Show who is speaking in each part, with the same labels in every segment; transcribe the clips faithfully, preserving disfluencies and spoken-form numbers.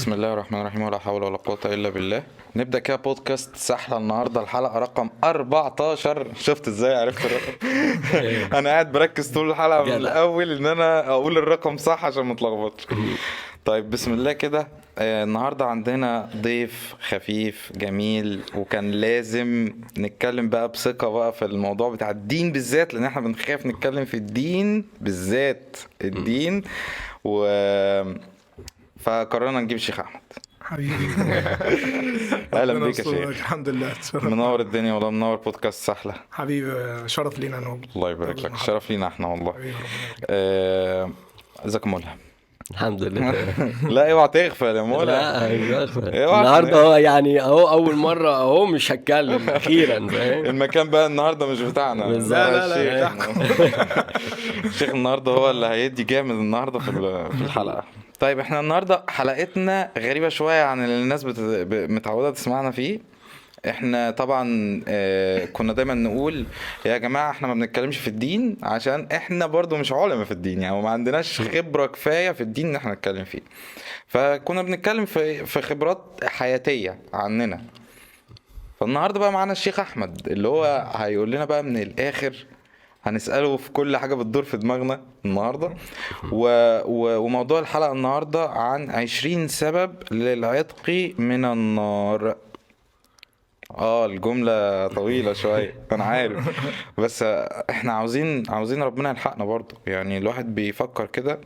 Speaker 1: بسم الله الرحمن الرحيم، ولا حول ولا قوة إلا بالله. نبدأ كده بودكاست سحلة النهاردة، الحلقة رقم أربعتاشر. شفت ازاي عرفت الرقم؟ أنا قاعد بركز طول الحلقة من
Speaker 2: جدع.
Speaker 1: الأول إن أنا أقول الرقم صح عشان متلخبطش. طيب بسم الله كده. آه، النهاردة عندنا ضيف خفيف جميل، وكان لازم نتكلم بقى بثقة بقى في الموضوع بتاع الدين بالذات، لأن احنا بنخاف نتكلم في الدين بالذات الدين و فقررنا نجيب الشيخ احمد.
Speaker 3: حبيبي.
Speaker 1: اهلا
Speaker 3: ربنا
Speaker 1: بيك يا
Speaker 3: يسترك.
Speaker 1: شيخ.
Speaker 3: الحمد لله اتشرف.
Speaker 1: منور الدنيا والله، منور بودكاست سحلة.
Speaker 3: حبيبي، شرف لينا انا.
Speaker 1: الله يبارك لك، الشرف لينا احنا والله.
Speaker 3: حبيبي، ربنا يبارك.
Speaker 1: آه، ازيك يا مولها؟
Speaker 2: الحمد لله.
Speaker 1: لا اوعى تغفل يا مولها.
Speaker 2: لا أيوة.
Speaker 1: إيه
Speaker 2: النهارده هو يعني اهو اول مره اهو مش هتكلم اخيرا، فاهم؟
Speaker 1: المكان بقى النهارده مش بتاعنا.
Speaker 2: بالظبط.
Speaker 3: لا، لا، لا،
Speaker 1: الشيخ الشيخ النهارده هو اللي هيدي جامد النهارده في ال- في الحلقه. طيب احنا النهارده حلقتنا غريبه شويه عن اللي الناس بت... ب- متعوده تسمعنا فيه. احنا طبعا آه، كنا دايما نقول يا جماعه احنا ما بنتكلمش في الدين عشان احنا برضو مش علماء في الدين، يعني ما عندناش خبره كفايه في الدين ان احنا نتكلم فيه. فكنا بنتكلم في في خبرات حياتيه عننا. فالنهارده بقى معانا الشيخ احمد اللي هو هيقول لنا بقى من الاخر، هنسأله في كل حاجة بتدور في دماغنا النهاردة. و... و... وموضوع الحلقة النهاردة عن عشرين سبب للعتق من النار. اه الجملة طويلة شوية انا عارف، بس احنا عاوزين عاوزين ربنا يلحقنا برضو. يعني الواحد بيفكر كده،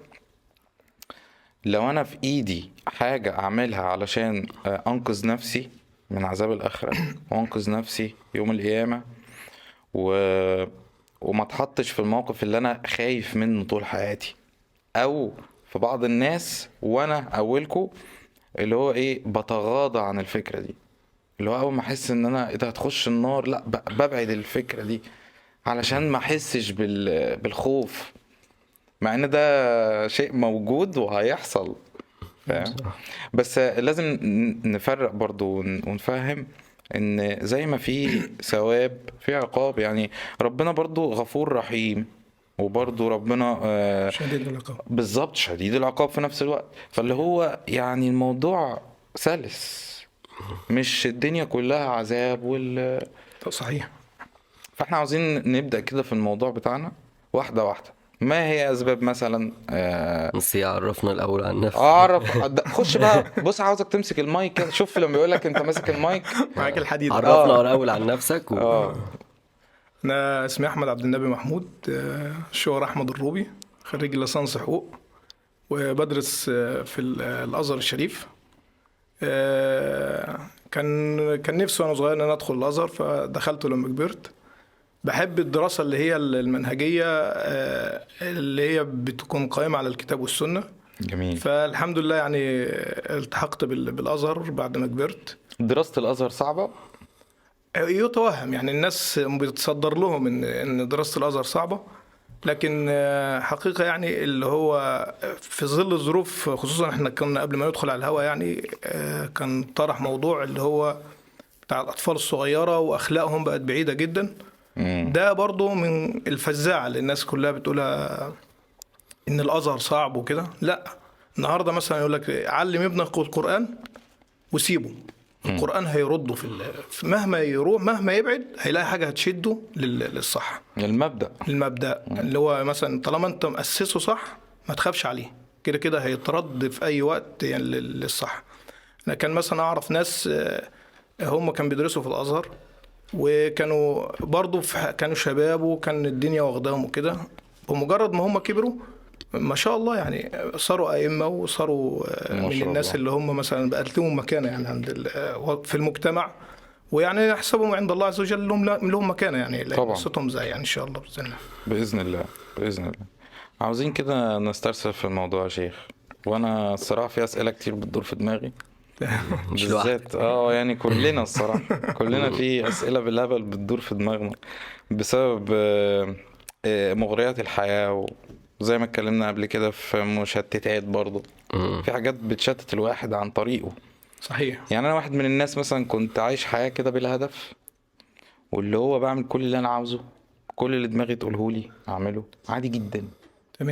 Speaker 1: لو انا في ايدي حاجة اعملها علشان انقذ نفسي من عذاب الاخرة وانقذ نفسي يوم القيامة، و... وما اتحطش في الموقف اللي انا خايف منه طول حياتي، او في بعض الناس وانا اولكو اللي هو ايه بتغاضى عن الفكرة دي، اللي هو اول ما احس ان انا اذا هتخش النار لا ب- ببعد الفكرة دي علشان ما احسش بال... بالخوف، مع ان ده شيء موجود وهيحصل، فاهم؟ بس لازم ن- نفرق برضو ون- ونفهم ان زي ما في ثواب في عقاب. يعني ربنا برضو غفور رحيم، وبرضو ربنا آه،
Speaker 3: شديد العقاب.
Speaker 1: بالظبط شديد العقاب في نفس الوقت. فاللي هو يعني الموضوع سلس، مش الدنيا كلها عذاب وال...
Speaker 3: صحيح.
Speaker 1: فاحنا عاوزين نبدأ كده في الموضوع بتاعنا واحدة واحدة. ما هي أسباب مثلا آه،
Speaker 2: بس يعرفنا الاول عن نفسك.
Speaker 1: اعرف أد- خش بقى. بص عاوزك تمسك المايك كده، شوف لما بيقول لك انت ماسك المايك.
Speaker 3: معاك الحديد.
Speaker 2: عرفنا الاول عن نفسك و...
Speaker 1: اه
Speaker 3: انا اسمي احمد عبد النبي محمود، آه، شهر احمد الروبي، خريج ليسانس حقوق، وبدرس آه، في ال- آه، الازهر الشريف. آه، كان كان نفسي وانا صغير ان انا ادخل الازهر، فدخلته لما كبرت. بحب الدراسة اللي هي المنهجية، آه، اللي هي بتكون قائمة على الكتاب والسنة.
Speaker 1: جميل.
Speaker 3: فالحمد لله يعني التحقت بال- بالأزهر بعد ما كبرت.
Speaker 1: دراسة الازهر صعبة.
Speaker 3: يتوهم يعني الناس بتصدر لهم ان ان دراسة الأزهر صعبة، لكن آه، حقيقة يعني اللي هو في ظل الظروف، خصوصا احنا كنا قبل ما ندخل على الهوا يعني آه، كان طرح موضوع اللي هو بتاع الأطفال الصغيرة وأخلاقهم بقت بعيدة جدا.
Speaker 1: مم.
Speaker 3: ده برضو من الفزاعة اللي الناس كلها بتقولها ان الازهر صعب وكده. لا، النهارده مثلا يقول لك علم ابنك القران وسيبه، القران هيرده في ال- في مهما يروح مهما يبعد هيلاقي حاجه هتشده لل- للصح،
Speaker 1: المبدأ.
Speaker 3: المبدا اللي هو مثلا طالما انت مؤسسه صح ما تخافش عليه، كده كده هيترد في اي وقت يعني لل- للصح. انا كان مثلا اعرف ناس آه، هم كانوا بيدرسوا في الازهر، وكانوا برضو في كانوا شباب وكان الدنيا واخداهم وكده، بمجرد ما هم كبروا ما شاء الله يعني صاروا أئمة وصاروا آه،
Speaker 1: ما
Speaker 3: من
Speaker 1: شاء
Speaker 3: الناس
Speaker 1: الله.
Speaker 3: اللي هم مثلا بقت لهم مكانة يعني عند ال- آه، في المجتمع، ويعني نحسبهم عند الله عز وجل لهم لهم مكانة يعني، لأن
Speaker 1: طبعا.
Speaker 3: صوتهم زي يعني إن شاء الله بإذن الله.
Speaker 1: بإذن الله بإذن الله. عاوزين كده نسترسل في الموضوع يا شيخ، وانا الصراحة في اسئلة كتير بتدور في دماغي
Speaker 2: مش
Speaker 1: بالذات. اه يعني كلنا الصراحة كلنا في اسئلة بالهبل بتدور في دماغنا بسبب آه، آه، مغريات الحياة، وزي ما اتكلمنا قبل كده في مشتتات برضو،
Speaker 2: مم.
Speaker 1: في حاجات بتشتت الواحد عن طريقه.
Speaker 3: صحيح.
Speaker 1: يعني انا واحد من الناس مثلا كنت عايش حياة كده بلا هدف، واللي هو بعمل كل اللي انا عاوزه، كل اللي دماغي تقوله لي اعمله عادي جدا.
Speaker 3: تمام.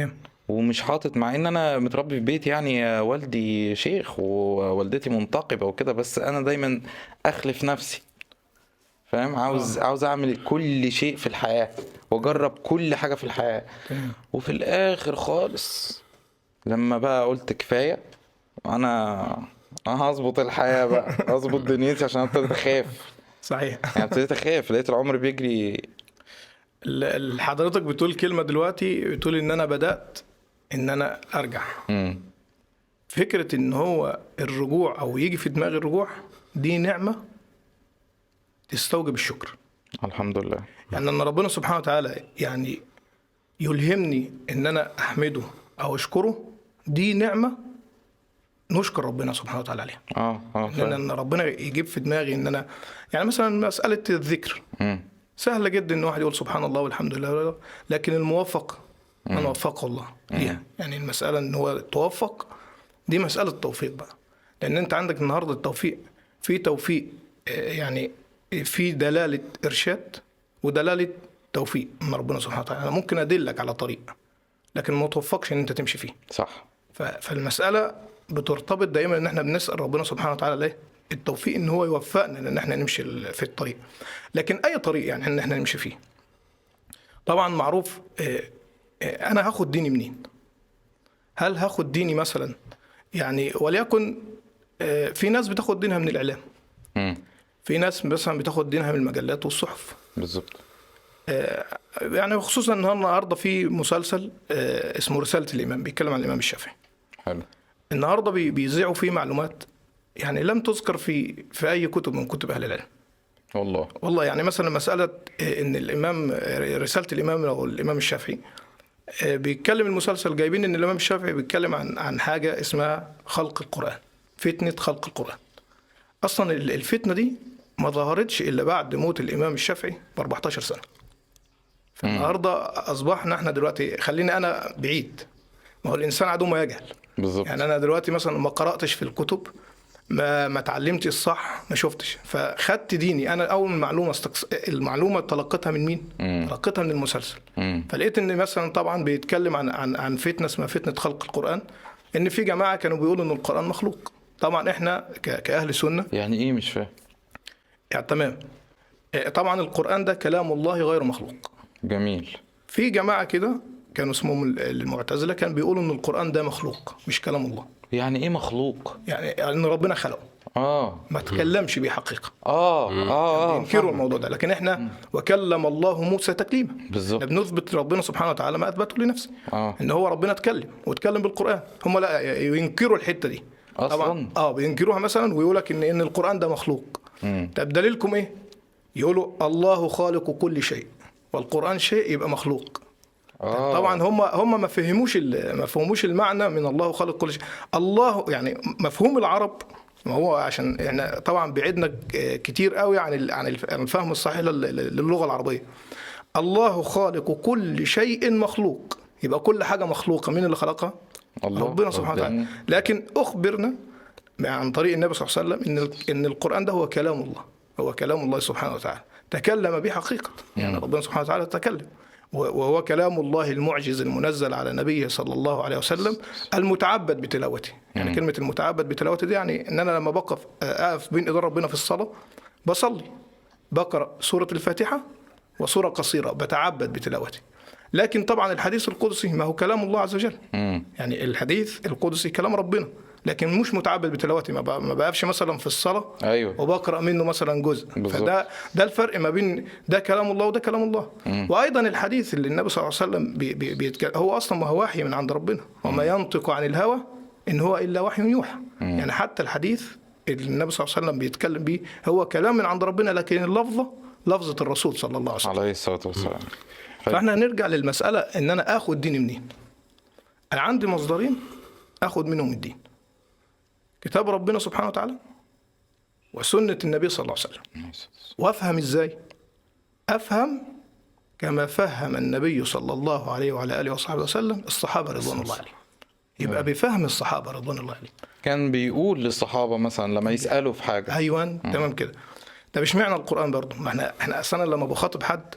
Speaker 1: ومش حاطط، مع ان انا متربي في بيت يعني والدي شيخ ووالدتي منتقبة وكده، بس انا دايما اخلف نفسي، فاهم؟ عاوز عاوز اعمل كل شيء في الحياة واجرب كل حاجة في الحياة. وفي الاخر خالص لما بقى قلت كفاية، انا انا هظبط الحياة بقى، هظبط دنيتي، عشان أنا ابتديت اخاف.
Speaker 3: صحيح.
Speaker 1: يعني ابتديت اخاف، لقيت العمر بيجري.
Speaker 3: ال- ال- حضرتك بتقول كلمة دلوقتي، بتقول ان انا بدأت ان انا ارجع.
Speaker 1: امم
Speaker 3: فكرة ان هو الرجوع او يجي في دماغي الرجوع، دي نعمة تستوجب الشكر.
Speaker 1: الحمد لله.
Speaker 3: يعني ان ربنا سبحانه وتعالى يعني يلهمني ان انا احمده او اشكره، دي نعمة نشكر ربنا سبحانه وتعالى عليها.
Speaker 1: اه اه
Speaker 3: ان
Speaker 1: فعلا.
Speaker 3: ان ربنا يجيب في دماغي ان انا يعني مثلا مسألة الذكر
Speaker 1: امم
Speaker 3: سهلة جدا ان واحد يقول سبحان الله والحمد لله، لكن الموفق من وفقه الله ليها. يعني المسألة ان هو توفق، دي مسألة توفيق بقى. لان انت عندك النهاردة التوفيق، في توفيق آه، يعني في دلالة ارشاد ودلالة توفيق من ربنا سبحانه وتعالى. انا ممكن ادلك على طريق لكن ما توفقش ان انت تمشي فيه.
Speaker 1: صح.
Speaker 3: ف- فالمسألة بترتبط دائما ان احنا بنسأل ربنا سبحانه وتعالى ليه التوفيق، ان هو يوفقنا ان احنا نمشي ال- في الطريق. لكن اي طريق يعني ان احنا نمشي فيه، طبعا معروف. آه، آه، انا هاخد ديني منين؟ هل هاخد ديني مثلا يعني وليكن آه، في ناس بتاخد دينها من الاعلام،
Speaker 1: امم
Speaker 3: في ناس مثلا بتاخد دينها من المجلات والصحف.
Speaker 1: بالظبط.
Speaker 3: آه، يعني خصوصا ان النهارده في مسلسل آه، اسمه رسالة الامام، بيتكلم عن الامام الشافعي.
Speaker 1: حلو.
Speaker 3: النهارده بي- بيذيعوا فيه معلومات يعني لم تذكر في في اي كتب من كتب اهل العلم.
Speaker 1: والله.
Speaker 3: والله يعني مثلا مساله ان الامام رساله الامام او الامام الشافعي بيتكلم المسلسل، جايبين ان الامام الشافعي بيتكلم عن عن حاجه اسمها خلق القران، فتنه خلق القران. اصلا الفتنه دي ما ظهرتش الا بعد موت الامام الشافعي ب أربعتاشر سنه. فالنهارده اصبحنا احنا دلوقتي، خليني انا بعيد، ما هو الانسان عدو ما يجهل.
Speaker 1: بالظبط.
Speaker 3: يعني انا دلوقتي مثلا ما قراتش في الكتب، ما ما اتعلمتش الصح، ما شفتش، فخدت ديني انا. اول معلومه استقص... المعلومه تلقيتها من مين؟
Speaker 1: مم.
Speaker 3: تلقيتها من المسلسل.
Speaker 1: امم
Speaker 3: فلقيت ان مثلا طبعا بيتكلم عن عن عن فتنه اسمها فتنه خلق القران، ان في جماعه كانوا بيقولوا ان القران مخلوق. طبعا احنا ك... كاهل سنه
Speaker 1: يعني ايه؟ مش فاهم.
Speaker 3: يعني تمام. آه، طبعا القران ده كلام الله غير مخلوق.
Speaker 1: جميل.
Speaker 3: في جماعه كده كانوا اسمهم المعتزله، كان بيقولوا ان القران ده مخلوق مش كلام الله،
Speaker 1: يعني ايه مخلوق؟
Speaker 3: يعني ان ربنا خلقه
Speaker 1: اه
Speaker 3: ما تكلمش بيه حقيقه.
Speaker 1: اه اه اه
Speaker 3: ينكروا
Speaker 1: فاهمك.
Speaker 3: الموضوع ده، لكن احنا وكلم الله موسى تكليما.
Speaker 1: بالظبط.
Speaker 3: احنا بنثبت ربنا سبحانه وتعالى ما اثبته لنفسه،
Speaker 1: اه
Speaker 3: ان هو ربنا اتكلم واتكلم بالقران. هم لا ينكروا الحته دي
Speaker 1: أصلاً؟
Speaker 3: طبعا. اه بينكروها مثلا ويقول لك ان ان القران ده مخلوق.
Speaker 1: مم.
Speaker 3: طب دليلكم ايه؟ يقولوا الله خالق كل شيء والقران شيء يبقى مخلوق.
Speaker 1: اه
Speaker 3: طبعا هم هم ما فهموش ال- ما فهموش المعنى من الله خالق كل شيء. الله يعني مفهوم العرب، ما هو عشان احنا طبعا بعدنا كتير قوي عن ال- عن الف- عن الفهم الصحيح لل- للغه العربيه. الله خالق كل شيء مخلوق، يبقى كل حاجه مخلوقه، مين اللي خلقها؟
Speaker 1: الله.
Speaker 3: ربنا سبحانه وتعالى. لكن اخبرنا عن طريق النبي صلى الله عليه وسلم ان ال- ان القران ده هو كلام الله، هو كلام الله سبحانه وتعالى، تكلم به حقيقه. يعني ربنا سبحانه وتعالى تكلم، وهو كلام الله المعجز المنزل على نبيه صلى الله عليه وسلم المتعبد بتلاوته. يعني كلمة المتعبد بتلاوته دي يعني ان انا لما بقف اقف بين ايدين ربنا في الصلاة بصلي، بقرأ سورة الفاتحة وسورة قصيرة بتعبد بتلاوته. لكن طبعا الحديث القدسي ما هو كلام الله عز وجل.
Speaker 1: مم.
Speaker 3: يعني الحديث القدسي كلام ربنا، لكن مش متعبد بتلاوته. ما بق- ما بقفش مثلا في الصلاة
Speaker 1: ايوه
Speaker 3: وبقرأ منه مثلا جزء.
Speaker 1: بالظبط.
Speaker 3: فده ده الفرق ما بين ده كلام الله وده كلام الله.
Speaker 1: مم.
Speaker 3: وايضا الحديث اللي النبي صلى الله عليه وسلم بي بي بيتكلم، هو اصلا ما هو وحي من عند ربنا، وما ينطق عن الهوى ان هو الا وحي يوحى. يعني حتى الحديث اللي النبي صلى الله عليه وسلم بيتكلم بيه هو كلام من عند ربنا، لكن اللفظه لفظه الرسول صلى الله عليه وسلم.
Speaker 1: عليه الصلاه والسلام. حلو.
Speaker 3: فاحنا هنرجع للمساله ان انا اخد ديني منين. انا عندي مصدرين اخد منهم الدين: كتاب ربنا سبحانه وتعالى وسنه النبي صلى الله عليه وسلم. وافهم ازاي؟ افهم كما فهم النبي صلى الله عليه وعلى اله وصحبه وسلم الصحابه رضوان الله عليهم. يبقى بفهم الصحابه رضوان الله عليهم.
Speaker 1: كان بيقول للصحابه مثلا لما يسالوا في حاجه.
Speaker 3: ايوه تمام كده. طب اشمعنى القران برضه؟ ما احنا احنا اصلا لما بخاطب حد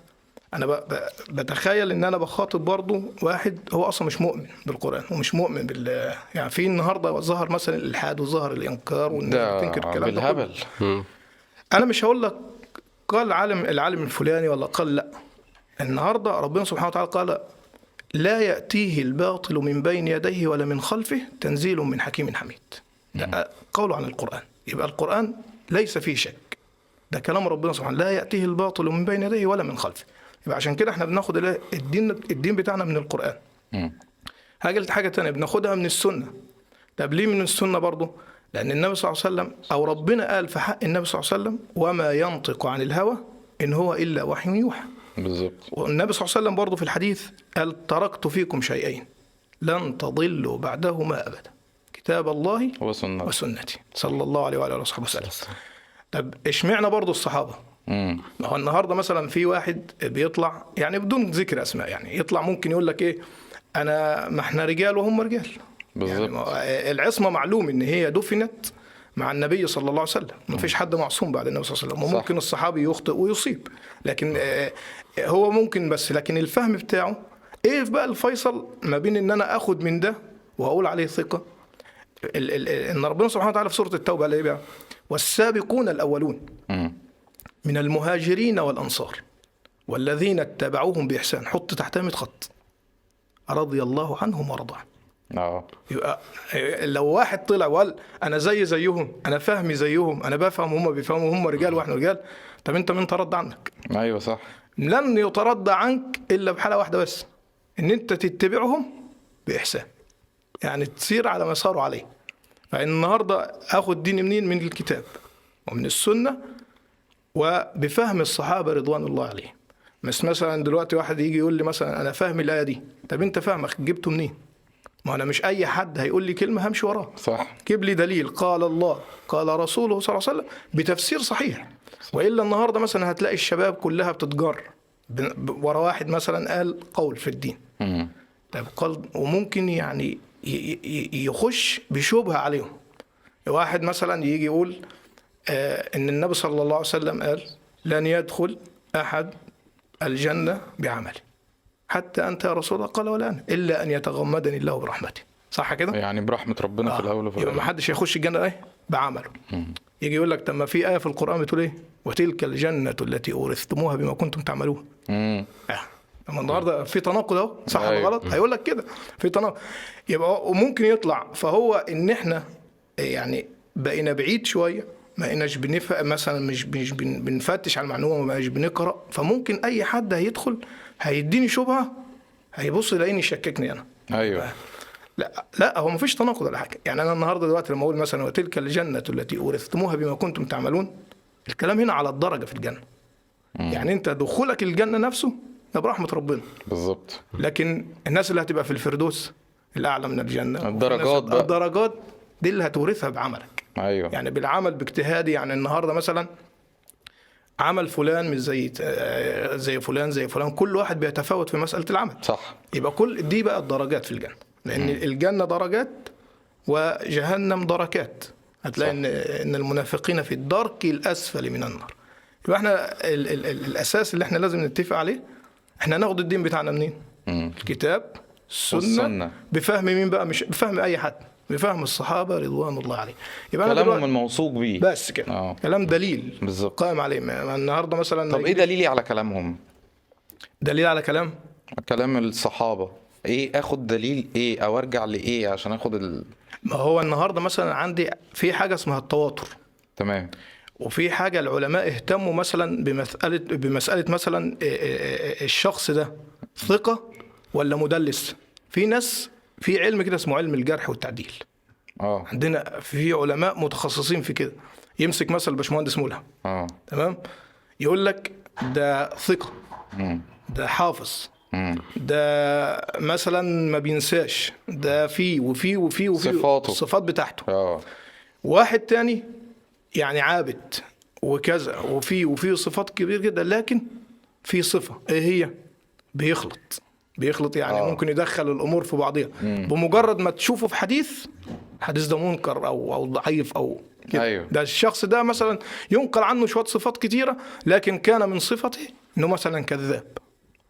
Speaker 3: انا ب- ب- بتخيل ان انا بخاطب برضه واحد هو اصلا مش مؤمن بالقران ومش مؤمن بال يعني في النهارده ظهر مثلا الالحاد وظهر الانكار والناس
Speaker 1: ده
Speaker 3: بتنكر الكلام ده كله.
Speaker 1: بالهبل.
Speaker 2: مم.
Speaker 3: انا مش هقول لك قال العالم العالم الفلاني ولا قال لا. النهارده ربنا سبحانه وتعالى قال لا يأتيه الباطل من بين يديه ولا من خلفه تنزيل من حكيم حميد. ده قوله عن القرآن. يبقى القرآن ليس فيه شك، ده كلام ربنا سبحانه لا يأتيه الباطل من بين يديه ولا من خلفه. يبقى عشان كده احنا بناخد الدين الدين بتاعنا من القرآن.
Speaker 1: مم.
Speaker 3: حاجة حاجة تانية بناخدها من السنة. طب ليه من السنة برضه؟ لأن النبي صلى الله عليه وسلم أو ربنا قال في حق النبي صلى الله عليه وسلم وما ينطق عن الهوى إن هو إلا وحي يوحى.
Speaker 1: بالظبط.
Speaker 3: والنبي صلى الله عليه وسلم برضه في الحديث قال تركت فيكم شيئين لن تضلوا بعدهما أبدا كتاب الله
Speaker 1: وسنة.
Speaker 3: وسنتي صلى الله عليه وآله وصحبه وسلم. طب اشمعنى برضه الصحابة؟
Speaker 1: مم.
Speaker 3: ما هو النهارده مثلا في واحد بيطلع يعني بدون ذكر اسماء يعني يطلع ممكن يقول لك ايه انا ما احنا رجال وهم رجال.
Speaker 1: بالظبط.
Speaker 3: يعني ما- العصمه معلوم ان هي دفنت مع النبي صلى الله عليه وسلم، ما فيش حد معصوم بعد النبي صلى الله عليه وسلم، وممكن الصحابي يخطئ ويصيب لكن آه، هو ممكن بس لكن الفهم بتاعه ايه بقى الفيصل ما بين ان انا اخد من ده واقول عليه ثقه. ال- ال- ان ربنا سبحانه وتعالى في سوره التوبه قال ايه بقى؟ والسابقون الاولون
Speaker 1: مم.
Speaker 3: من المهاجرين والأنصار والذين اتبعوهم بإحسان حط تحتها مية خط رضي الله عنهم ورضوا عنه.
Speaker 1: اه.
Speaker 3: يبقى لو واحد طلع وقال أنا زي زيهم أنا فهمي زيهم أنا بفهم هم بيفهموا هم رجال وإحنا رجال، طب أنت مين ترد عنك؟
Speaker 1: ايوه صح.
Speaker 3: لن يترضى عنك إلا بحالة واحدة بس، إن أنت تتبعهم بإحسان، يعني تسير على ما ساروا عليه. فالنهارده آخد ديني منين؟ من الكتاب ومن السنة وبفهم الصحابة رضوان الله عليهم. مش مثلا دلوقتي واحد يجي يقول لي مثلا أنا فاهم الآية دي، طب أنت فاهمك جبته منين؟ ما أنا مش أي حد هيقول لي كلمة همشي وراه.
Speaker 1: صح.
Speaker 3: جيب لي دليل قال الله قال رسوله صلى الله عليه وسلم بتفسير صحيح. وإلا النهاردة مثلا هتلاقي الشباب كلها بتتجر ب- ورا واحد مثلا قال قول في الدين.
Speaker 1: مم.
Speaker 3: طب قال وممكن يعني ي- ي- يخش بشبهة عليهم. واحد مثلا يجي يقول آه ان النبي صلى الله عليه وسلم قال لن يدخل احد الجنة بعمله حتى انت يا رسول الله قال ولا انا الا ان يتغمدني الله برحمته. صح كده؟
Speaker 1: يعني برحمة ربنا في الاول وفي
Speaker 3: يبقى ما
Speaker 1: الاخر.
Speaker 3: حدش هيخش الجنة ايه بعمله. يجي يقول لك طب ما في آية في القرآن بتقول ايه وتلك الجنة التي أورثتموها بما كنتم تعملون.
Speaker 1: مم.
Speaker 3: آه. اما النهارده في تناقض اهو صح ولا
Speaker 1: أيوة.
Speaker 3: غلط؟ هيقول لك كده في تناقض. يبقى وممكن يطلع فهو ان احنا يعني بقينا بعيد شويه ما بقيناش بنفهم مثلا مش مش بن- بنفتش على المعلومه مش بنقرا، فممكن اي حد هيدخل هيديني شبهه هيبص يلاقيني يشككني انا.
Speaker 1: ايوه.
Speaker 3: لا لا هو مفيش تناقض ولا حاجه. يعني انا النهارده دلوقتي لما اقول مثلا وتلك الجنه التي اورثتموها بما كنتم تعملون، الكلام هنا على الدرجه في الجنه. يعني انت دخولك الجنه نفسه ده برحمه ربنا.
Speaker 1: بالظبط.
Speaker 3: لكن الناس اللي هتبقى في الفردوس الأعلى من الجنة
Speaker 1: الدرجات
Speaker 3: والناس-
Speaker 1: بقى.
Speaker 3: الدرجات دي اللي هتورثها بعملك.
Speaker 1: ايوه.
Speaker 3: يعني بالعمل باجتهادي. يعني النهاردة مثلا عمل فلان مش زي آه، زي فلان زي فلان، كل واحد بيتفاوت في مسألة العمل.
Speaker 1: صح.
Speaker 3: يبقى كل دي بقى الدرجات في الجنة، لأن الجنة درجات وجهنم دركات. هتلاقي
Speaker 1: صح.
Speaker 3: ان ان المنافقين في الدرك الاسفل من النار. يبقى احنا ال ال ال الاساس اللي احنا لازم نتفق عليه، احنا ناخد الدين بتاعنا منين؟
Speaker 1: مم.
Speaker 3: الكتاب السنة,
Speaker 1: والسنة.
Speaker 3: بفهم مين بقى؟ مش بفهم اي حد، بفهم الصحابه رضوان الله عليهم. يبقى أنا
Speaker 1: كلامهم
Speaker 3: دلوقتي-
Speaker 1: الموثوق بيه.
Speaker 3: بس كده
Speaker 1: اه.
Speaker 3: كلام دليل
Speaker 1: بالظبط.
Speaker 3: قائم عليه. ما- النهارده مثلا
Speaker 1: طب ايه دليلي على كلامهم؟
Speaker 3: دليل على كلام؟
Speaker 1: كلام الصحابة ايه؟ اخد دليل ايه او ارجع لايه عشان اخد ال...
Speaker 3: ما هو النهارده مثلا عندي في حاجه اسمها التواتر،
Speaker 1: تمام.
Speaker 3: وفي حاجه العلماء اهتموا مثلا بمساله بمساله مثلا الشخص ده ثقه ولا مدلس. في ناس في علم كده اسمه علم الجرح والتعديل.
Speaker 1: اه.
Speaker 3: عندنا في علماء متخصصين في كده. يمسك مثلا الباشمهندس ملهم،
Speaker 1: اه.
Speaker 3: تمام، يقول لك ده ثقه،
Speaker 1: مم.
Speaker 3: ده حافظ،
Speaker 1: مم.
Speaker 3: ده مثلا ما بينساش، ده فيه وفيه وفيه وفيه
Speaker 1: صفاته.
Speaker 3: الصفات بتاعته.
Speaker 1: اه.
Speaker 3: واحد تاني يعني عابد وكذا وفيه وفيه صفات كبير جدا، لكن في صفة ايه هي؟ بيخلط بيخلط يعني
Speaker 1: آه.
Speaker 3: آه. ممكن يدخل الامور في بعضها.
Speaker 1: مم.
Speaker 3: بمجرد ما تشوفه في حديث الحديث ده منكر او او ضعيف او كده.
Speaker 1: أيوه.
Speaker 3: ده الشخص ده مثلا ينقل عنه شوية صفات كتيرة، لكن كان من صفته انه مثلا كذاب.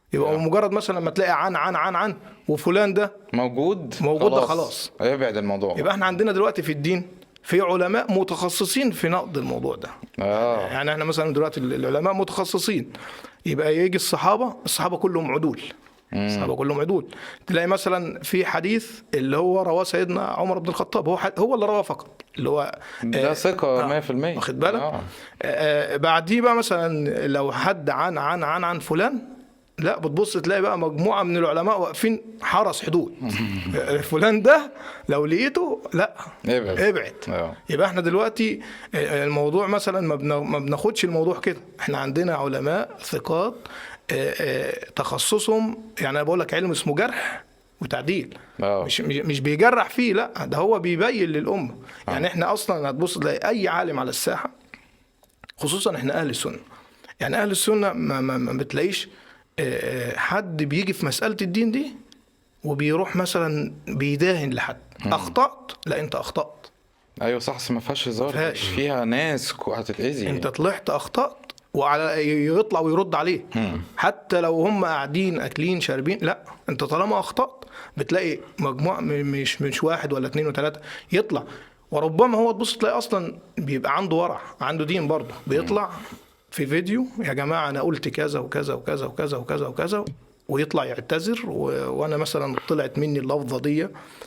Speaker 3: يبقى مجرد مثلا لما تلاقي عن عن عن عن وفلان ده
Speaker 1: موجود
Speaker 3: موجود ده خلاص.
Speaker 1: ابعد الموضوع.
Speaker 3: يبقى احنا عندنا دلوقتي في الدين في علماء متخصصين في نقد الموضوع ده.
Speaker 1: اه
Speaker 3: يعني احنا مثلا دلوقتي العلماء متخصصين، يبقى يجي الصحابه الصحابه كلهم عدول، الصحابه كلهم عدول. تلاقي مثلا في حديث اللي هو رواه سيدنا عمر بن الخطاب، هو هو اللي رواه فقط، اللي هو
Speaker 1: ده ثقه
Speaker 3: آه
Speaker 1: مية في المية.
Speaker 3: واخد بالك.
Speaker 1: آه.
Speaker 3: آه بعديه بقى مثلا لو حد عن عن عن عن فلان، لا بتبص تلاقي بقى مجموعه من العلماء واقفين حرس حدود. فلان ده لو لقيته لا
Speaker 1: ابعد
Speaker 3: ابعد.
Speaker 1: آه.
Speaker 3: يبقى احنا دلوقتي الموضوع مثلا ما بنا- ما بناخدش الموضوع كده، احنا عندنا علماء ثقات آه، آه، تخصصهم، يعني انا بقول لك علم اسمه جرح وتعديل.
Speaker 1: آه.
Speaker 3: مش مش مش بيجرح فيه، لا ده هو بيبين للامه. يعني احنا اصلا هتبص تلاقي اي عالم على الساحه، خصوصا احنا اهل السنه، يعني اهل السنه ما, ما, ما بتلاقيش آه، حد بيجي في مساله الدين دي وبيروح مثلا بيداهن لحد. اخطات، لا انت اخطات،
Speaker 1: ايوه صح، بس ما فيهاش هزار،
Speaker 3: فيهاش.
Speaker 1: فيها ناس كو- هتتأذي.
Speaker 3: انت طلعت اخطات وعلى يطلع ويرد عليه. حتى لو هم قاعدين اكلين شاربين، لا انت طالما اخطات بتلاقي مجموعه م- مش مش واحد ولا اتنين وتلاته يطلع، وربما هو تبص تلاقي اصلا بيبقى عنده ورع، عنده دين برضه، بيطلع في فيديو يا جماعه انا قلت كذا وكذا وكذا وكذا وكذا وكذا، ويطلع يعتذر و... وانا مثلا طلعت مني اللفظه دي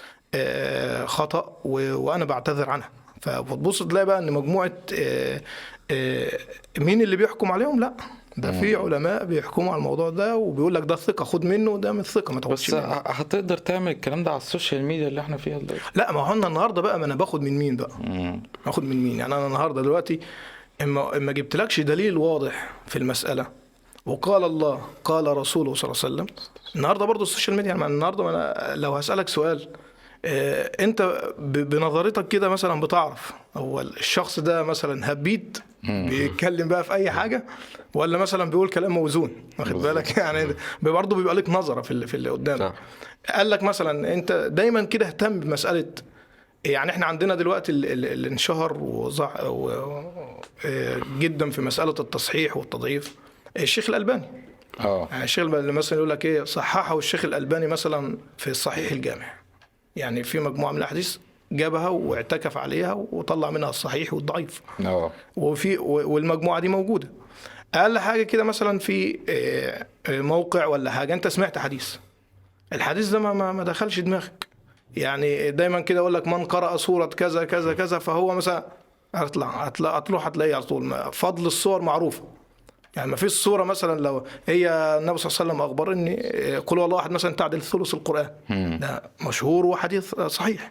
Speaker 3: آه، خطأ و... وانا بعتذر عنها. فبتبص تلاقي بقى ان مجموعه آه، آه، مين اللي بيحكم عليهم؟ لا ده في علماء بيحكموا على الموضوع ده وبيقول لك ده ثقه خد منه وده من ثقه ما تاخدش
Speaker 1: بس
Speaker 3: منه.
Speaker 1: ه- هتقدر تعمل الكلام ده على السوشيال ميديا اللي احنا فيها دلوقتي؟
Speaker 3: لا ما هو انا النهارده بقى ما انا باخد من مين بقى؟ باخد من مين؟ يعني انا النهارده دلوقتي اما اما جبتلكش دليل واضح في المساله وقال الله قال رسوله صلى الله عليه وسلم، النهارده برضو السوشيال ميديا، يعني النهارده ما انا لو هسالك سؤال آه، انت ب- بنظرتك كده مثلا بتعرف هو الشخص ده مثلا هبيد بيتكلم بقى في اي حاجه ولا مثلا بيقول كلام موزون، واخد بالك؟ يعني برضه بيبقى لك نظره في اللي في اللي قدامك.
Speaker 2: صح.
Speaker 3: قال لك مثلا انت دايما كده اهتم بمساله، يعني احنا عندنا دلوقتي ال- ال- اللي انشهر وظهر و- آه، جدا في مساله التصحيح والتضعيف الشيخ الالباني.
Speaker 1: اه
Speaker 3: يعني الشيخ الألباني مثلا يقول لك ايه، صححه الشيخ الالباني مثلا في الصحيح الجامع، يعني في مجموعه من الاحاديث جابها واعتكف عليها وطلع منها الصحيح والضعيف،
Speaker 1: اه
Speaker 3: وفي والمجموعه دي موجوده. اقل حاجه كده مثلا في آه، آه، موقع ولا حاجه انت سمعت حديث، الحديث ده ما ما ما دخلش دماغك، يعني دايما كده اقول لك من قرأ سوره كذا كذا كذا فهو مثلا هتطلع هتطلع هتروح هتلاقيه على طول ما- فضل الصور معروفه. يعني ما فيش صوره مثلا لو هي النبي صلى الله عليه وسلم اخبر ان قل هو الله احد مثلا تعدل ثلث القران، ده مشهور وحديث صحيح.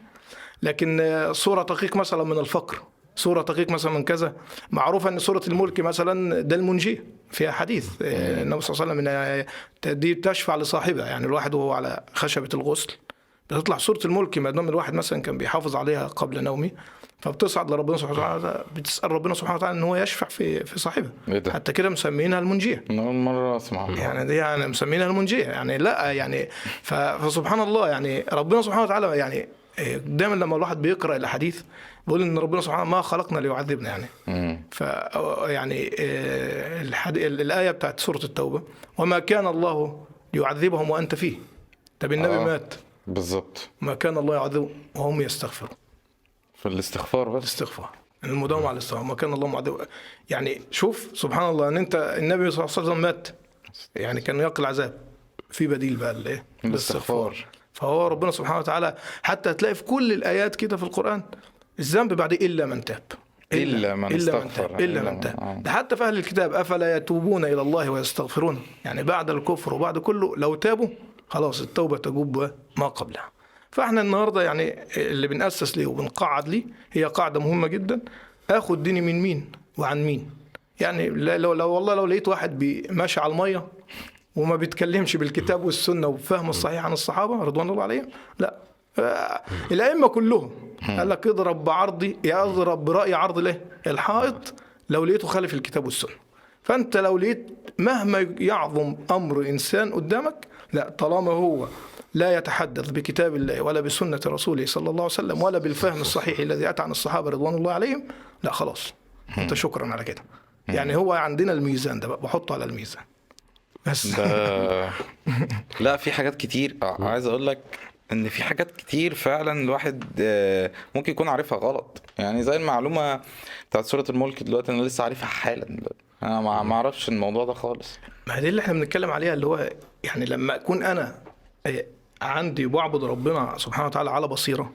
Speaker 3: لكن صوره تقيق مثلا من الفقر، صوره تقيق مثلا من كذا، معروفه ان سوره الملك مثلا ده المنجيه فيها حديث النبي صلى الله عليه وسلم ان دي تشفع لصاحبها، يعني الواحد وهو على خشبه الغسل بتطلع سوره الملك ما دام الواحد مثلا كان بيحافظ عليها قبل نومه فبتصعد لربنا سبحانه وتعالى، بتسال ربنا سبحانه وتعالى ان هو يشفع في في صاحبها.
Speaker 1: ايه ده؟
Speaker 3: حتى كده مسمينها المنجيه،
Speaker 1: من اول مره اسمع عنها.
Speaker 3: يعني دي يعني مسمينها المنجيه، يعني لا يعني ف- فسبحان الله، يعني ربنا سبحانه وتعالى يعني دايما لما الواحد بيقرا الاحاديث بيقول ان ربنا سبحانه ما خلقنا ليعذبنا، يعني
Speaker 1: مم.
Speaker 3: ف يعني آه، الحد... الايه بتاعت سوره التوبه وما كان الله ليعذبهم وانت فيه، طب النبي
Speaker 1: آه.
Speaker 3: مات
Speaker 1: بالظبط،
Speaker 3: ما كان الله يعذبهم وهم يستغفرون،
Speaker 1: في الاستغفار بس.
Speaker 3: الاستغفار المداومه على الاستغفار، ما كان الله معذب. يعني شوف سبحان الله ان انت النبي صلى الله عليه وسلم مات يعني كان يقي العذاب، في بديل بقى الايه؟
Speaker 1: الاستغفار.
Speaker 3: فهو ربنا سبحانه وتعالى حتى هتلاقي في كل الايات كده في القران الذنب بعد الا من تاب،
Speaker 1: إلا من
Speaker 3: إلا من
Speaker 1: استغفر.
Speaker 3: تاب إلا
Speaker 1: إلا
Speaker 3: من
Speaker 1: من-
Speaker 3: تاب.
Speaker 1: آه.
Speaker 3: ده حتى في أهل الكتاب أفلا يتوبون إلى الله ويستغفرون، يعني بعد الكفر وبعد كله لو تابوا خلاص التوبة تجوب ما قبلها. فاحنا النهاردة يعني اللي بنأسس ليه وبنقعد ليه هي قاعدة مهمة جدا، آخد ديني من مين وعن مين. يعني لو, لو والله لو لقيت واحد بي- ماشي على المية وما بيتكلمش بالكتاب والسنة وبفهم الصحيح عن الصحابة رضوان الله عليهم، لا آه، الأئمة كلهم قال لك اضرب بعرضي يا اضرب برأي عرض له الحائط لو لقيته خالف الكتاب والسنة. فأنت لو لقيت مهما يعظم أمر إنسان قدامك، لا طالما هو لا يتحدث بكتاب الله ولا بسنة رسوله صلى الله عليه وسلم ولا بالفهم الصحيح الذي أتى عن الصحابة رضوان الله عليهم، لا خلاص أنت شكرا على كده. يعني هو عندنا الميزان ده بقى بحطه على الميزان. بس
Speaker 1: ده لا، في حاجات كتير ع- عايز اقول لك ان في حاجات كتير فعلا الواحد آه، ممكن يكون عارفها غلط، يعني زي المعلومة بتاعت سورة الملك دلوقتي انا لسه عارفها حالا دلوقتي. انا ما ما اعرفش الموضوع ده خالص.
Speaker 3: ما هي دي اللي احنا بنتكلم عليها، اللي هو يعني لما اكون انا آه، عندي بعبد ربنا سبحانه وتعالى على بصيرة،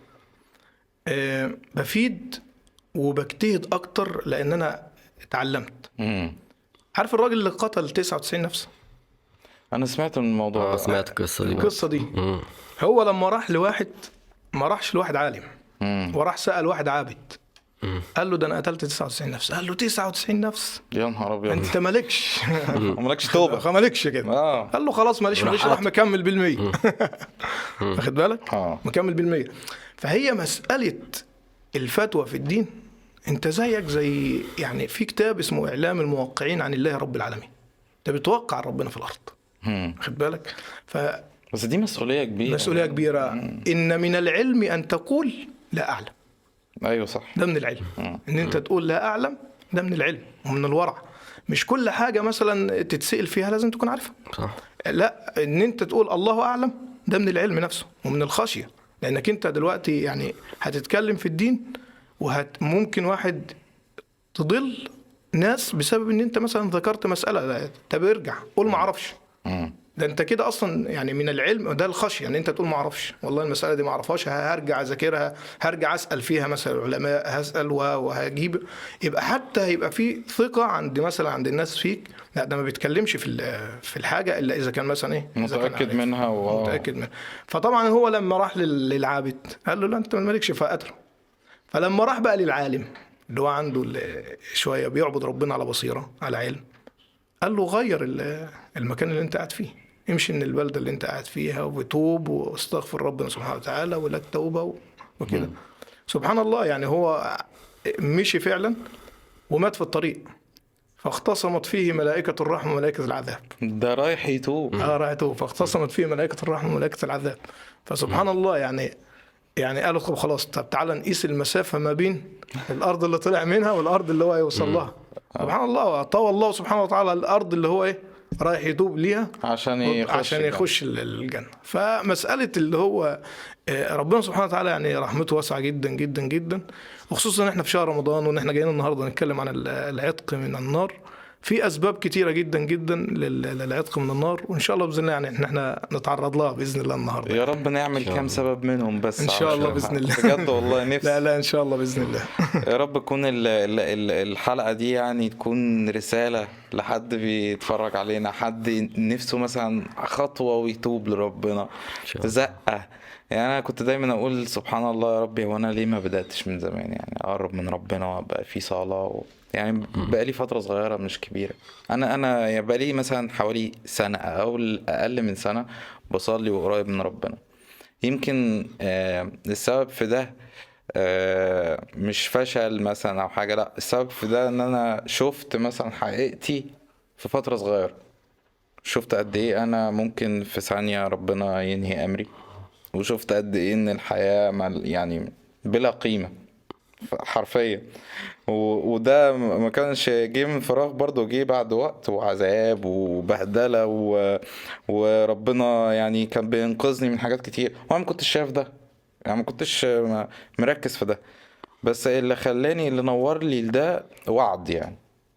Speaker 3: آه، بفيد وبجتهد اكتر لان انا اتعلمت.
Speaker 1: امم
Speaker 3: عارف الراجل اللي قتل تسعة وتسعين نفس؟
Speaker 1: انا سمعت من الموضوع
Speaker 2: اه
Speaker 1: ده.
Speaker 2: سمعت القصه دي.
Speaker 3: القصة دي
Speaker 2: مم.
Speaker 3: هو لما راح لواحد، ما راحش لواحد عالم،
Speaker 1: امم
Speaker 3: وراح سأل واحد عابد،
Speaker 2: مم.
Speaker 3: قال له ده انا قتلت تسعة وتسعين نفس. قال له تسعة وتسعين نفس؟
Speaker 1: يا نهار ابيض.
Speaker 3: انت مالكش
Speaker 1: مالكش توبة.
Speaker 3: مالكش كده.
Speaker 1: اه
Speaker 3: قال له خلاص ماليش ماليش، راح مكمل بالمية. واخد بالك؟
Speaker 1: اه
Speaker 3: مكمل بالمية. فهي مسألة الفتوى في الدين، انت زيك زي يعني في كتاب اسمه إعلام الموقعين عن الله رب العالمين، انت بتوقع ربنا في الأرض.
Speaker 1: مم.
Speaker 3: واخد بالك؟
Speaker 1: بس دي مسؤولية كبيرة.
Speaker 3: فمسؤولية كبيرة. إن من العلم أن تقول لا أعلم،
Speaker 1: ايوه صح.
Speaker 3: ده من العلم.
Speaker 1: مم.
Speaker 3: ان انت تقول لا اعلم، ده من العلم ومن الورع. مش كل حاجه مثلا تتسأل فيها لازم تكون عارفها.
Speaker 2: صح.
Speaker 3: لا، ان انت تقول الله اعلم ده من العلم نفسه ومن الخشيه، لانك انت دلوقتي يعني هتتكلم في الدين، وممكن واحد تضل ناس بسبب ان انت مثلا ذكرت مساله. طب ارجع قول ما اعرفش،
Speaker 1: مم.
Speaker 3: ده انت كده اصلا يعني من العلم، ده الخشيه ان يعني انت تقول ما اعرفش، والله المساله دي ما اعرفهاش، هرجع اذاكرها، هرجع اسال فيها مثلا العلماء، هسال وهجيب، يبقى حتى يبقى في ثقه عند مثلا عند الناس فيك. لا، ده ما بيتكلمش في في الحاجه الا اذا كان مثلا ايه، إذا كان
Speaker 1: متأكد
Speaker 3: عارف.
Speaker 1: منها و...
Speaker 3: متاكد منها. فطبعا هو لما راح لل- للعابد قال له لا انت مالكش، فقتله. فلما راح بقى للعالم اللي هو عنده ال- شويه بيعبد ربنا على بصيره على علم، قال له غير ال- المكان اللي انت قاعد فيه، امشي من البلدة اللي انت قاعد فيها وتوب واستغفر ربنا سبحانه وتعالى ولك توبة وكده. سبحان الله، يعني هو مشي فعلا ومات في الطريق، فاختصمت فيه ملائكة الرحمة وملائكة العذاب.
Speaker 1: ده رايح يتوب.
Speaker 3: اه راح يتوب، فاختصمت فيه ملائكة الرحمة وملائكة العذاب. فسبحان الله، يعني يعني قالوا طب خلاص، طب تعالى نقيس المسافة ما بين الأرض اللي طلع منها والأرض اللي هو يوصل لها. سبحان الله، طوى الله سبحانه وتعالى الأرض اللي هو إيه رايح يتوب ليها
Speaker 1: عشان يخش
Speaker 3: عشان
Speaker 1: الجنة.
Speaker 3: يخش ال- الجنة. فمسألة اللي هو آه، ربنا سبحانه وتعالى يعني رحمته واسعة جدا جدا جدا، وخصوصا ان احنا في شهر رمضان، وان احنا جايين النهارده نتكلم عن ال- العتق من النار. في اسباب كتيره جدا جدا لل- للعتق من النار، وان شاء الله باذن الله يعني ان احنا نتعرض لها باذن الله النهارده.
Speaker 1: يا رب نعمل كام سبب منهم بس
Speaker 3: ان شاء الله
Speaker 1: عشان-
Speaker 3: باذن الله.
Speaker 1: بجد والله نفسي.
Speaker 3: لا لا ان شاء الله باذن الله.
Speaker 1: يا رب تكون ال- ال- ال- الحلقة دي يعني تكون رسالة لحد بيتفرج علينا، حد نفسه مثلا خطوة ويتوب لربنا،
Speaker 2: شاء الله.
Speaker 1: زقة. يعني أنا كنت دايما أقول سبحان الله يا ربي، وأنا ليه ما بدأتش من زمان يعني أقرب من ربنا وأبقى في صلاة و... يعني بقالي فترة صغيرة مش كبيرة. أنا أنا يعني بقالي مثلا حوالي سنة أو أقل من سنة بصلي وقريب من ربنا. يمكن آه السبب في ده آه مش فشل مثلا او حاجه، لا السبب في ده ان انا شفت مثلا حقيقتي في فتره صغيره، شفت قد ايه انا ممكن في ثانيه ربنا ينهي امري، وشفت قد ايه ان الحياه مل- يعني بلا قيمه حرفيا. و- وده ما كانش جه من فراغ، برضه جه بعد وقت وعذاب وبهدله و... وربنا يعني كان بينقذني من حاجات كتير، وانا ما كنتش شايف ده، يعني ما كنتش م- مركز في ده. بس اللي خلاني اللي نور لي ده وعد، يعني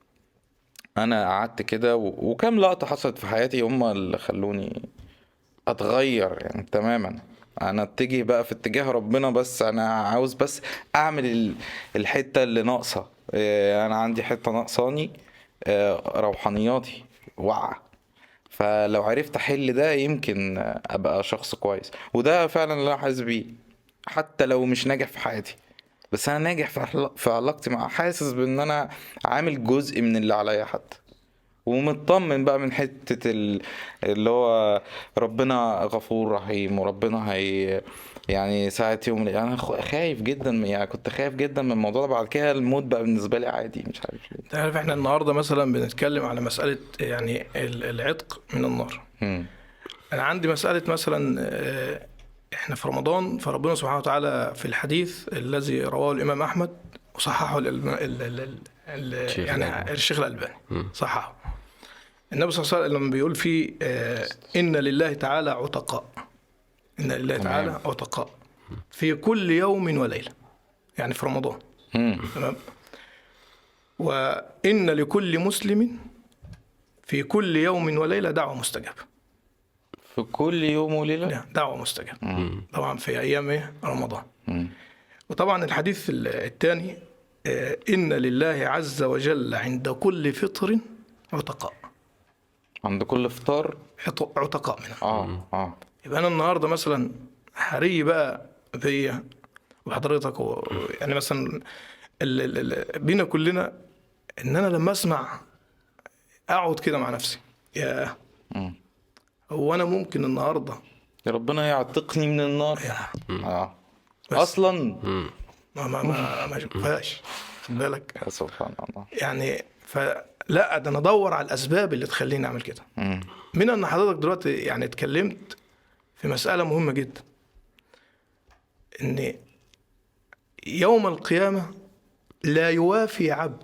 Speaker 1: انا قعدت كده و... وكام لقطة حصلت في حياتي هما اللي خلوني اتغير يعني تماما. انا اتجه بقى في اتجاه ربنا، بس انا عاوز بس اعمل ال- الحتة اللي ناقصة. إيه، انا عندي حتة ناقصاني، إيه، روحانياتي واقعة. فلو عرفت احل ده يمكن ابقى شخص كويس، وده فعلا اللي انا حاسس بيه. حتى لو مش ناجح في حياتي، بس انا ناجح في عل- في علاقتي مع، حاسس بان انا عامل جزء من اللي عليا حتى، ومطمن بقى من حتة ال- اللي هو ربنا غفور رحيم، وربنا هي يعني ساعة يوم. انا خ- خايف جدا، يعني كنت خايف جدا من الموضوع ده. بعد كده الموت بقى بالنسبة لي عادي، مش عارف ليه.
Speaker 3: تعرف احنا النهارده مثلا بنتكلم على مسألة يعني ال- العتق من النار.
Speaker 1: مم.
Speaker 3: انا عندي مسألة مثلا آه، احنا في رمضان، فربنا سبحانه وتعالى في الحديث الذي رواه الامام احمد وصححه ال ال ال ال ال
Speaker 2: الشيخ
Speaker 3: يعني
Speaker 2: الألباني.
Speaker 3: الشيخ الالباني صححه. النبي صلى الله عليه وسلم لما بيقول فيه آه، إن لله تعالى عتقاء، إن لله
Speaker 1: تمام.
Speaker 3: تعالى عتقاء في كل يوم وليلة، يعني في رمضان.
Speaker 1: مم.
Speaker 3: تمام. وإن لكل مسلم في كل يوم وليلة دعوة مستجابة.
Speaker 1: في كل يوم وليلة.
Speaker 3: لا، دعوة مستجابة طبعا في أيام إيه؟ رمضان.
Speaker 1: مم.
Speaker 3: وطبعا الحديث الثاني إن لله عز وجل عند كل فطر عتقاء.
Speaker 1: عند كل فطار.
Speaker 3: عت- عتقاء منها.
Speaker 1: اه اه
Speaker 3: يبقى أنا النهاردة مثلا حري بقى فيا وحضرتك و... يعني مثلا ال... ال... ال... بينا كلنا إن أنا لما أسمع أقعد كده مع نفسي، يا
Speaker 1: مم.
Speaker 3: هو أنا ممكن النهاردة
Speaker 1: يا ربنا يعتقني من النار.
Speaker 3: يا
Speaker 1: اه
Speaker 3: بس.
Speaker 1: اصلا.
Speaker 3: ما ما ما ما شوفهاش، خد بالك
Speaker 1: يا سبحان الله.
Speaker 3: يعني. فلا، ده انا ادور على الاسباب اللي تخليني اعمل كده.
Speaker 1: مم.
Speaker 3: من ان حضرتك دلوقتي يعني اتكلمت في مسألة مهمة جدا، ان يوم القيامة لا يوافي عبد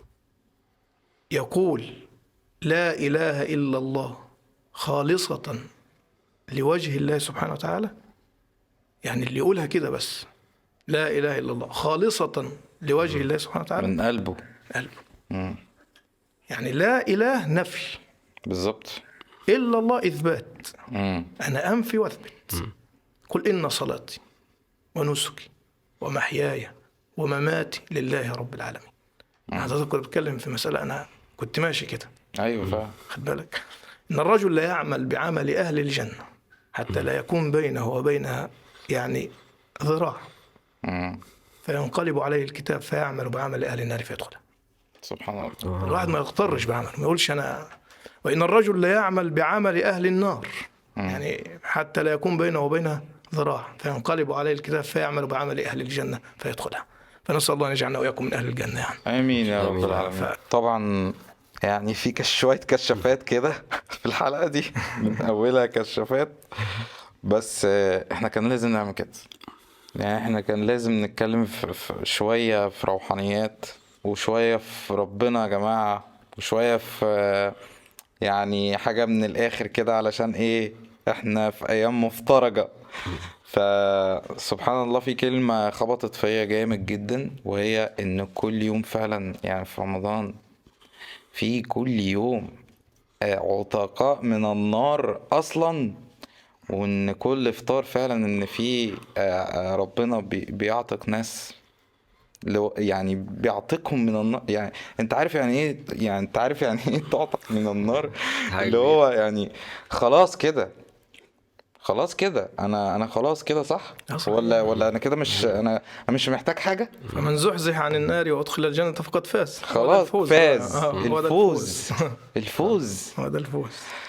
Speaker 3: يقول لا إله إلا الله خالصة لوجه الله سبحانه وتعالى، يعني اللي يقولها كده بس لا إله إلا الله خالصة لوجه الله سبحانه وتعالى
Speaker 1: من قلبه.
Speaker 3: قلبه.
Speaker 1: مم.
Speaker 3: يعني لا إله نفي،
Speaker 1: بالظبط.
Speaker 3: إلا الله إثبات.
Speaker 1: مم.
Speaker 3: أنا أنفي وأثبت. قل إن صلاتي ونسكي ومحياي ومماتي لله رب العالمين. حضرتك كنت بتكلم في مسألة أنا كنت ماشي كده،
Speaker 1: ايوه فعلا.
Speaker 3: خد بالك إن الرجل لا يعمل بعمل أهل الجنة حتى لا يكون بينه وبينها يعني ذراع،
Speaker 1: مم.
Speaker 3: فينقلب عليه الكتاب فيعمل بعمل أهل النار فيدخلها.
Speaker 1: سبحان الله.
Speaker 3: الواحد ما يغترش بعمل، ما يقولش أنا. وإن الرجل لا يعمل بعمل أهل النار يعني حتى لا يكون بينه وبينها ذراع فينقلب عليه الكتاب فيعمل بعمل أهل الجنة فيدخلها. فنسأل الله أن يجعلنا وإياكم من أهل الجنة يعني.
Speaker 1: امين يا رب
Speaker 2: آمين.
Speaker 1: العالمين.
Speaker 3: ف-
Speaker 1: طبعا يعني في كش شويه كشافات كده في الحلقه دي من اولها كشافات، بس آه، احنا كان لازم نعمل كده. يعني احنا كان لازم نتكلم في في شويه في روحانيات وشويه في ربنا يا جماعه وشويه في آه، يعني حاجه من الاخر كده، علشان ايه احنا في ايام مفترجه. فسبحان الله في كلمة خبطت فيا جامد جدا، وهي ان كل يوم فعلا يعني في رمضان في كل يوم آه، عتقاء من النار اصلا، وان كل افطار فعلا ان في آه، آه، ربنا بي- بيعتق ناس، لو يعني بيعتقهم من النار. يعني انت عارف يعني ايه، يعني انت عارف يعني ايه تعتق من النار،
Speaker 2: حاجة
Speaker 1: اللي هو يعني خلاص كده، خلاص كده انا انا خلاص كده صح
Speaker 3: آه صحيح.
Speaker 1: ولا ولا انا كده مش انا أنا مش محتاج حاجة.
Speaker 3: فمن زحزح عن النار وادخل الجنة فقد فاز. هو ده
Speaker 1: خلاص
Speaker 3: الفوز.
Speaker 1: فاز.
Speaker 3: آه، هو ده
Speaker 1: الفوز الفوز.
Speaker 3: هو ده الفوز.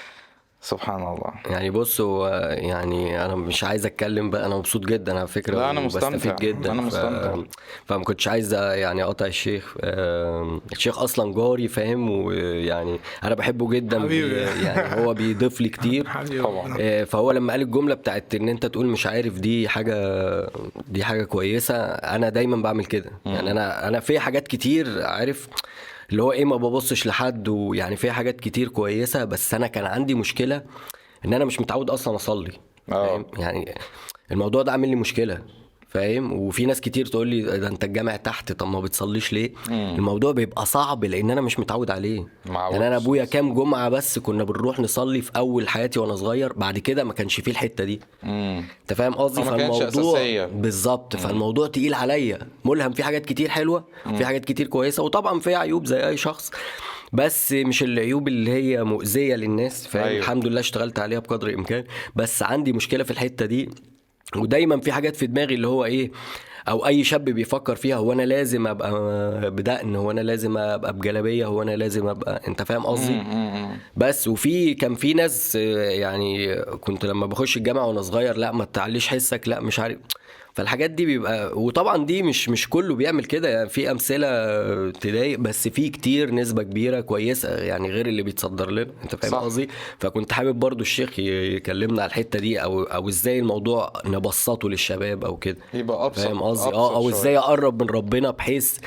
Speaker 1: سبحان الله.
Speaker 2: يعني بص، هو يعني انا مش عايز اتكلم بقى، انا مبسوط جدا على فكره.
Speaker 1: لا، أنا مستمتع.
Speaker 2: وبستفيد جدا.
Speaker 1: أنا
Speaker 2: ف...
Speaker 1: مستمتع.
Speaker 2: فما كنتش عايز يعني اقطع الشيخ. آم، الشيخ اصلا جاري فاهم، ويعني انا بحبه جدا.
Speaker 3: حبيبي.
Speaker 2: بي- يعني هو بيضيف لي كتير.
Speaker 3: حبيبي.
Speaker 1: طبعا.
Speaker 2: آه، فهو لما قال الجمله بتاعت ان انت تقول مش عارف، دي حاجه دي حاجه كويسه. انا دايما بعمل كده. يعني انا انا في حاجات كتير عارف اللي هو ايه، ما ببصش لحد، ويعني في حاجات كتير كويسه، بس انا كان عندي مشكله ان انا مش متعود اصلا اصلي.
Speaker 1: اه.
Speaker 2: فاهم يعني الموضوع ده عامل لي مشكله، فاهم. وفي ناس كتير تقول لي ده انت الجامع تحت، طب ما بتصليش ليه؟
Speaker 1: مم.
Speaker 2: الموضوع بيبقى صعب لان انا مش متعود عليه.
Speaker 1: معودش.
Speaker 2: يعني انا ابويا كام جمعه بس كنا بنروح نصلي في اول حياتي وانا صغير، بعد كده ما كانش فيه الحته دي.
Speaker 1: امم
Speaker 2: انت فاهم قصدي؟
Speaker 1: هو ما كانش
Speaker 2: فالموضوع
Speaker 1: أساسية.
Speaker 2: بالظبط. فالموضوع تقيل عليا، ملهم، في حاجات كتير حلوه وفي حاجات كتير كويسه، وطبعا في عيوب زي اي شخص، بس مش العيوب اللي هي مؤذيه للناس، فاهم.
Speaker 1: أيوة.
Speaker 2: الحمد لله اشتغلت عليها بقدر الامكان، بس عندي مشكله في الحته دي. ودايما في حاجات في دماغي اللي هو ايه، او اي شاب بيفكر فيها، هو انا لازم ابقى بدقن، هو انا لازم ابقى بجلابيه، هو انا لازم ابقى، انت فاهم قصدي. بس وفي كان في ناس آه، يعني كنت لما بخش الجامعه وانا صغير، لا ما تعليش حسك، لا مش عارف. فالحاجات دي بيبقى، وطبعا دي مش مش كله بيعمل كده، يعني في امثله تضايق، بس في كتير نسبه كبيره كويسه يعني غير اللي بيتصدر لنا، انت فاهم
Speaker 1: صح.
Speaker 2: قصدي. فكنت حابب برضو الشيخ يكلمنا على الحته دي، او او ازاي الموضوع نبسطه للشباب او كده،
Speaker 1: يبقى ابسط.
Speaker 2: فاهم قصدي.
Speaker 1: أبسط
Speaker 2: اه او
Speaker 1: شوية.
Speaker 2: ازاي اقرب من ربنا، بحيث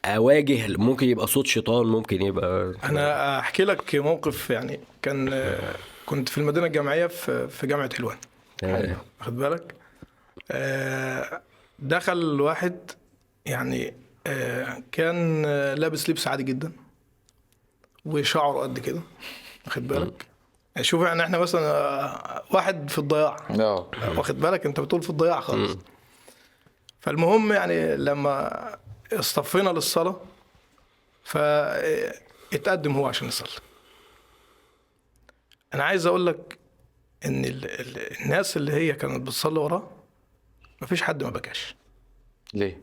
Speaker 2: اواجه، ممكن يبقى صوت شيطان، ممكن يبقى
Speaker 3: انا احكي لك موقف. يعني كان آه، كنت في المدينه الجامعيه في في جامعه حلوان،
Speaker 2: آه،
Speaker 3: واخد بالك. آه، دخل واحد يعني آه، كان آه، لابس لبس عادي جدا وشعره قد كده، واخد بالك. شوف يعني احنا مثلا آه، واحد في الضياع،
Speaker 1: اه
Speaker 3: واخد بالك، انت بتقول في الضياع خالص. فالمهم يعني لما اصطفينا للصلاة فاتقدم هو عشان يصلي. انا عايز اقول لك ان ال... ال... الناس اللي هي كانت بتصلي وراه مفيش حد ما بكاش
Speaker 1: ليه؟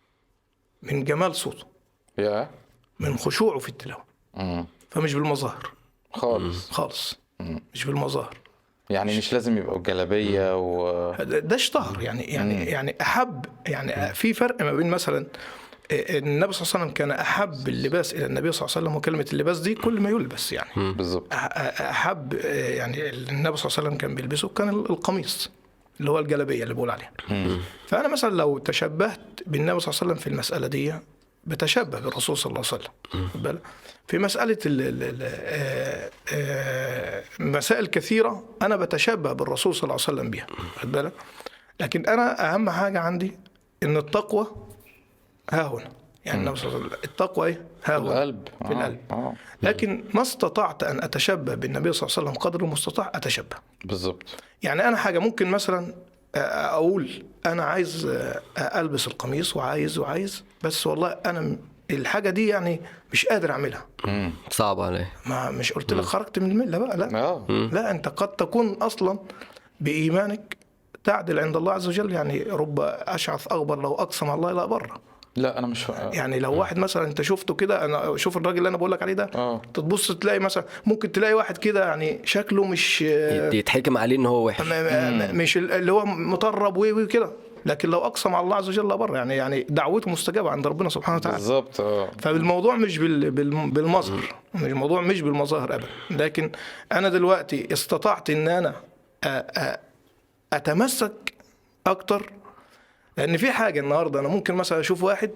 Speaker 3: من جمال صوته،
Speaker 1: يا
Speaker 3: من خشوعه في التلاوة.
Speaker 1: مم.
Speaker 3: فمش بالمظاهر
Speaker 1: خالص.
Speaker 3: خالص، مش بالمظاهر.
Speaker 1: يعني مش لازم يبقوا جلابيه و
Speaker 3: ده ده اشتهر يعني يعني يعني احب يعني في فرق ما بين مثلا النبي صلى الله عليه وسلم كان احب اللباس الى النبي صلى الله عليه وسلم، وكلمه اللباس دي كل ما يلبس يعني.
Speaker 1: بالظبط.
Speaker 3: أح- احب يعني النبي صلى الله عليه وسلم كان بيلبسه كان القميص اللي هو الجلابيه اللي بقول عليها. فانا مثلا لو تشبهت بالنبي صلى الله عليه وسلم في المساله دي بتشبه بالرسول صلى الله عليه وسلم. خد بالك؟ في مساله ال ال ال آه، آه، مسائل كثيره انا بتشبه بالرسول صلى الله عليه وسلم بيها، خد بالك. لكن انا اهم حاجه عندي ان التقوى ها هنا، يعني النبي صلى الله عليه وسلم التقوى ايه؟ ها هنا
Speaker 1: القلب.
Speaker 3: في القلب.
Speaker 1: اه
Speaker 3: لكن ما استطعت ان اتشبه بالنبي صلى الله عليه وسلم قدر المستطاع اتشبه.
Speaker 1: بالظبط.
Speaker 3: يعني انا حاجه ممكن مثلا اقول انا عايز البس القميص وعايز وعايز بس والله انا م- الحاجه دي يعني مش قادر اعملها.
Speaker 1: مم.
Speaker 2: صعب عليه.
Speaker 3: ما مش قلت لك خرجت من المله بقى، لا
Speaker 1: اه
Speaker 3: لا، انت قد تكون اصلا بايمانك تعدل عند الله عز وجل. يعني رب اشعث اغبر لو اقسم على الله لا بره.
Speaker 1: لا انا مش ف...
Speaker 3: يعني لو واحد مثلا انت شفته كده، انا شوف الراجل اللي انا بقول لك عليه ده،
Speaker 1: اه
Speaker 3: تبص تلاقي مثلا ممكن تلاقي واحد كده يعني شكله مش
Speaker 2: يتحكم عليه ان هو وحش.
Speaker 3: م- م- مش اللي هو مطرب وي وي كده، لكن لو اقسم على الله عز وجل لا بره. يعني يعني دعوته مستجابه عند ربنا سبحانه وتعالى.
Speaker 1: بالظبط. اه
Speaker 3: فالموضوع مش بال- بال- بالمظهر، مش الموضوع مش بالمظاهر ابدا. لكن انا دلوقتي استطعت ان انا أ- أ- اتمسك اكتر، لان في حاجه النهارده انا ممكن مثلا اشوف واحد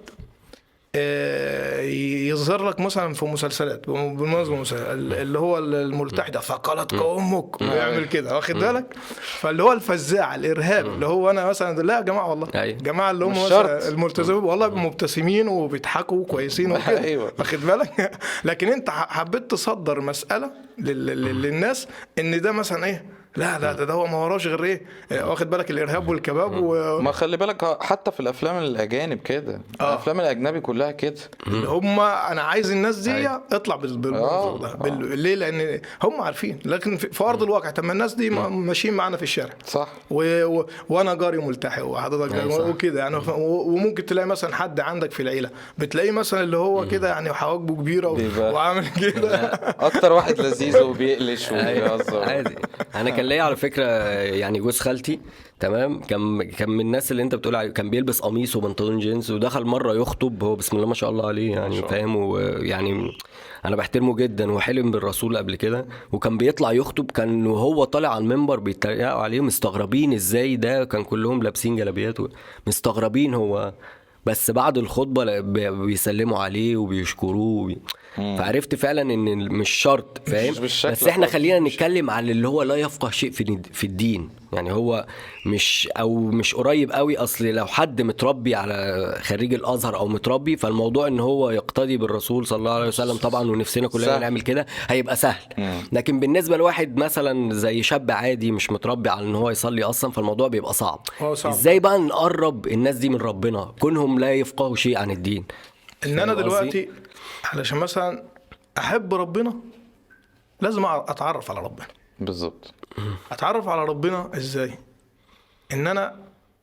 Speaker 3: آه، يظهر لك مثلا في مسلسلات بالمناسبه المسلسل اللي هو الملتحي ده ثقلتك امك ويعمل كده، واخد بالك. فاللي هو الفزاع الارهاب اللي هو انا مثلا لا يا جماعه والله
Speaker 2: أيوة.
Speaker 3: جماعه اللي هم
Speaker 1: مش
Speaker 3: مثلا
Speaker 1: شرط.
Speaker 3: الملتزمين والله مبتسمين وبيضحكوا كويسين وكده،
Speaker 1: أيوة.
Speaker 3: واخد بالك. لكن انت حبيت تصدر مساله لل- لل- للناس ان ده مثلا ايه، لا لا ده, ده هو ما وراش غير ايه، واخد بالك، الارهاب والكباب و...
Speaker 1: ما خلي بالك حتى في الافلام الاجانب كده.
Speaker 3: آه.
Speaker 1: الافلام الاجنبي كلها كده.
Speaker 3: اللي هم انا عايز الناس دي اطلع بال- بالمنظور ده بال... ليه؟ لان هم عارفين، لكن في في ارض الواقع طب ما الناس دي ما- ماشيين معانا في الشارع
Speaker 1: صح.
Speaker 3: و... و... وانا جاري ملتحي وحضرتك
Speaker 2: أي
Speaker 3: جاري
Speaker 2: صح.
Speaker 3: وكده يعني ف... و... وممكن تلاقي مثلا حد عندك في العيله بتلاقيه مثلا اللي هو كده يعني حواجبه كبيره و...
Speaker 1: بيبقى-
Speaker 3: وعامل كده.
Speaker 1: اكتر واحد لذيذ وبيقلش وبيهزر.
Speaker 2: عادي. انا كان ليا على فكره يعني جوز خالتي، تمام، كان كان من الناس اللي انت بتقول عليه، كان بيلبس قميص وبنطلون جينز، ودخل مره يخطب، هو بسم الله ما شاء الله عليه يعني،
Speaker 1: شاء الله.
Speaker 2: فاهم، ويعني انا بحترمه جدا، وحلم بالرسول قبل كده، وكان بيطلع يخطب، كان وهو طالع على المنبر بيتريقوا عليه، مستغربين ازاي ده، كان كلهم لابسين جلابيات و- مستغربين هو، بس بعد الخطبه لا- بي- بيسلموا عليه وبيشكروه وبي... فعرفت فعلا ان مش شرط، فاهم.
Speaker 1: مش بالشكل
Speaker 2: بس احنا
Speaker 1: خالص.
Speaker 2: خلينا نتكلم على اللي هو لا يفقه شيء في في الدين، يعني هو مش او مش قريب قوي. اصل لو حد متربي على خريج الازهر او متربي، فالموضوع ان هو يقتدي بالرسول صلى الله عليه وسلم طبعا، ونفسنا كلنا
Speaker 1: سهل.
Speaker 2: نعمل كده، هيبقى سهل. لكن بالنسبه لواحد مثلا زي شاب عادي مش متربي على ان هو يصلي اصلا، فالموضوع بيبقى صعب.
Speaker 3: هو صعب.
Speaker 2: ازاي بقى نقرب الناس دي من ربنا كونهم لا يفقهوا شيء عن الدين؟
Speaker 3: ان انا
Speaker 2: فاهم قصدي؟
Speaker 3: دلوقتي علشان مثلا احب ربنا لازم اتعرف على ربنا.
Speaker 1: بالظبط.
Speaker 3: اتعرف على ربنا ازاي؟ ان انا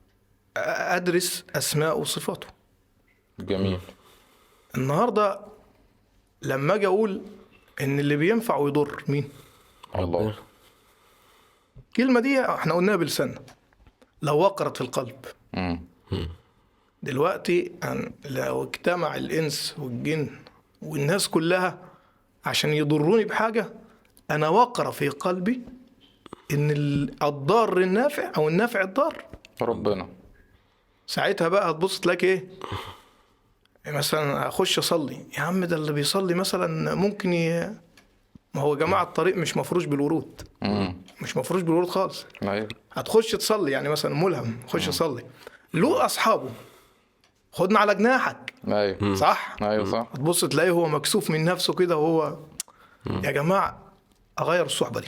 Speaker 3: ادرس اسماء وصفاته.
Speaker 1: جميل.
Speaker 3: النهارده لما اجي اقول ان اللي بينفع ويضر مين،
Speaker 1: الله.
Speaker 3: الكلمه دي احنا قلناها بلساننا لو وقرت في القلب.
Speaker 1: مم.
Speaker 3: دلوقتي أن لو اجتمع الانس والجن والناس كلها عشان يضروني بحاجه، انا وقر في قلبي ان الضار النافع او النافع الضار،
Speaker 1: ربنا.
Speaker 3: ساعتها بقى هتبص تلاقي ايه، مثلا اخش اصلي، يا عم ده اللي بيصلي مثلا ممكن ي... ما هو يا جماعه الطريق مش مفروش بالورود،
Speaker 1: امم
Speaker 3: مش مفروش بالورود خالص.
Speaker 1: ايوه
Speaker 3: هتخش تصلي يعني مثلا ملهم خش صلي، له اصحابه، خدنا على جناحك،
Speaker 1: ايوه
Speaker 3: صح؟
Speaker 1: ايوه صح.
Speaker 3: هتبص تلاقيه هو مكسوف من نفسه كده، وهو يا جماعه اغير الصحبه دي،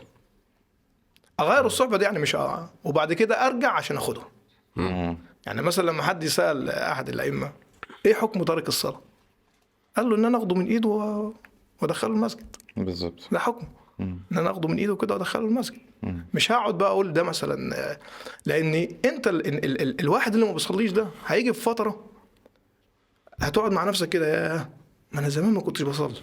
Speaker 3: اغير الصحبه دي يعني مش أ... وبعد كده ارجع عشان اخده.
Speaker 1: امم
Speaker 3: يعني مثلا لما حد يسال احد الائمه ايه حكم تارك الصلاه، قال له ان انا اخده من ايده و... وادخله المسجد،
Speaker 1: بالظبط.
Speaker 3: ده حكم ان انا اخده من ايده كده وادخله المسجد. مش هقعد بقى اقول ده مثلا، آه، لان انت ال... ال... ال... الواحد اللي ما بيصليش ده هيجي في فتره هتقعد مع نفسك كده، يا ما انا زمان ما كنتش بصلي،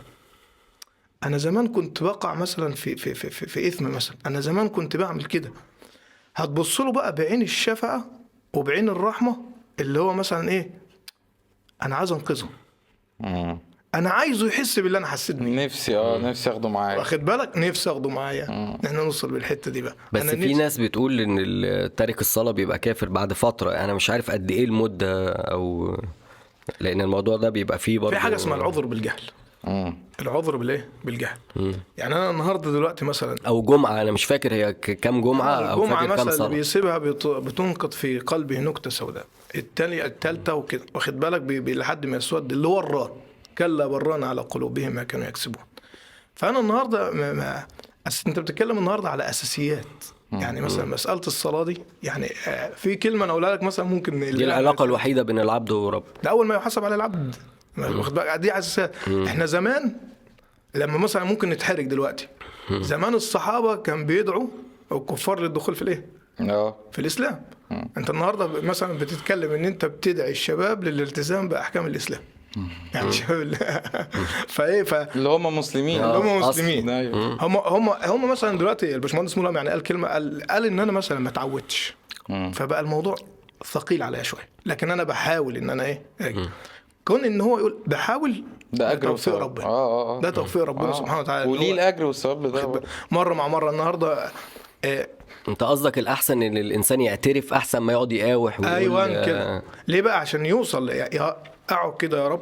Speaker 3: انا زمان كنت بقع مثلا في في في في, في اثم مثلا، انا زمان كنت بعمل كده. هتبص له بقى بعين الشفقه وبعين الرحمه، اللي هو مثلا ايه، انا عايز انقذه،
Speaker 1: امم
Speaker 3: انا عايزه يحس باللي انا حسيت بيه،
Speaker 1: نفسي اه نفسي اخده معايا.
Speaker 3: واخد بالك، نفسي اخده معايا. احنا نوصل بالحته دي بقى.
Speaker 2: بس
Speaker 3: أنا
Speaker 2: في
Speaker 3: نفسي-
Speaker 2: ناس بتقول ان ال- تارك الصلاة بيبقى كافر بعد فترة، انا مش عارف قد ايه المدة، او لان الموضوع ده بيبقى فيه برضه
Speaker 3: في حاجه اسمها العذر بالجهل،
Speaker 1: امم
Speaker 3: العذر بالايه بالجهل. يعني انا النهارده دلوقتي مثلا
Speaker 2: او جمعة، انا مش فاكر هي ك- كام جمعة، او
Speaker 3: الجمعه
Speaker 2: فاكر كام
Speaker 3: مثلا اللي
Speaker 2: صلاة.
Speaker 3: بيسيبها بت- بتنقض في قلبه نكته سوداء، التانية التالتة وكده، واخد بالك، بي- بي- لحد ما يسود، اللي هو الران، كلا بران على قلوبهم ما كانوا يكسبون. فانا النهارده ما ما أس... انت بتتكلم النهارده على اساسيات، يعني مثلا مساله الصلاه دي، يعني آه، في كلمه انا اقولها لك مثلا ممكن
Speaker 2: دي العلاقة الوحيدة بين العبد ورب.
Speaker 3: ده اول ما يحاسب على العبد، واخد بالك، دي اساسيات. احنا زمان لما مثلا ممكن نتحرج دلوقتي، زمان الصحابه كان بيدعوا الكفار للدخول في الايه
Speaker 1: اه
Speaker 3: في الاسلام. انت النهارده مثلا بتتكلم ان انت بتدعي الشباب للالتزام باحكام الاسلام، يعني الشباب اللي- فايه ف
Speaker 1: اللي هم مسلمين.
Speaker 3: اللي هم
Speaker 2: أصل.
Speaker 3: مسلمين،
Speaker 1: ايوه
Speaker 3: هم هم هم مثلا دلوقتي الباشمهندس مولهم يعني قال كلمه، قال, قال ان انا مثلا ما اتعودتش، فبقى الموضوع ثقيل عليا شويه، لكن انا بحاول ان انا ايه أجي. كون ان هو يقول بحاول،
Speaker 1: ده اجر
Speaker 3: توفيق
Speaker 1: وثواب.
Speaker 3: ربنا،
Speaker 1: اه اه اه
Speaker 3: ده توفيق ربنا
Speaker 1: آه.
Speaker 3: سبحانه وتعالى، إن
Speaker 1: وليه
Speaker 3: هو
Speaker 1: الاجر والثواب لده
Speaker 3: واخد
Speaker 1: برضه.
Speaker 3: بالك. مره مع مره النهارده آه،
Speaker 2: انت قصدك الاحسن ان الانسان يعترف احسن ما يقعد يقاوح ويقول
Speaker 3: ايوه كده.
Speaker 2: آه،
Speaker 3: ليه بقى؟ عشان يوصل يا- يا- اقعد كده، يا رب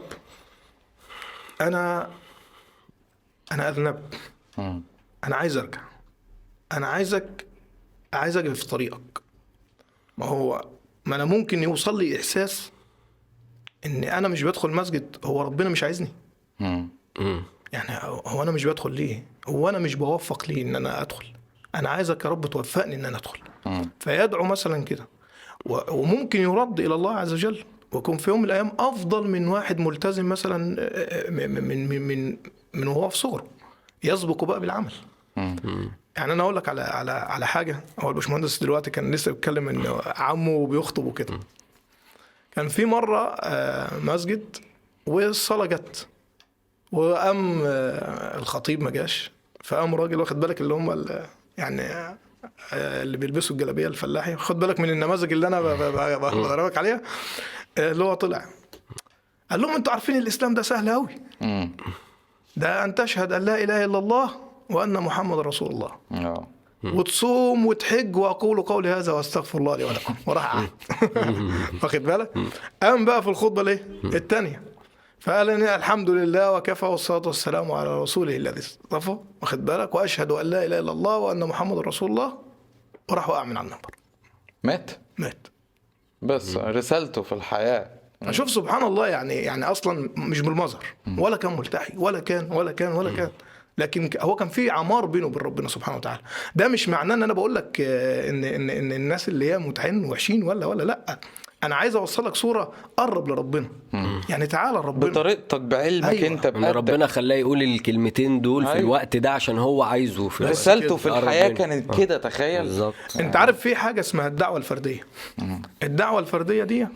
Speaker 3: انا انا اذنبت،
Speaker 1: مم.
Speaker 3: انا عايز ارجع، انا عايزك عايز اجري في طريقك. ما هو ما انا ممكن يوصل لي احساس ان انا مش بدخل مسجد، هو ربنا مش عايزني،
Speaker 1: مم.
Speaker 2: مم.
Speaker 3: يعني هو انا مش بدخل ليه، هو انا مش بوفق ليه ان انا ادخل، انا عايزك يا رب توفقني ان انا ادخل.
Speaker 1: مم.
Speaker 3: فيدعو مثلا كده، و- وممكن يرد الى الله عز وجل، ويكون في يوم من الايام افضل من واحد ملتزم مثلا آه، من من من من, من وهو في صغره، يسبق بقى بالعمل.
Speaker 1: مم.
Speaker 3: يعني انا اقول لك على على على حاجه، هو الباشمهندس دلوقتي كان لسه بيتكلم ان عمه بيخطب وكده، كان في مره آه، مسجد والصلاه جت، وقام آه، الخطيب ما جاش، فقام راجل، واخد بالك اللي هم ال- يعني آه، اللي بيلبسوا الجلابيه الفلاحي، خد بالك من النماذج اللي انا ب- ب- ب- بدربك عليها، آه، اللي هو طلع قال لهم انتوا عارفين الاسلام ده سهل قوي،
Speaker 1: مم.
Speaker 3: ده ان تشهد ان لا اله الا الله وان محمد رسول الله،
Speaker 1: اه
Speaker 3: وتصوم وتحج، واقول قولي هذا واستغفر الله لي ولكم، وراح قعد. واخد بالك، قام بقى في الخطبه ليه الثانيه، فقال إن الحمد لله وكفى والصلاه والسلام على رسوله الذي اصطفى، واخد بالك، واشهد ان لا اله الا الله وان محمد رسول الله، وراح وقع من على المنبر،
Speaker 1: مات.
Speaker 3: مات.
Speaker 1: بس رسالته في الحياة.
Speaker 3: اشوف سبحان الله، يعني يعني اصلا مش بالمظهر، ولا كان ملتحي، ولا كان ولا كان ولا كان لكن هو كان في عمار بينه وبين ربنا سبحانه وتعالى. ده مش معناه ان انا بقول لك آه، ان ان ان الناس اللي هي متعين وحشين ولا ولا لا، انا عايز اوصل لك صوره قرب لربنا، يعني تعالى لربنا
Speaker 1: بطريقتك بعلمك
Speaker 3: أيوة.
Speaker 1: انت
Speaker 2: ان
Speaker 1: بقدك.
Speaker 2: ربنا خلاه يقول الكلمتين دول في
Speaker 1: أيوة.
Speaker 2: الوقت ده عشان هو عايزه في الوقت.
Speaker 1: رسالته في
Speaker 2: قرب
Speaker 1: الحياة
Speaker 2: منه.
Speaker 1: كانت كده، تخيل.
Speaker 2: بالظبط.
Speaker 3: انت عارف في حاجه اسمها الدعوه الفرديه. الدعوه الفرديه دي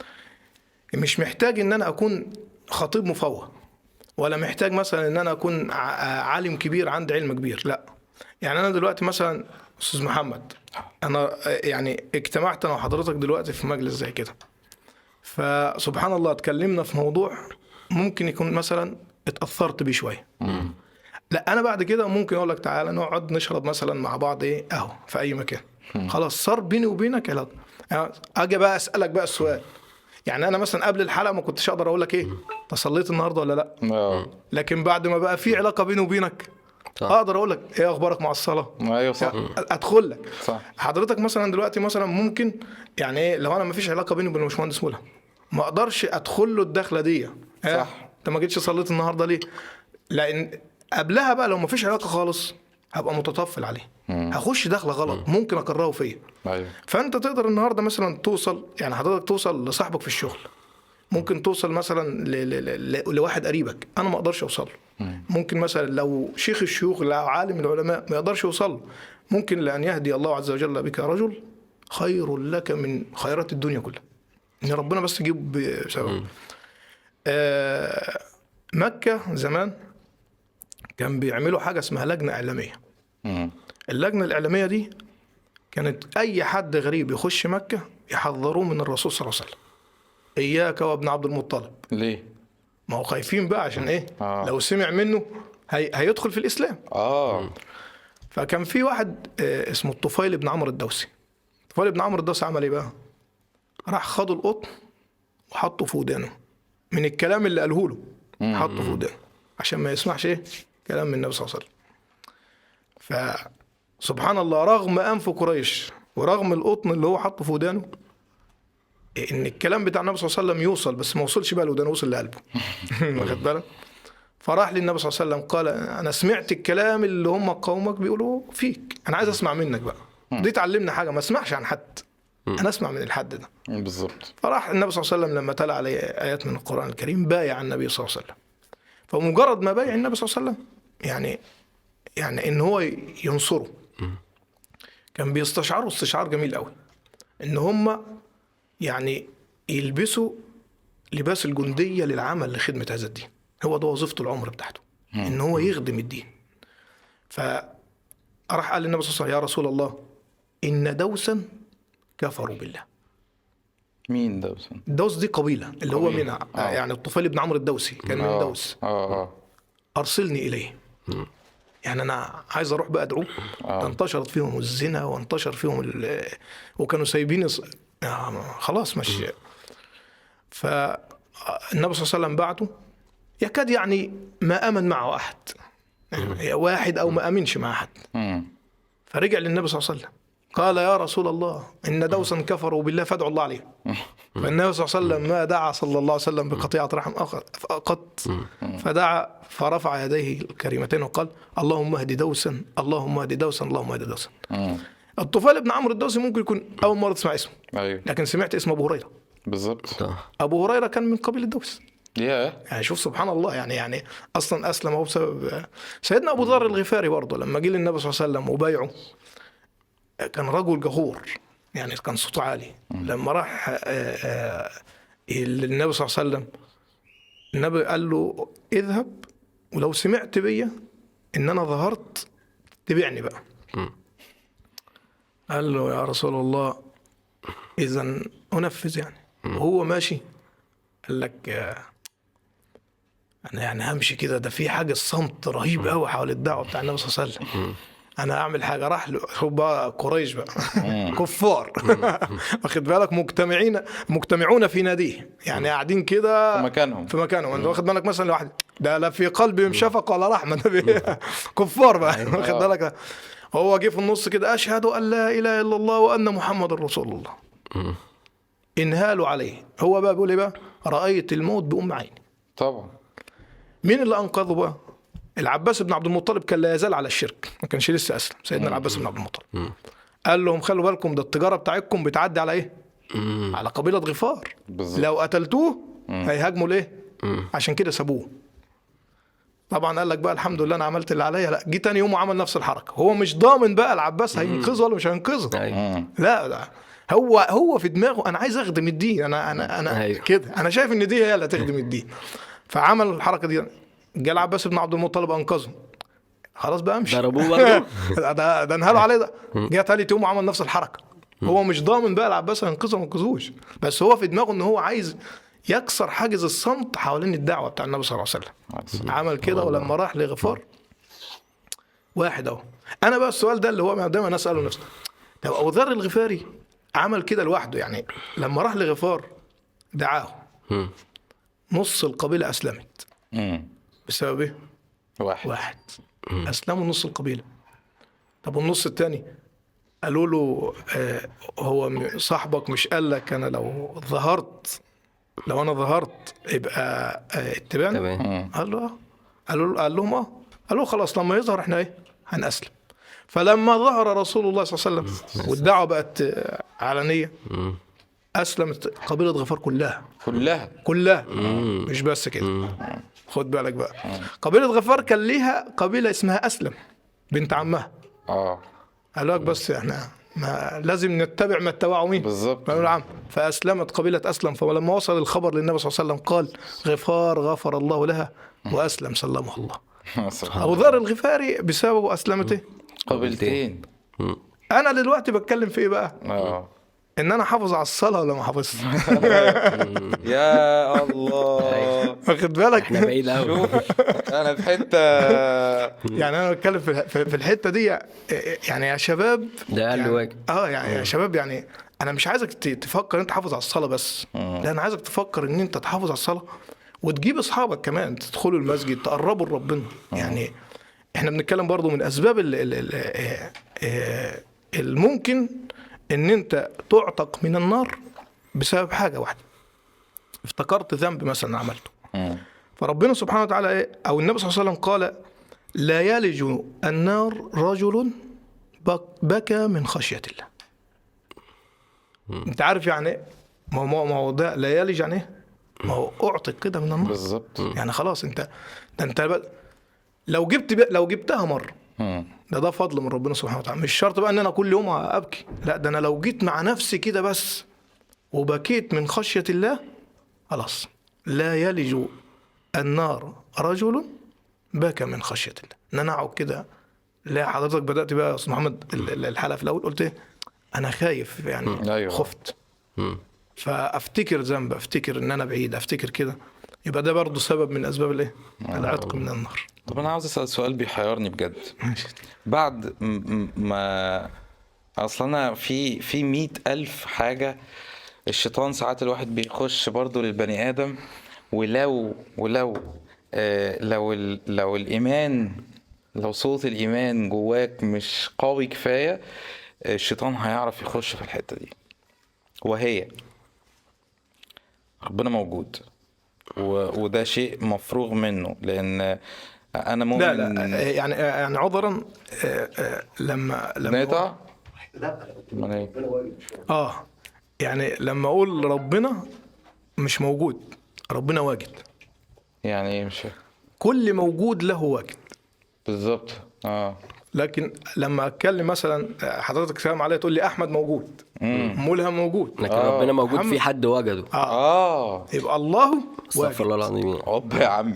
Speaker 3: مش محتاج ان انا اكون خطيب مفوه، ولا محتاج مثلا ان انا اكون ع- عالم كبير عندي علم كبير، لا. يعني انا دلوقتي مثلا استاذ محمد، انا يعني اجتمعت انا وحضرتك دلوقتي في مجلس زي كده، فسبحان الله اتكلمنا في موضوع ممكن يكون مثلا اتاثرت بيه شويه، لا انا بعد كده ممكن اقول لك تعالى نقعد نشرب مثلا مع بعض ايه قهوه في اي مكان، خلاص صار بيني وبينك علاقه. يعني اجي بقى اسالك بقى السؤال، يعني انا مثلا قبل الحلقه ما كنتش اقدر اقول لك ايه انت صليت النهارده ولا لا،
Speaker 1: اه
Speaker 3: لكن بعد ما بقى في علاقه بيني وبينك
Speaker 2: صح.
Speaker 3: اقدر اقول لك ايه اخبارك مع الصلاه،
Speaker 1: ايوه صح
Speaker 3: ادخل لك.
Speaker 1: صح.
Speaker 3: حضرتك مثلا دلوقتي مثلا ممكن يعني ايه لو انا ما فيش علاقه بيني وبين الباشمهندس ملهم ما اقدرش ادخل له الدخله دي. إيه؟
Speaker 1: صح.
Speaker 3: انت ما جيتش صليت النهارده ليه؟ لان قبلها بقى لو ما فيش علاقه خالص هبقى متطفل عليه، هخش دخله غلط ممكن اكرهه فيا.
Speaker 1: ايوه
Speaker 3: فانت تقدر النهارده مثلا توصل، يعني حضرتك توصل لصاحبك في الشغل، ممكن توصل مثلا ل... ل... ل... لواحد قريبك انا ما اقدرش اوصل له، ممكن مثلا لو شيخ الشيوخ لو عالم العلماء ما يقدرش يوصل له، ممكن لان يهدي الله عز وجل بك رجل خير لك من خيرات الدنيا كلها، ان ربنا بس يجيب بسبب. آه مكه زمان كان بيعملوا حاجه اسمها لجنه اعلاميه.
Speaker 1: مم.
Speaker 3: اللجنه الاعلاميه دي كانت اي حد غريب يخش مكه يحذروه من الرسول صلى الله عليه وسلم، اياك وابن عبد المطلب.
Speaker 1: ليه؟
Speaker 3: ما هو خايفين بقى عشان ايه
Speaker 1: آه.
Speaker 3: لو سمع منه هي... هيدخل في الاسلام.
Speaker 1: اه
Speaker 3: فكان في واحد آه، اسمه الطفيل بن عمرو الدوسي. الطفيل بن عمرو الدوسي عمل ايه بقى؟ راح خد القطن وحطه في ودانه من الكلام اللي قاله له، حطه في ودانه عشان ما يسمعش ايه كلام من النبي صلى الله عليه وسلم. فسبحان الله رغم انف قريش ورغم القطن اللي هو حطه في ودانه ان الكلام بتاع النبي صلى الله عليه وسلم يوصل، بس ما وصلش بقى لودانه، وصل لقلبه. واخد بالك؟ فراح للنبي صلى الله عليه وسلم قال انا سمعت الكلام اللي هم قومك بيقولوا فيك، انا عايز اسمع منك بقى، دي تعلمنا حاجه ما اسمعش عن حد، انا اسمع من الحد ده.
Speaker 1: بالظبط.
Speaker 3: فراح النبي صلى الله عليه وسلم لما تلا عليه ايات من القران الكريم بايع النبي صلى الله عليه وسلم. فمجرد ما بايع النبي صلى الله عليه وسلم يعني يعني ان هو ينصره، كان بيستشعروا استشعار جميل قوي ان هم يعني يلبسوا لباس الجنديه للعمل لخدمه هذا الدين، هو ده وظيفته العمر بتاعته، ان هو يخدم الدين. فراح قال للنبي صلى الله عليه وسلم يا رسول الله ان دوسا كفروا بالله.
Speaker 1: مين دوس؟
Speaker 3: الدوس دي قبيله اللي هو
Speaker 1: قبيلة.
Speaker 3: منها
Speaker 1: آه.
Speaker 3: يعني الطفيل بن عمرو الدوسي كان من
Speaker 1: اه
Speaker 3: دوس.
Speaker 1: اه اه
Speaker 3: ارسلني اليه، يعني انا عايز اروح بقى ادعوه.
Speaker 1: آه.
Speaker 3: انتشرت فيهم الزنا وانتشر فيهم ال... وكانوا سايبين الص- آه، خلاص مش. فالنبي صلى الله عليه وسلم بعته، يكاد يعني ما امن معه احد، يعني واحد او ما امنش مع احد.
Speaker 1: مم.
Speaker 3: فرجع للنبي صلى الله عليه وسلم قال يا رسول الله ان دوسا كفروا بالله فادعوا الله عليهم. فالنبي صلى الله عليه وسلم ما دعا صلى الله عليه وسلم بقطيعة رحم أخ- قط، فدعا فرفع يديه الكريمتين وقال اللهم اهد دوسا اللهم اهد دوسا اللهم اهد دوسا.
Speaker 1: مم.
Speaker 3: الطفيل بن عمرو الدوسي ممكن يكون اول مره تسمع اسمه،
Speaker 1: ايوه
Speaker 3: لكن سمعت اسم ابو هريره.
Speaker 1: بالظبط.
Speaker 2: صح.
Speaker 3: ابو هريره كان من قبيله الدوس.
Speaker 1: ياه
Speaker 3: يعني شوف سبحان الله، يعني يعني اصلا اسلم هو بسبب سيدنا ابو ذر الغفاري برضه لما جه للنبي صلى الله عليه وسلم وبايعه، كان رجل جهور يعني كان صوته عالي. لما راح آه، آه، للنبي صلى الله عليه وسلم النبي قال له اذهب ولو سمعت بيا ان انا ظهرت تبعني بقى. قال له يا رسول الله اذا انفذ يعني. وهو ماشي قال لك آه، انا يعني همشي كده، ده في حاجه الصمت رهيب قوي حول الدعوه بتاع النبي صلى الله عليه وسلم. انا اعمل حاجه. راح له شوف بقى قريش بقى كفار واخد بالك مجتمعين مجتمعون في ناديه، يعني قاعدين كده
Speaker 1: في مكانهم.
Speaker 3: في مكانهم. انت واخد بالك مثلا لواحد ده لا في قلبهم شفقه ولا رحمه، ده بي- كفار بقى واخد بالك. هو جه في النص كده اشهد ان لا اله الا الله وان محمد رسول الله. انهالوا عليه. هو بقى بيقول ايه بقى؟ رايت الموت بام عيني.
Speaker 1: طبعا.
Speaker 3: مين اللي انقذه بقى؟ العباس بن عبد المطلب كان لا يزال على الشرك، ما كانش لسه اسلم سيدنا العباس بن عبد المطلب. قال لهم خلوا بالكم ده التجاره بتاعتكم بتعدي على ايه؟ على قبيله غفار.
Speaker 1: بالظبط.
Speaker 3: لو قتلتوه هيهاجموا ليه؟ عشان كده سابوه. طبعا قال لك بقى الحمد لله انا عملت اللي عليا. لا، جه تاني يوم وعمل نفس الحركه. هو مش ضامن بقى العباس هينقذه ولا مش هينقذه.
Speaker 2: أيوة.
Speaker 3: لا لا، هو هو في دماغه انا عايز اخدم الدين، انا انا انا
Speaker 2: أيوة.
Speaker 3: كده انا شايف ان دي هي اللي هتخدم الدين. فعمل الحركه دي. جه العباس بن عبد المطلب انقذه. خلاص بقى امشي.
Speaker 2: ضربوه برضه.
Speaker 3: ده ده انهالوا عليه ده. جه تالت يوم وعمل نفس الحركه. هو مش ضامن بقى العباس هينقذه ما ينقذوش، بس هو في دماغه ان هو عايز يكسر حاجز الصمت حوالين الدعوه بتاع النبي صلى الله عليه وسلم. عمل كده. ولما راح لغفار واحد اهو. انا بقى السؤال ده اللي هو دايما اساله نفسي، طب ابو ذر الغفاري عمل كده لوحده، يعني لما راح لغفار دعاه
Speaker 2: مم.
Speaker 3: نص القبيلة أسلمت
Speaker 1: امم
Speaker 3: بسبب إيه؟
Speaker 1: واحد
Speaker 3: واحد أسلموا نص القبيلة. طب والنص التاني قالوا له آه هو م- صاحبك مش قال لك أنا لو ظهرت لو أنا ظهرت يبقى آه اتبعني؟
Speaker 2: تمام.
Speaker 3: قال له اه. قالوا له قال لهم اه. قالوا خلاص لما يظهر احنا ايه هنأسلم. فلما ظهر رسول الله صلى الله عليه وسلم والدعوة بقت آه، علنية
Speaker 2: مم.
Speaker 3: أسلمت قبيلة غفار كلها
Speaker 1: كلها.
Speaker 3: كلها مش بس كده. خد بالك بقى قبيلة غفار كان ليها قبيلة اسمها أسلم بنت عمها.
Speaker 1: اه
Speaker 3: قالوا لك بس احنا ما لازم نتبع ما اتبعوا مين
Speaker 1: بالظبط.
Speaker 3: ما العم. فأسلمت قبيلة أسلم. فلما وصل الخبر للنبي صلى الله عليه وسلم قال غفار غفر الله لها وأسلم سلمه الله. أبو ذر الغفاري بسببه أسلمت إيه؟
Speaker 1: قبيلتين.
Speaker 2: مم.
Speaker 3: أنا دلوقتي بتكلم في إيه بقى؟
Speaker 1: اه
Speaker 3: إن أنا حافظ على الصلاة ولا ما حافظش؟
Speaker 1: يا الله.
Speaker 3: واخد بالك؟
Speaker 2: احنا بعيد قوي.
Speaker 1: شوف انا في حته
Speaker 3: يعني انا بتكلم في في في الحته دي يعني يا شباب.
Speaker 2: ده أقل
Speaker 3: يعني
Speaker 2: واجب.
Speaker 3: اه يعني يا شباب يعني انا مش عايزك ت- تفكر انت تحافظ على الصلاه بس. لا انا عايزك تفكر ان انت تحافظ على الصلاه وتجيب اصحابك كمان تدخلوا المسجد تقربوا لربنا. يعني احنا بنتكلم برضو من اسباب ال- ال- ال- آه، آه، الممكن ان انت تعتق من النار بسبب حاجه واحده. افتكرت ذنب مثلا عملته
Speaker 1: مم.
Speaker 3: فربنا سبحانه وتعالى إيه؟ أو النبي صلى الله عليه وسلم قال لا يلج النار رجل بك- بكى من خشية الله. أنت عارف يعني إيه؟ ما هو ما هو ده لا يلج يعني إيه؟ ما هو أعتق كده من النار.
Speaker 1: بالظبط.
Speaker 3: يعني خلاص أنت ده أنت بقى لو جبت بقى لو جبتها مرة
Speaker 1: مم.
Speaker 3: ده ده فضل من ربنا سبحانه وتعالى. مش شرط بقى ان انا كل يوم ابكي، لا ده انا لو جيت مع نفسي كده بس وبكيت من خشية الله خلاص لا يلج النار رجل بكى من خشية الله. ان انا اقعد كده. لا حضرتك بدأت بقى يا استاذ محمد ال- ال- الحلقة في الاول قلت إيه؟ انا خايف يعني
Speaker 1: أيوة.
Speaker 3: خفت
Speaker 2: مم.
Speaker 3: فافتكر ذنب افتكر ان انا بعيد افتكر كده يبقى ده برضه سبب من اسباب الايه؟ العتق من النار.
Speaker 1: طب انا عاوز اسال سؤال بيحيرني بجد. بعد م- م- ما اصل انا في في مئة الف حاجه الشيطان ساعات الواحد بيخش برضو للبني ادم ولو ولو آه لو ال لو الايمان لو صوت الايمان جواك مش قوي كفايه الشيطان هيعرف يخش في الحته دي. وهي ربنا موجود و- وده شيء مفروغ منه لان انا مؤمن.
Speaker 3: لا لا يعني يعني عذرا آه، آه، لما لما
Speaker 1: نقطع
Speaker 3: اه يعني لما اقول ربنا مش موجود ربنا واجد.
Speaker 1: يعني ايه مش فاهم.
Speaker 3: كل موجود له واجد.
Speaker 1: بالظبط اه
Speaker 3: لكن لما اتكلم مثلا آه، حضرتك سلام عليا تقول لي احمد موجود ملهم موجود
Speaker 2: لكن
Speaker 1: آه.
Speaker 2: ربنا موجود
Speaker 3: محمد.
Speaker 2: في حد وجده.
Speaker 3: اه
Speaker 1: اه
Speaker 3: يبقى الله واجد.
Speaker 2: استغفر الله العظيم.
Speaker 1: عب يا عم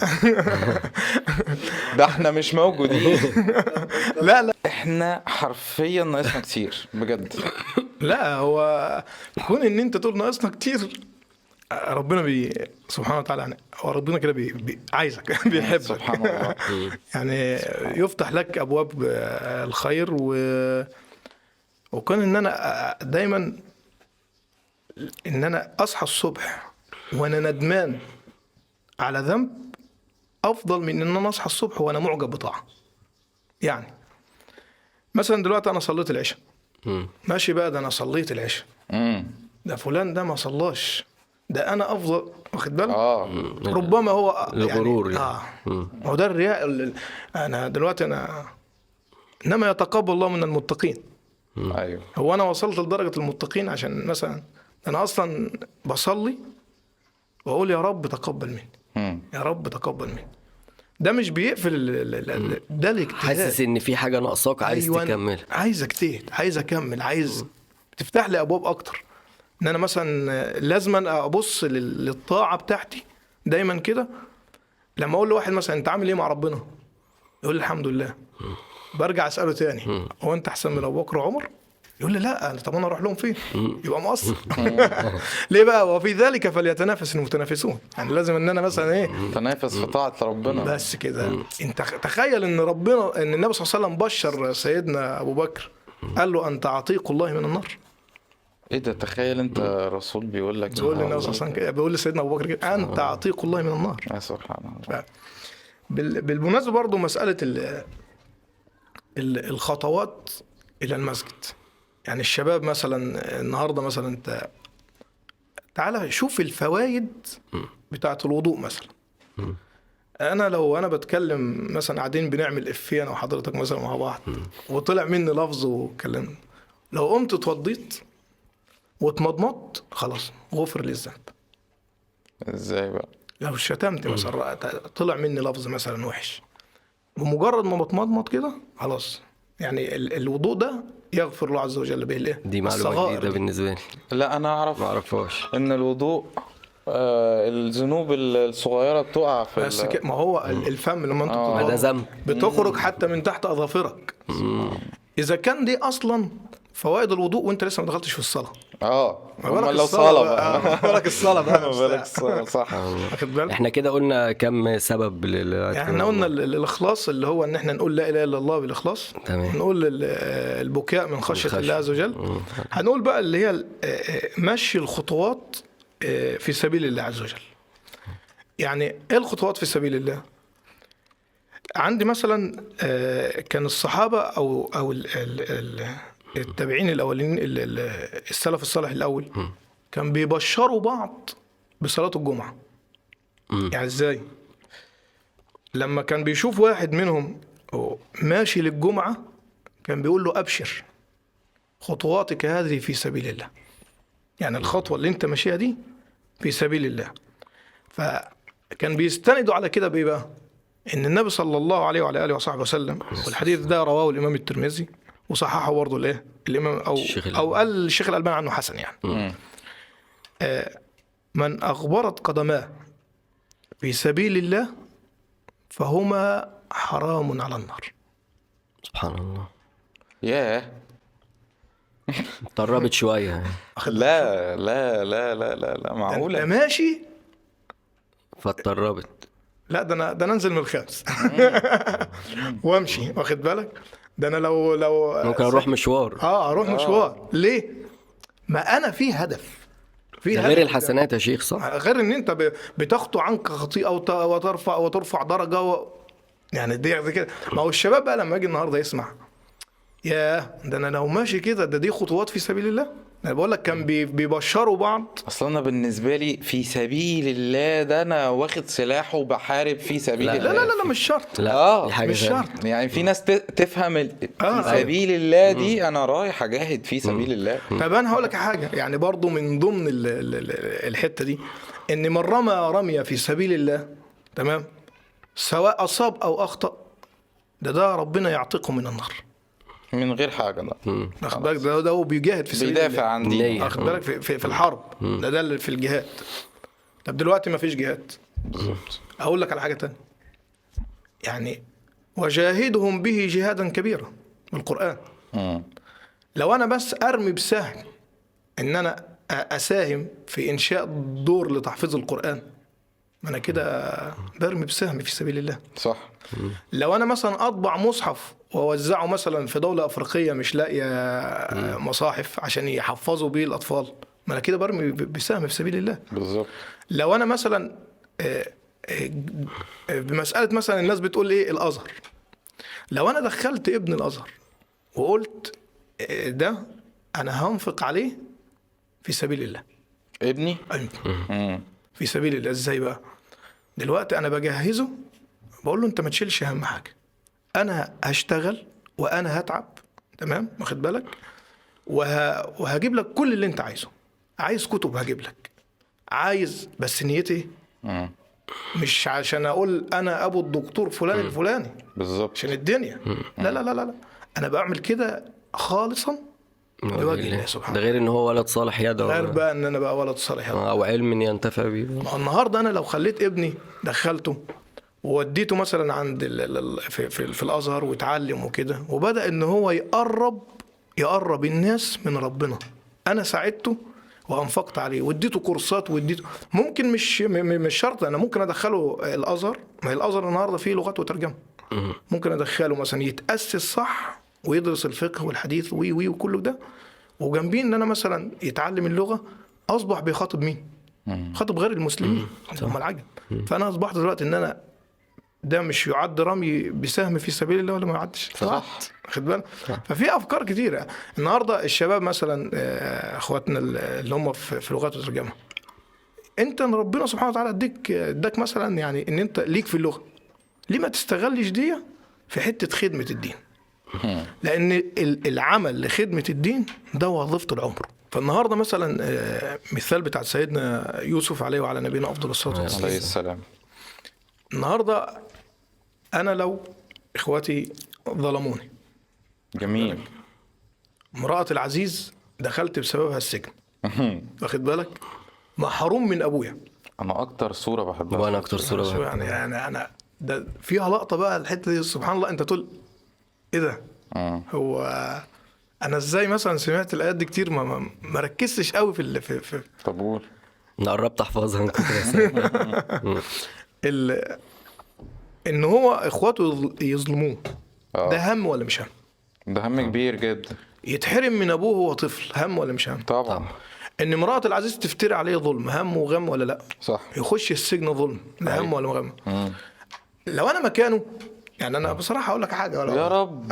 Speaker 1: ده احنا مش موجودين.
Speaker 3: لا لا
Speaker 1: احنا حرفيا ناقصنا كتير بجد.
Speaker 3: لا هو كون ان انت تقول ناقصنا كتير آه، ربنا بي سبحانه وتعالى يعني هو ربنا كده بي... بي... عايزك بيحبك
Speaker 1: سبحان الله.
Speaker 3: يعني يفتح لك ابواب آه، الخير و وكان ان انا آه، دايما ان انا اصحى الصبح وانا ندمان على ذنب افضل من ان انا اصحى الصبح وانا معجب بطاعه. يعني مثلا دلوقتي انا صليت العشاء
Speaker 2: مم.
Speaker 3: ماشي بقى ده انا صليت العشاء
Speaker 1: امم
Speaker 3: ده فلان ده ما صلاش ده انا افضل واخد بالك.
Speaker 1: اه
Speaker 3: ربما هو
Speaker 2: الغرور
Speaker 3: يعني
Speaker 2: يعني.
Speaker 3: اه
Speaker 2: مم.
Speaker 3: هو ده الرياء ال- ال- انا دلوقتي انا انما يتقبل الله من المتقين.
Speaker 1: ايوه
Speaker 3: هو انا وصلت لدرجه المتقين عشان مثلا انا اصلا بصلي واقول يا رب تقبل مني
Speaker 1: مم.
Speaker 3: يا رب تقبل مني. ده مش بيقفل ال- ال- ال- ده الاجتهاد.
Speaker 2: حاسس ان في حاجه ناقصاك عايز
Speaker 3: أيوة،
Speaker 2: تكمل.
Speaker 3: عايز اجتهد عايز اكمل عايز تفتح لي ابواب اكتر. ان انا مثلا لازم ابص لل- للطاعه بتاعتي دايما كده. لما اقول لواحد مثلا انت عامل ايه مع ربنا يقول لي الحمد لله برجع اساله تاني هو انت احسن من ابو بكر وعمر يقول لي لا طب انا اروح لهم فين يبقى مقصر. ليه بقى وفي ذلك فليتنافس المتنافسون. يعني لازم ان انا مثلا ايه
Speaker 1: تنافس في طاعه ربنا.
Speaker 3: بس كده. انت تخيل ان ربنا ان النبي صلى الله عليه وسلم بشر سيدنا ابو بكر قال له انت عتيق الله من النار.
Speaker 1: ايه ده؟ تخيل انت الرسول بيقول لك
Speaker 3: بيقول للنبي صلى الله عليه وسلم كده، بيقول لسيدنا ابو بكر كده، انت عتيق الله من النار.
Speaker 1: يا سبحان الله.
Speaker 3: بال- بالمناسبه برضو مساله ال- ال- الخطوات الى المسجد. يعني الشباب مثلا النهارده مثلا انت تعالى شوف الفوائد بتاعه الوضوء مثلا. انا لو انا بتكلم مثلا قاعدين بنعمل افيه انا وحضرتك مثلا مع بعض وطلع مني لفظ وكلام، لو قمت اتوضيت واتمضمضت خلاص غفر لي الذنب.
Speaker 1: ازاي بقى؟
Speaker 3: لو شتمت مثلا طلع مني لفظ مثلا وحش، بمجرد ما بتمضمض كده خلاص، يعني ال- الوضوء ده يغفر الله عز وجل به الايه؟
Speaker 2: دي معلومه
Speaker 3: الصغائر
Speaker 2: جديده
Speaker 3: دي.
Speaker 2: بالنسبه لي،
Speaker 1: لا انا اعرف
Speaker 2: ما اعرفهاش.
Speaker 1: ان الوضوء آه الذنوب الصغيره بتقع في
Speaker 3: بس
Speaker 1: ال-
Speaker 3: كده، ما هو ال- الفم لما انت
Speaker 1: آه.
Speaker 2: ما ده
Speaker 3: بتتوضا
Speaker 2: ذنب.
Speaker 3: بتخرج حتى من تحت اظافرك. اذا كان دي اصلا فوائد الوضوء وانت لسه ما دخلتش في الصلاه،
Speaker 1: اه
Speaker 3: ما بالك
Speaker 1: امال لو
Speaker 3: الصلاة
Speaker 1: صلاه
Speaker 3: بقى.
Speaker 1: بقى.
Speaker 3: آه، ما بالك الصلاه بقى
Speaker 1: ما بالك الصلاة، صح.
Speaker 3: واخد بالك؟
Speaker 2: احنا كده قلنا كم سبب لل
Speaker 3: يعني احنا قلنا ال- ال- الاخلاص اللي هو ان احنا نقول لا اله الا الله بالاخلاص،
Speaker 2: تمام.
Speaker 3: نقول ال- آه، البكاء من خشيه
Speaker 2: خشية.
Speaker 3: الله عز وجل، هنقول بقى اللي هي ال- آه، آه، مشي الخطوات آه، في سبيل الله عز وجل. يعني ايه الخطوات في سبيل الله؟ عندي مثلا آه، كان الصحابه او او ال- ال- ال- التابعين الاولين ال- ال- السلف الصالح الاول كان بيبشروا بعض بصلاه الجمعه. يعني ازاي؟ لما كان بيشوف واحد منهم ماشي للجمعة كان بيقول له أبشر خطواتك هذه في سبيل الله، يعني الخطوة اللي انت ماشيها دي في سبيل الله. فكان بيستندوا على كده بإيه بقى؟ إن النبي صلى الله عليه وعلى آله وصحبه وسلم، والحديث ده رواه الإمام الترمذي وصححه برضه الإيه؟ الإمام أو
Speaker 2: الشيخ الألباني.
Speaker 3: أو قال الشيخ الألباني عنه حسن يعني. آه، من أغبرت قدماه في سبيل الله فهما حرام على النار.
Speaker 2: سبحان الله،
Speaker 1: ياه.
Speaker 2: قربت شويه
Speaker 1: لا لا لا لا لا لا
Speaker 3: ده
Speaker 1: معقوله.
Speaker 3: ماشي،
Speaker 2: فاتقربت.
Speaker 3: لا ده انا ده انا انزل من الخامس وامشي، واخد بالك؟ ده انا لو لو
Speaker 2: ممكن اروح مشوار.
Speaker 3: اه اروح مشوار ليه؟ ما انا في هدف، في
Speaker 2: ده
Speaker 3: هدف
Speaker 2: غير
Speaker 3: قدام.
Speaker 2: الحسنات يا شيخ، صح؟
Speaker 3: غير ان انت ب- بتخطو عنك خطيئه وت- وترفع وترفع درجه و... يعني دي زي كده. ما هو الشباب بقى لما يجي النهارده يسمع، ياه ده انا لو ماشي كده، ده دي خطوات في سبيل الله. انا بقول لك كان بي- بيبشروا بعض.
Speaker 1: اصلا انا بالنسبه لي في سبيل الله ده انا واخد سلاح وبحارب في سبيل
Speaker 2: لا،
Speaker 1: الله.
Speaker 3: لا لا لا, لا مش شرط.
Speaker 2: لا
Speaker 1: اه
Speaker 2: دي حاجه
Speaker 3: مش
Speaker 2: ثانية.
Speaker 3: شرط.
Speaker 1: يعني في ناس ت- تفهم ال...
Speaker 3: آه،
Speaker 1: في
Speaker 3: أيوة.
Speaker 1: سبيل الله دي انا رايح اجاهد في سبيل الله.
Speaker 3: طب انا هقول لك حاجه، يعني برضو من ضمن ال- ال- ال- الحته دي، ان من رمى رميه في سبيل الله، تمام، سواء اصاب او اخطا، ده ده ربنا يعتقه من النار.
Speaker 1: من غير حاجه ده
Speaker 3: واخد بالك؟ ده ده هو بيجاهد في سبيل
Speaker 1: بيدافع
Speaker 3: الله،
Speaker 1: عن دينه.
Speaker 2: نية.
Speaker 3: واخد بالك؟ في, في, في الحرب، ده ده اللي في الجهاد. طب دلوقتي ما فيش جهاد،
Speaker 1: بالظبط.
Speaker 3: اقول لك على حاجه تانية، يعني وجاهدهم به جهادا كبيرا بالقران.
Speaker 1: مم.
Speaker 3: لو انا بس ارمي بسهم ان انا أ- اساهم في انشاء دور لتحفيظ القران، ما انا كده برمي بسهم في سبيل الله.
Speaker 1: صح.
Speaker 3: لو انا مثلا اطبع مصحف واوزعه مثلا في دوله افريقيه مش لاقيه مصاحف عشان يحفظوا بيه الاطفال، ما انا كده برمي ب- بسهم في سبيل الله.
Speaker 1: بالظبط.
Speaker 3: لو انا مثلا آه، آه، بمساله مثلا الناس بتقول ايه الازهر، لو انا دخلت ابن الازهر وقلت آه، ده انا هنفق عليه في سبيل الله،
Speaker 1: ابني.
Speaker 3: أيوة.
Speaker 1: مم.
Speaker 3: في سبيل الله ازاي بقى؟ دلوقتي انا بجهزه، بقول له انت ما تشيلش اهم حاجه، انا هشتغل وانا هتعب، تمام، واخد بالك؟ وه... وهجيب لك كل اللي انت عايزه، عايز كتب هجيب لك، عايز، بس نيتي
Speaker 1: مم.
Speaker 3: مش عشان اقول انا ابو الدكتور فلان الفلاني
Speaker 1: بالظبط.
Speaker 3: عشان الدنيا، لا لا لا لا لا، انا بعمل كده خالصا لوجه الله سبحانه.
Speaker 2: ده غير ان هو ولد صالح يدعو،
Speaker 3: غير بقى ان انا بقى ولد صالح.
Speaker 2: او علم ينتفع به.
Speaker 3: ما هو النهارده انا لو خليت ابني دخلته ووديته مثلا عند ال ال ال في, في, في الازهر واتعلم وكده، وبدا ان هو يقرب يقرب الناس من ربنا، انا ساعدته وانفقت عليه واديته كورسات واديته، ممكن مش م- م- مش شرط انا ممكن ادخله الازهر، ما هي الازهر النهارده فيه لغات وترجمه، ممكن ادخله مثلا يتاسس صح ويدرس الفقه والحديث وي وي وكله ده، وجنبيه ان انا مثلا يتعلم اللغه، اصبح بيخاطب مين؟ خاطب غير المسلمين هم العجب. فانا اصبحت دلوقتي ان انا ده مش يعد رمي بسهم في سبيل الله ولا ما يعدش؟
Speaker 1: صح.
Speaker 3: خد بالك. ففي افكار كتيره النهارده. الشباب مثلا آه، اخواتنا اللي هم في في لغات الترجمه، انت ربنا سبحانه وتعالى اديك اداك مثلا يعني ان انت ليك في اللغه، ليه ما تستغلش دي في حته خدمه الدين؟ لان ال- العمل لخدمه الدين ده وظيفه العمر. فالنهارده مثلا آه، مثال بتاع سيدنا يوسف عليه وعلى نبينا افضل الصلاه والسلام.
Speaker 1: عليه السلام.
Speaker 3: النهارده انا لو اخواتي ظلموني،
Speaker 1: جميل.
Speaker 3: امراه العزيز دخلت بسببها السجن، واخد بالك، محروم من ابويا.
Speaker 1: انا اكتر صورة بحبها.
Speaker 2: وانا اكتر صوره
Speaker 3: شو
Speaker 2: بحبها.
Speaker 3: يعني انا انا ده فيها لقطه بقى الحته دي، سبحان الله. انت تقول ايه ده؟
Speaker 1: آه.
Speaker 3: هو انا ازاي مثلا سمعت الايات دي كتير ما ما, ما ركزتش قوي في ال في, في
Speaker 1: طب قول.
Speaker 2: انا قربت احفظها من كتر السنة.
Speaker 3: ال ان هو اخواته يظل- يظلموه،
Speaker 1: آه.
Speaker 3: ده هم ولا مش هم؟
Speaker 1: ده هم كبير جدا.
Speaker 3: يتحرم من ابوه وهو طفل، هم ولا مش هم؟
Speaker 1: طبعا.
Speaker 3: ان امراه العزيز تفتري عليه ظلم، هم وغم ولا لا؟
Speaker 1: صح.
Speaker 3: يخش السجن ظلم، ده هم
Speaker 1: أيوة.
Speaker 3: ولا غم؟
Speaker 1: مم.
Speaker 3: لو انا مكانه يعني انا بصراحه اقول لك حاجه ولا
Speaker 1: يا رب.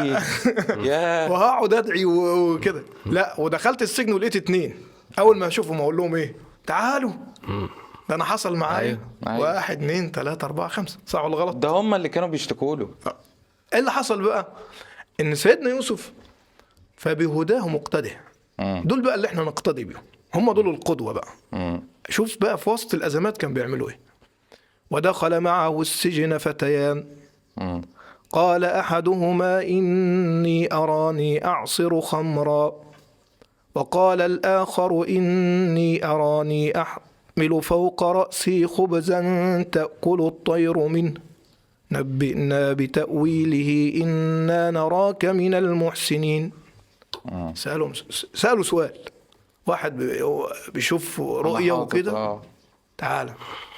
Speaker 1: يا
Speaker 3: وهقعد ادعي و- وكده، لا ودخلت السجن ولقيت اتنين، اول ما اشوفهم اقول لهم ايه؟ تعالوا، ده انا حصل معايا
Speaker 2: أيوة.
Speaker 1: أيوة.
Speaker 3: واحد اتنين تلاته اربعه خمسه، صح ولا غلط؟
Speaker 1: ده هم اللي كانوا بيشتكوا له.
Speaker 3: ايه اللي حصل بقى؟ ان سيدنا يوسف فبهداه مقتدع،
Speaker 1: مم.
Speaker 3: دول بقى اللي احنا نقتدي بيهم، هم دول القدوه بقى.
Speaker 1: مم.
Speaker 3: شوف بقى في وسط الازمات كان بيعملوا ايه. ودخل معه السجن فتيان،
Speaker 1: مم.
Speaker 3: قال احدهما اني اراني اعصر خمرا، وقال الاخر اني اراني احمل فوق راسي خبزا تاكل الطير منه نبئنا بتاويله انا نراك من المحسنين.
Speaker 1: مم.
Speaker 3: سالهم سالوا سؤال، واحد بي- بيشوف رؤيه
Speaker 1: أنا حاطط-
Speaker 3: وكده،
Speaker 1: آه.
Speaker 3: تعالى،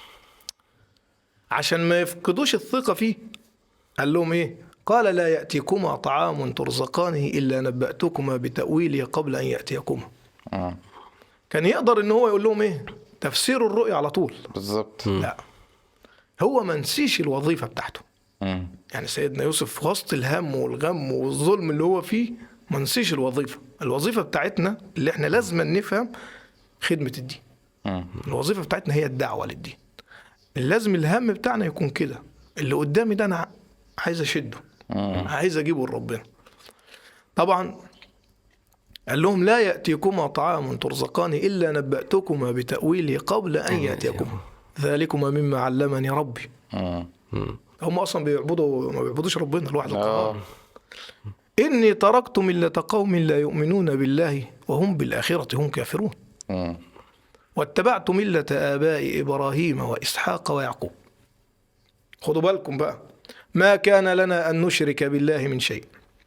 Speaker 3: عشان ما يفقدوش الثقة فيه قال لهم ايه؟ قال لا يأتيكما طعام ترزقانه إلا نبأتكما بتأويله قبل أن يأتيكما.
Speaker 1: مم.
Speaker 3: كان يقدر ان هو يقول لهم ايه؟ تفسير الرؤيا على طول.
Speaker 1: بالظبط.
Speaker 3: لا، هو ما نسيش الوظيفة بتاعته.
Speaker 1: مم.
Speaker 3: يعني سيدنا يوسف في وسط الهم والغم والظلم اللي هو فيه ما نسيش الوظيفة. الوظيفة بتاعتنا اللي احنا لازم نفهم خدمة الدين.
Speaker 1: مم.
Speaker 3: الوظيفة بتاعتنا هي الدعوة للدين. لازم الهم بتاعنا يكون كده، اللي قدامي ده انا عايز اشده، عايز اجيبه لربنا. طبعا قال لهم لا يأتيكما طعام ترزقان إلا نبأتكما بتأويله قبل أن يأتيكما ذلكما مما علمني ربي.
Speaker 1: مم.
Speaker 3: هم أصلا بيعبدوا ما بيعبدوش ربنا الواحد
Speaker 1: آه.
Speaker 3: القهار. إني تركت ملة قوم لا يؤمنون بالله وهم بالآخرة هم كافرون،
Speaker 1: مم.
Speaker 3: واتبعت ملة آباء إبراهيم وإسحاق ويعقوب. خدوا بالكم بقى، ما كان لنا أن نشرك بالله من شيء،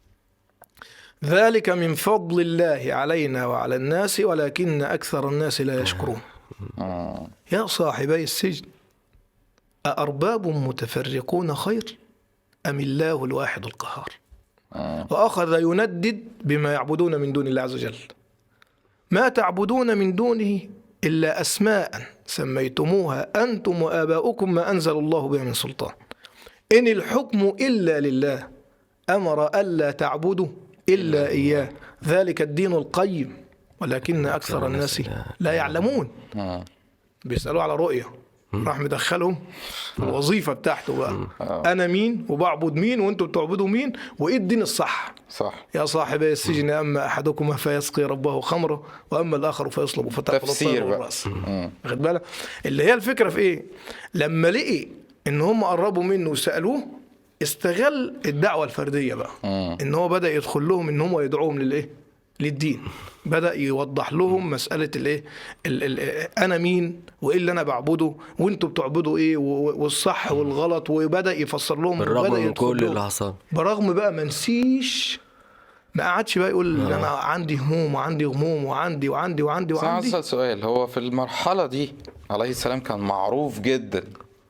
Speaker 3: ذلك من فضل الله علينا وعلى الناس ولكن أكثر الناس لا يشكرون.
Speaker 1: مم.
Speaker 3: يا صاحبي السجن أأرباب متفرقون خير أم الله الواحد القهار؟
Speaker 1: مم.
Speaker 3: وأخذ يندد بما يعبدون من دون الله عز وجل، ما تعبدون من دونه إلا أسماء سميتموها أنتم وآباؤكم ما أنزل الله بها من سلطان، إن الحكم إلا لله أمر ألا تعبدوا إلا إياه ذلك الدين القيم ولكن أكثر الناس لا يعلمون.
Speaker 1: مم.
Speaker 3: بيسألوا على رؤية، راح مدخلهم في الوظيفة بتاعته بقى، أنا مين وبعبد مين وأنتم بتعبدوا مين وإيه الدين الصح.
Speaker 1: صح.
Speaker 3: يا صاحبي السجن أما أحدكما فيسقي ربه خمره وأما الآخر فيصلب فتأكل
Speaker 1: تفسير
Speaker 3: الطير
Speaker 1: بقى.
Speaker 3: والرأس.
Speaker 1: مم.
Speaker 3: واخد بالك؟ اللي هي الفكرة في إيه؟ لما لقي إن هم قربوا منه وسألوه استغل الدعوة الفردية بقى،
Speaker 1: مم.
Speaker 3: إن هو بدأ يدخل لهم إن هم يدعوهم للإيه؟ للدين. بدأ يوضح لهم مسألة الإيه؟ ال ال أنا مين وإيه اللي أنا بعبده وأنتوا بتعبدوا إيه و- والصح والغلط، وبدأ يفسر لهم
Speaker 2: بالرغم
Speaker 3: وبدأ
Speaker 2: من
Speaker 3: يدخل
Speaker 2: كل
Speaker 3: لهم.
Speaker 2: اللي حصل.
Speaker 3: برغم بقى ما نسيش، ما قعدش بقى يقول انا عندي هموم وعندي غموم وعندي وعندي وعندي
Speaker 1: بس أنا عايز
Speaker 3: وعندي.
Speaker 1: أسأل سؤال، هو في المرحلة دي عليه السلام كان معروف جدا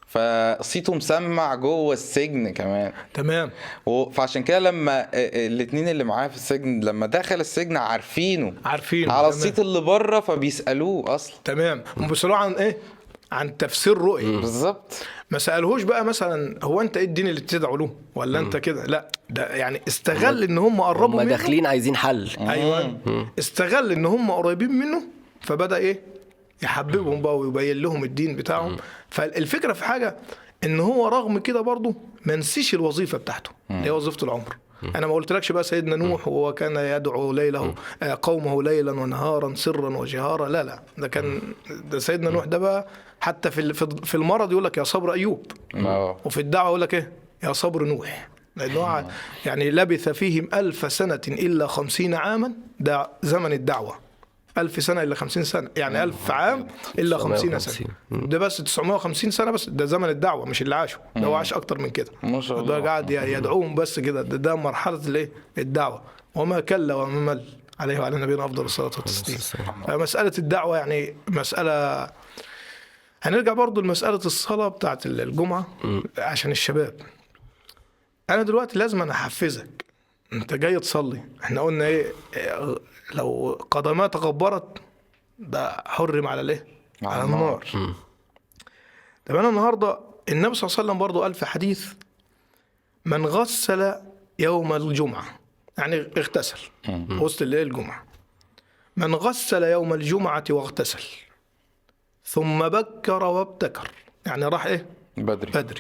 Speaker 1: فصيته مسمع جوه السجن كمان.
Speaker 3: تمام.
Speaker 1: و- فعشان كده لما الاثنين اللي معاه في السجن لما دخل السجن عارفينه
Speaker 3: عارفين
Speaker 1: على
Speaker 3: تمام.
Speaker 1: الصيت اللي بره، فبيسالوه اصلا.
Speaker 3: تمام. هم بيسألوه عن ايه؟ عن تفسير رؤية.
Speaker 1: بالظبط.
Speaker 3: ما سألهوش بقى مثلا هو انت ايه الدين اللي بتدعو له ولا انت كده، لا ده يعني استغل ان هم قربوا
Speaker 2: هم
Speaker 3: منه.
Speaker 2: داخلين عايزين حل.
Speaker 3: ايوه استغل ان هم قريبين منه، فبدأ ايه يحببهم بقى ويبين لهم الدين بتاعهم. فالفكرة في حاجة ان هو رغم كده برضه ما نسيش الوظيفة بتاعته اللي هي وظيفة العمر. انا ما قلتلكش بقى سيدنا نوح وهو كان يدعو ليله آه، قومه ليلا ونهارا سرا وجهارا، لا لا ده كان ده سيدنا نوح ده بقى حتى في ال- في المرض يقول لك يا صبر ايوب،
Speaker 1: اه.
Speaker 3: وفي الدعوة يقول لك ايه يا صبر نوح، لانه يعني لبث فيهم ألف سنة إلا خمسين عاما، ده زمن الدعوة. ألف سنة إلا خمسين سنة، يعني ألف عام إلا خمسين سنة. ده بس تسعمائة وخمسين سنة بس، ده زمن الدعوة مش اللي عاشه، ده هو عاش أكتر من كده.
Speaker 1: ما شاء
Speaker 3: ده
Speaker 1: الله.
Speaker 3: قاعد يدعوهم بس كده، ده, ده مرحلة الإيه الدعوة، وما كل وما مل عليه وعلى نبينا أفضل الصلاة والتسليم. فمسألة الدعوة يعني مسألة. هنرجع برضو لمسألة الصلاة بتاعت الجمعة عشان الشباب. أنا دلوقتي لازم أنا أحفزك، أنت جاي تصلي، إحنا قلنا إيه إيه، لو قدمات غبرت ده حرم على الإيه؟
Speaker 1: على
Speaker 3: على
Speaker 1: النار.
Speaker 3: النار. طب أنا النهاردة النبي صلى الله عليه وسلم برضو قال في حديث من غسل يوم الجمعة، يعني اغتسل وسط الليل الجمعة، من غسل يوم الجمعة واغتسل ثم بكر وابتكر، يعني راح إيه؟
Speaker 1: بدري.
Speaker 3: بدري،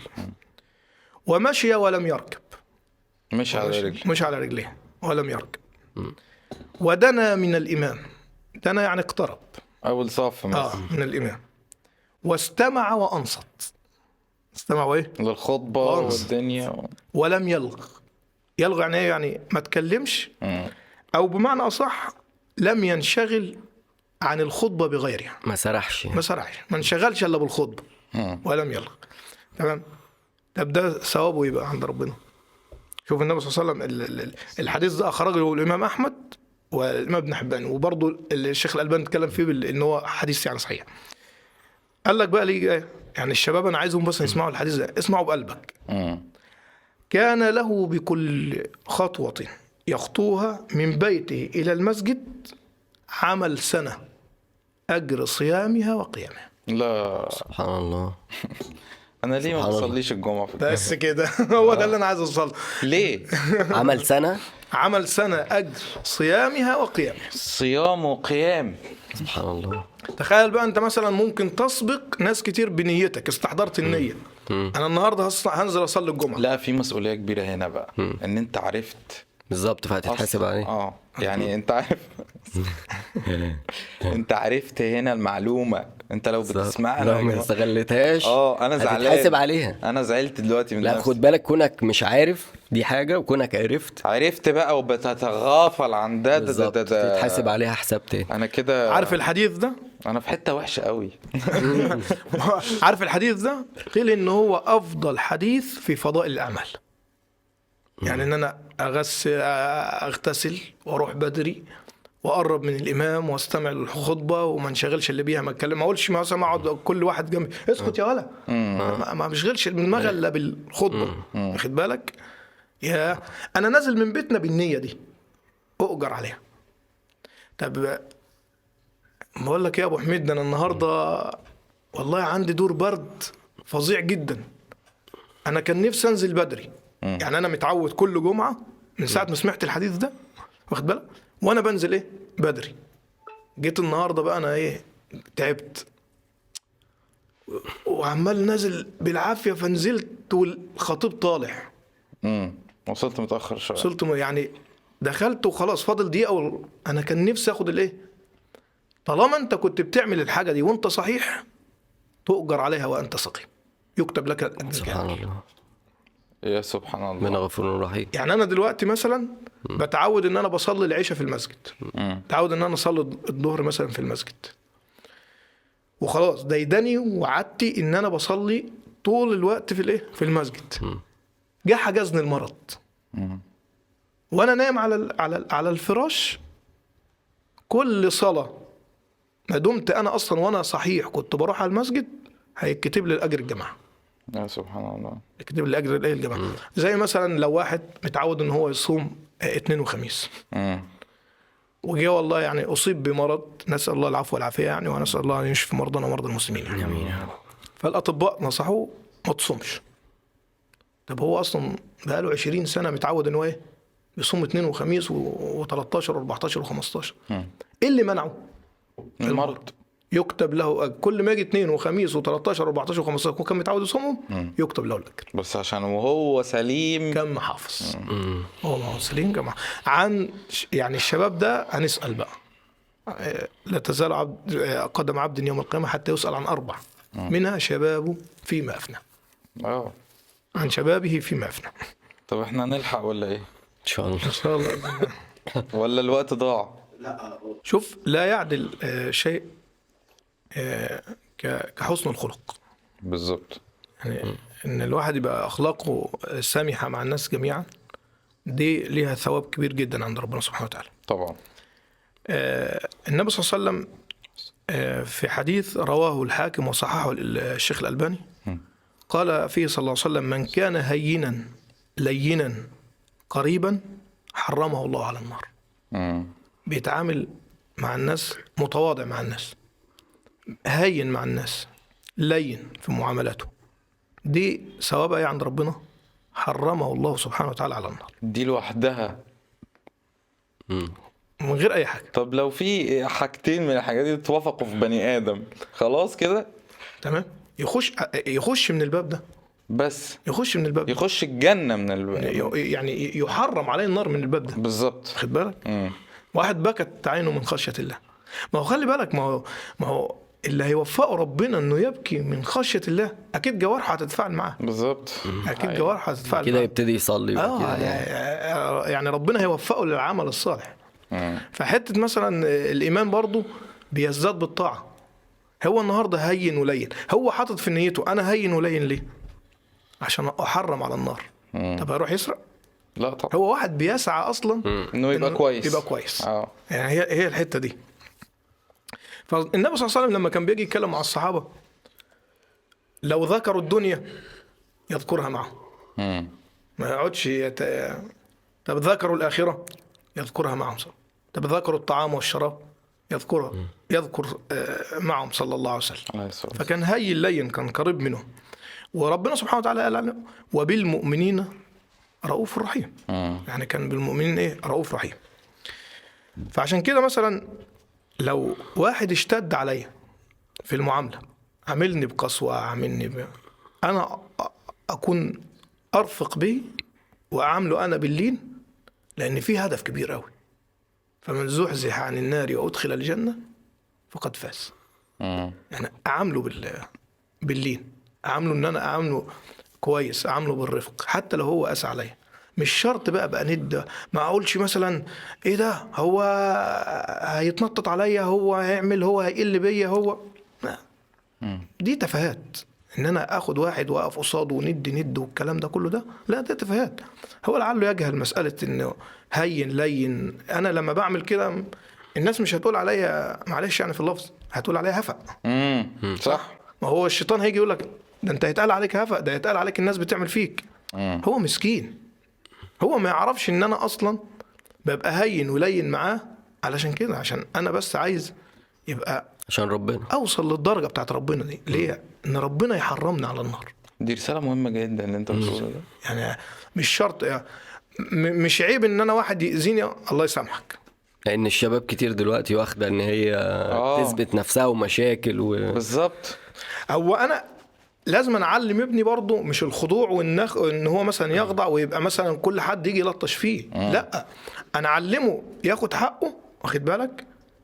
Speaker 3: ومشي ولم يركب،
Speaker 1: مش على
Speaker 3: مش,
Speaker 1: رجلي.
Speaker 3: مش على رجليه ولم يركب، ودنا من الإمام، دنا يعني اقترب
Speaker 1: اول صف مثلا.
Speaker 3: آه من الإمام، واستمع وأنصت، استمع وإيه؟
Speaker 1: للخطبه
Speaker 3: وأنصت.
Speaker 1: والدنيا و...
Speaker 3: ولم يلغ. يلغ يعني إيه؟ يعني ما تكلمش،
Speaker 1: مم.
Speaker 3: أو بمعنى أصح لم ينشغل عن الخطبة بغيرها،
Speaker 2: ما سرحش.
Speaker 3: ما سرحش، ما انشغلش إلا بالخطبة
Speaker 1: مم.
Speaker 3: ولم يلغ. تمام. طب ده ثوابه يبقى عند ربنا. شوف النبي صلى الله عليه وسلم ال- ال- الحديث ده أخرجه الإمام أحمد والإمام ابن حبان، وبرضه الشيخ الألباني اتكلم فيه بال- إن هو حديث يعني صحيح. قال لك بقى ليه إيه؟ يعني الشباب أنا عايزهم بس يسمعوا الحديث ده، اسمعوا بقلبك.
Speaker 1: مم.
Speaker 3: كان له بكل خطوة يخطوها من بيته إلى المسجد عمل سنة، أجر صيامها وقيامها.
Speaker 1: لا
Speaker 2: سبحان الله.
Speaker 1: انا ليه ما
Speaker 2: سبحان الله.
Speaker 1: بصليش الجمعه في
Speaker 3: بس كده هو ده اللي أنا عايز أوصله.
Speaker 1: ليه؟
Speaker 2: عمل سنة.
Speaker 3: عمل سنة أجر صيامها وقيامها.
Speaker 1: صيام وقيام.
Speaker 2: سبحان الله.
Speaker 3: تخيل بقى انت مثلا ممكن تسبق ناس كتير بنيتك، استحضرت النية، انا النهارده هص- هنزل اصلي الجمعة.
Speaker 1: لا في مسؤوليه كبيره هنا بقى، ان انت عرفت
Speaker 2: بالظبط، فهتتحاسب
Speaker 1: أصلاً.
Speaker 2: عليه.
Speaker 1: اه يعني انت عارف انت عرفت هنا المعلومه، انت لو بتسمعها
Speaker 2: لو ما استغلتهاش
Speaker 1: اه انا زعلان،
Speaker 2: هتتحاسب عليها.
Speaker 1: انا زعلت دلوقتي من
Speaker 2: لا
Speaker 1: نفسي.
Speaker 2: خد بالك، كونك مش عارف دي حاجة، وكونك عرفت
Speaker 1: عرفت بقى وبتتغافل عن ده ده ده,
Speaker 2: بالظبط
Speaker 1: ده, ده.
Speaker 2: تتحاسب عليها حساب تاني.
Speaker 1: انا كده
Speaker 3: عارف الحديث ده؟
Speaker 1: انا في حته وحشه قوي.
Speaker 3: عارف الحديث ده؟ قيل ان هو افضل حديث في فضائل الاعمال. يعني ان انا اغسل اغتسل واروح بدري واقرب من الامام واستمع للخطبه وما انشغلش اللي بيها، ما اتكلم، ما اقولش مثلا اقعد كل واحد جنبي اسكت يا ولا، ما ما بشغلش دماغي الا بالخطبه، واخد بالك؟ يا انا نازل من بيتنا بالنيه دي اؤجر عليها. طب بقول لك يا ابو حميد، ده انا النهارده والله عندي دور برد فظيع جدا، انا كان نفسي انزل بدري. يعني انا متعود كل جمعه من ساعه ما سمعت الحديث ده، واخد بالك، وانا بنزل ايه بدري. جيت النهارده بقى انا ايه تعبت وعمال نازل بالعافيه، فنزلت والخطيب طالع،
Speaker 1: امم وصلت متاخر شويه.
Speaker 3: وصلت م- يعني دخلت وخلاص فاضل دقيقه و... انا كان نفسي اخد الايه. طالما انت كنت بتعمل الحاجه دي وانت صحيح تؤجر عليها وانت سقيم، يكتب لك الأجر.
Speaker 2: سبحان الله.
Speaker 1: يا سبحان الله.
Speaker 2: من غفور رحيم.
Speaker 3: يعني انا دلوقتي مثلا بتعود ان انا بصلي العشاء في المسجد،
Speaker 1: مم.
Speaker 3: بتعود ان انا اصلي الظهر مثلا في المسجد، وخلاص ديدني وعدتي ان انا بصلي طول الوقت في الايه في المسجد. جه حجزني المرض وانا نايم على ال- على ال- على الفراش، كل صلاه ما دمت انا اصلا وانا صحيح كنت بروح على المسجد هيتكتب لي الاجر الجماعه.
Speaker 1: يا سبحان الله.
Speaker 3: يكتب لي اجر الايه الجماعه. زي مثلا لو واحد متعود ان هو يصوم آه، اثنين وخميس،
Speaker 1: امم
Speaker 3: وجاء والله يعني اصيب بمرض، نسال الله العفو والعافيه يعني، ونسال الله ان يشفي مرضانا ومرضى المسلمين يعني.
Speaker 2: امين.
Speaker 3: فالاطباء نصحوه ما تصومش. طب هو اصلا بقاله عشرين سنه متعود ان هو ايه بيصوم اثنين وخميس و13 و14 و15. ايه اللي منعه؟
Speaker 1: المرض.
Speaker 3: يكتب له أجر. كل ما يجي اثنين وخميس و13 و14 و15 هو كان متعود يصومهم، يكتب له الاجر.
Speaker 1: بس عشان وهو سليم.
Speaker 3: كان محافظ. هو ما هو سليم كما عن يعني الشباب ده هنسال بقى. آه، لا تزال عبد آه، قدم عبد يوم القيامه حتى يسال عن اربع، منها شبابه فيما افنى.
Speaker 1: اه
Speaker 3: عن شبابه فيما افنى.
Speaker 1: طب احنا نلحق ولا ايه؟
Speaker 2: ان شاء الله.
Speaker 3: ان شاء الله.
Speaker 1: ولا الوقت ضاع؟
Speaker 3: شوف، لا يعدل آه، شيء آه، ك- كحسن الخلق.
Speaker 1: بالظبط.
Speaker 3: يعني ان الواحد يبقى اخلاقه سامحه مع الناس جميعا، دي ليها ثواب كبير جدا عند ربنا سبحانه وتعالى.
Speaker 1: طبعا.
Speaker 3: آه، النبي صلى الله عليه وسلم آه، في حديث رواه الحاكم وصححه الشيخ الألباني قال فيه صلى الله عليه وسلم: من كان هينا لينا قريبا حرمه الله على النار.
Speaker 1: امم
Speaker 3: بيتعامل مع الناس متواضع مع الناس، هين مع الناس، لين في معاملاته، دي ثوابها ايه عند ربنا؟ حرمه الله سبحانه وتعالى على النار
Speaker 1: دي لوحدها.
Speaker 3: من غير اي حاجه.
Speaker 1: طب لو في حاجتين من الحاجات دي اتوافقوا في بني ادم، خلاص كده
Speaker 3: تمام، يخش يخش من الباب ده،
Speaker 1: بس
Speaker 3: يخش من الباب ده.
Speaker 1: يخش الجنة من ال...
Speaker 3: يعني يحرم عليه النار من الباب ده.
Speaker 1: بالظبط.
Speaker 3: خد بالك،
Speaker 1: مم.
Speaker 3: واحد بكت عينه من خشيه الله. ما هو خلي بالك، ما هو ما هو اللي هيوفقه ربنا انه يبكي من خشيه الله، اكيد جوارحه هتتفاعل معاه.
Speaker 1: بالظبط.
Speaker 3: اكيد جوارحه هتتفاعل
Speaker 2: كده
Speaker 3: معاه.
Speaker 2: يبتدي يصلي
Speaker 3: اه
Speaker 2: وكده.
Speaker 3: يعني يعني ربنا هيوفقه للعمل الصالح.
Speaker 1: مم.
Speaker 3: فحته مثلا الايمان برضو بيزداد بالطاعه. هو النهارده هين ولين، هو حاطط في نيته انا هين ولين ليه؟ عشان احرم على النار.
Speaker 1: مم.
Speaker 3: طب هيروح يسرق؟
Speaker 1: لا طبعا.
Speaker 3: هو واحد بيسعى اصلا
Speaker 1: انه يبقى
Speaker 3: إنه
Speaker 1: كويس.
Speaker 3: يبقى كويس.
Speaker 1: اه
Speaker 3: يعني هي هي الحته دي. فالنبي صلى الله عليه وسلم لما كان بيجي يتكلم مع الصحابه، لو ذكروا الدنيا يذكرها معهم،
Speaker 1: مم.
Speaker 3: ما يقعدش يت... طب ذكروا الاخره يذكرها معهم. طب ذكروا الطعام والشراب يذكرها يذكر آه، معهم صلى الله عليه وسلم.
Speaker 1: عليه الصلاة والسلام.
Speaker 3: فكان هين لين، كان قريب منهم. وربنا سبحانه وتعالى قال عنه: وبالمؤمنين رؤوف رحيم.
Speaker 1: مم.
Speaker 3: يعني كان بالمؤمنين ايه؟ رؤوف رحيم. فعشان كده مثلا لو واحد اشتد عليا في المعامله، عاملني بقسوه، عاملني ب... انا أ- اكون ارفق به واعامله انا باللين، لان في هدف كبير قوي. فمن زحزح عن النار وادخل الجنه فقد فاز.
Speaker 1: مم.
Speaker 3: يعني اعامله بال باللين، اعامله ان انا اعامله كويس، اعامله بالرفق حتى لو هو قاسى عليا. مش شرط بقى بقى ند، ما اقولش مثلا ايه ده، هو هيتنطط عليا، هو هيعمل، هو هيقل بيا، هو لا. دي تفاهات. ان انا اخد واحد واقف قصاده وند ند والكلام ده كله، ده لا، ده تفاهات. هو لعله يجهل مساله انه هين لين. انا لما بعمل كده الناس مش هتقول عليا، معلش يعني في اللفظ، هتقول عليا هفق.
Speaker 1: مم. صح.
Speaker 3: ما هو الشيطان هيجي يقول لك ده انت هيتقال عليك هفق، ده هيتقال عليك الناس بتعمل فيك.
Speaker 1: مم.
Speaker 3: هو مسكين، هو ما يعرفش ان انا اصلا ببقى هين ولين معاه علشان كده، عشان انا بس عايز يبقى
Speaker 2: عشان ربنا.
Speaker 3: اوصل للدرجه بتاعت ربنا دي. ليه؟ ان ربنا يحرمنا على النار.
Speaker 1: دي رسالة مهمة جدا اللي انت بتقوله ده.
Speaker 3: يعني مش شرط يعني م- مش عيب ان انا واحد يأذيني الله يسامحك.
Speaker 2: لان الشباب كتير دلوقتي واخده ان هي
Speaker 1: آه.
Speaker 2: تثبت نفسها ومشاكل و...
Speaker 1: بالظبط.
Speaker 3: هو انا لازم اعلم ابني برضه مش الخضوع والنخ ان هو مثلا يخضع ويبقى مثلا كل حد يجي يلطش فيه. لا، انا اعلمه ياخد حقه، واخد بالك،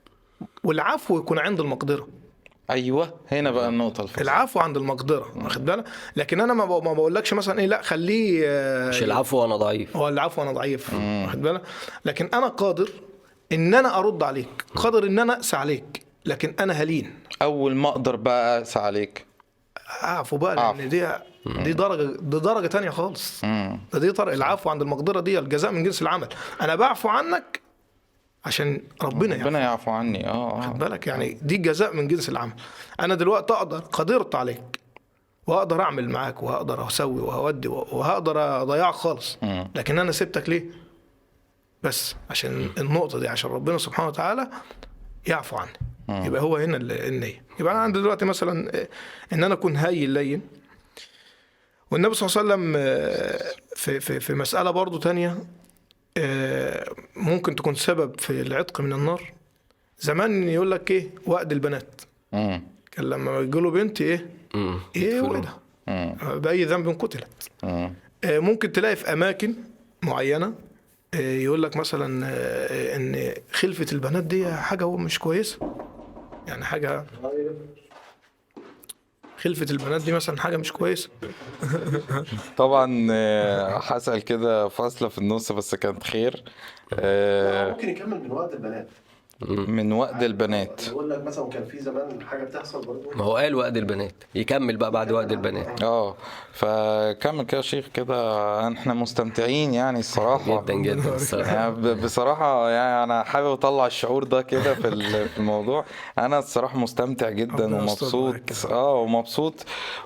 Speaker 3: والعفو يكون عند المقدره.
Speaker 1: ايوه هنا بقى النقطة الفاصلة.
Speaker 3: العفو عند المقدره، واخد بالك. لكن انا ما ب- ما بقولكش مثلا ايه، لا خليه آه،
Speaker 2: مش العفو وانا ضعيف.
Speaker 3: هو العفو انا ضعيف، واخد بالك. لكن انا قادر ان انا ارد عليك، قادر ان انا اقسى عليك، لكن انا هلين
Speaker 1: اول ما اقدر بقى اقسى عليك.
Speaker 3: اعفو بقى،
Speaker 1: أعفو.
Speaker 3: لان دي دي درجه دي درجه تانية خالص.
Speaker 1: مم.
Speaker 3: ده دي طرق العفو عند المقدره، دي الجزاء من جنس العمل. انا بعفو عنك عشان ربنا يعفو.
Speaker 1: ربنا يعفو عني. اه
Speaker 3: خد
Speaker 1: اه
Speaker 3: بالك، يعني دي جزاء من جنس العمل. انا دلوقتي اقدر قدرت عليك وهقدر اعمل معاك وهقدر اسوي وهودي وهقدر اضيعك خالص، لكن انا سبتك ليه؟ بس عشان النقطه دي، عشان ربنا سبحانه وتعالى يعفو عني. يبقى هو هنا النيه. يبقى انا عندي دلوقتي مثلا ان انا اكون هين لين، والنبي صلى الله عليه وسلم في في في مساله برضو تانية ممكن تكون سبب في العتق من النار. زمان يقول لك ايه؟ وأد البنات.
Speaker 1: مم.
Speaker 3: كان لما يقولوا بنت ايه
Speaker 2: مم.
Speaker 3: ايه
Speaker 2: يقتلوها.
Speaker 3: وده
Speaker 1: مم.
Speaker 3: باي ذنب قتلت.
Speaker 1: مم.
Speaker 3: آه، ممكن تلاقي في اماكن معينه آه، يقول لك مثلا آه، ان خلفه البنات دي حاجه هو مش كويسه، يعني حاجه خلفه البنات دي مثلا حاجه مش كويسه.
Speaker 1: طبعا آه، هسأل كده فاصلة في النص بس كانت خير. آه،
Speaker 4: ممكن يكمل من وقت البنات.
Speaker 1: من وقت البنات.
Speaker 4: يقول لك مثلا كان في زمان حاجه بتحصل برضه.
Speaker 2: ما هو قال وقت البنات، يكمل بقى بعد وقت البنات.
Speaker 1: اه فكمل كده يا شيخ كده، احنا مستمتعين يعني الصراحة
Speaker 2: جدا جدا الصراحه.
Speaker 1: يعني ب- بصراحة يعني أنا حابب أطلع الشعور ده كده في ال- في الموضوع. أنا الصراحة مستمتع جدا
Speaker 3: ربنا يستر
Speaker 1: ومبسوط.
Speaker 3: معاك.
Speaker 1: اه ومبسوط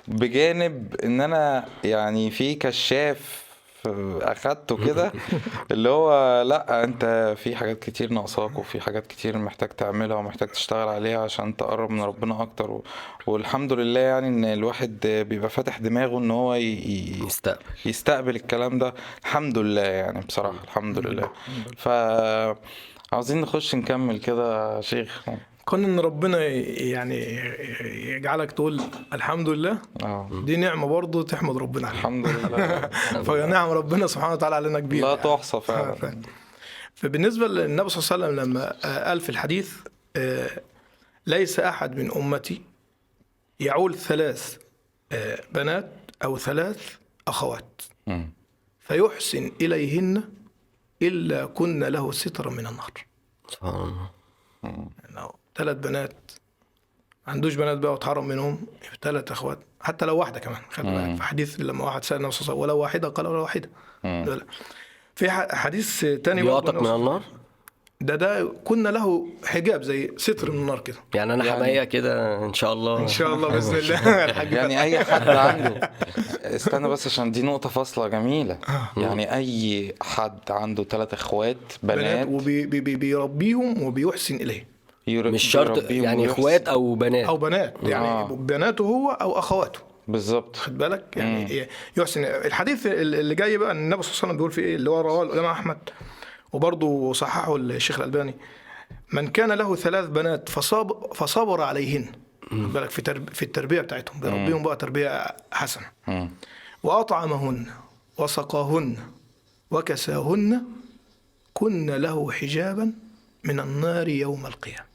Speaker 1: بجانب إن أنا يعني في كشاف أخدته كده اللي هو لأ أنت في حاجات كتير ناقصاك وفي حاجات كتير محتاج تعملها ومحتاج تشتغل عليها عشان تقرب من ربنا أكتر و... والحمد لله يعني إن الواحد بيبقى فاتح دماغه إن هو ي... ي-
Speaker 2: يستقبل.
Speaker 1: يستقبل الكلام ده. الحمد لله يعني بصراحة الحمد لله. ف عاوزين نخش نكمل كده يا شيخ.
Speaker 3: كون ان ربنا يعني يجعلك تقول الحمد لله،
Speaker 1: اه
Speaker 3: دي نعمه برضه تحمد ربنا عليها.
Speaker 1: الحمد لله
Speaker 3: فنعم ربنا سبحانه وتعالى علينا كبيره
Speaker 1: لا
Speaker 3: يعني.
Speaker 1: تحصى فعلا.
Speaker 3: ف- فبالنسبه للنبي صلى الله عليه وسلم لما قال في الحديث آه، ليس احد من امتي يعول ثلاث آه، بنات او ثلاث اخوات
Speaker 1: مم.
Speaker 3: فيحسن اليهن الا كن له سترا من النار.
Speaker 2: سبحان الله.
Speaker 3: يعني ثلاث بنات ما عندوش بنات بقى واتحرم منهم، ثلاث اخوات حتى لو واحده كمان. خلي بالك في حديث لما واحد سال النبي صلى الله عليه وسلم ولو واحده قال ولا واحده. لا. في ح- حديث تاني برضه
Speaker 2: بيعتق من النار.
Speaker 3: ده ده كنا له حجاب زي ستر من النار كده.
Speaker 2: يعني انا
Speaker 1: يعني-
Speaker 2: حمايه كده ان شاء الله.
Speaker 3: ان شاء الله باذن الله. الحاج
Speaker 1: يعني اي حد عنده استنى بس عشان دي نقطة فاصلة جميلة. يعني اي حد عنده ثلاث اخوات
Speaker 3: بنات
Speaker 1: بنات
Speaker 3: وبيربيهم وبيحسن اليه،
Speaker 1: ير-
Speaker 2: مش شرط
Speaker 1: بيربيهم
Speaker 2: يعني
Speaker 1: ويحسن.
Speaker 2: اخوات او بنات.
Speaker 3: او بنات يعني
Speaker 1: آه.
Speaker 3: بناته هو او اخواته.
Speaker 1: بالظبط.
Speaker 3: خد بالك يعني يحسن الحديث اللي جاي بقى. النبي صلى الله عليه وسلم بيقول في ايه اللي هو رواه الامام احمد وبرضه صححه الشيخ الالباني: من كان له ثلاث بنات فصاب فصبر عليهن. خد بالك في ترب في التربيه بتاعتهم، بيربيهم بقى تربيه حسنه،
Speaker 1: مم.
Speaker 3: واطعمهن وسقاهن وكساهن كن له حجابا من النار يوم القيامه.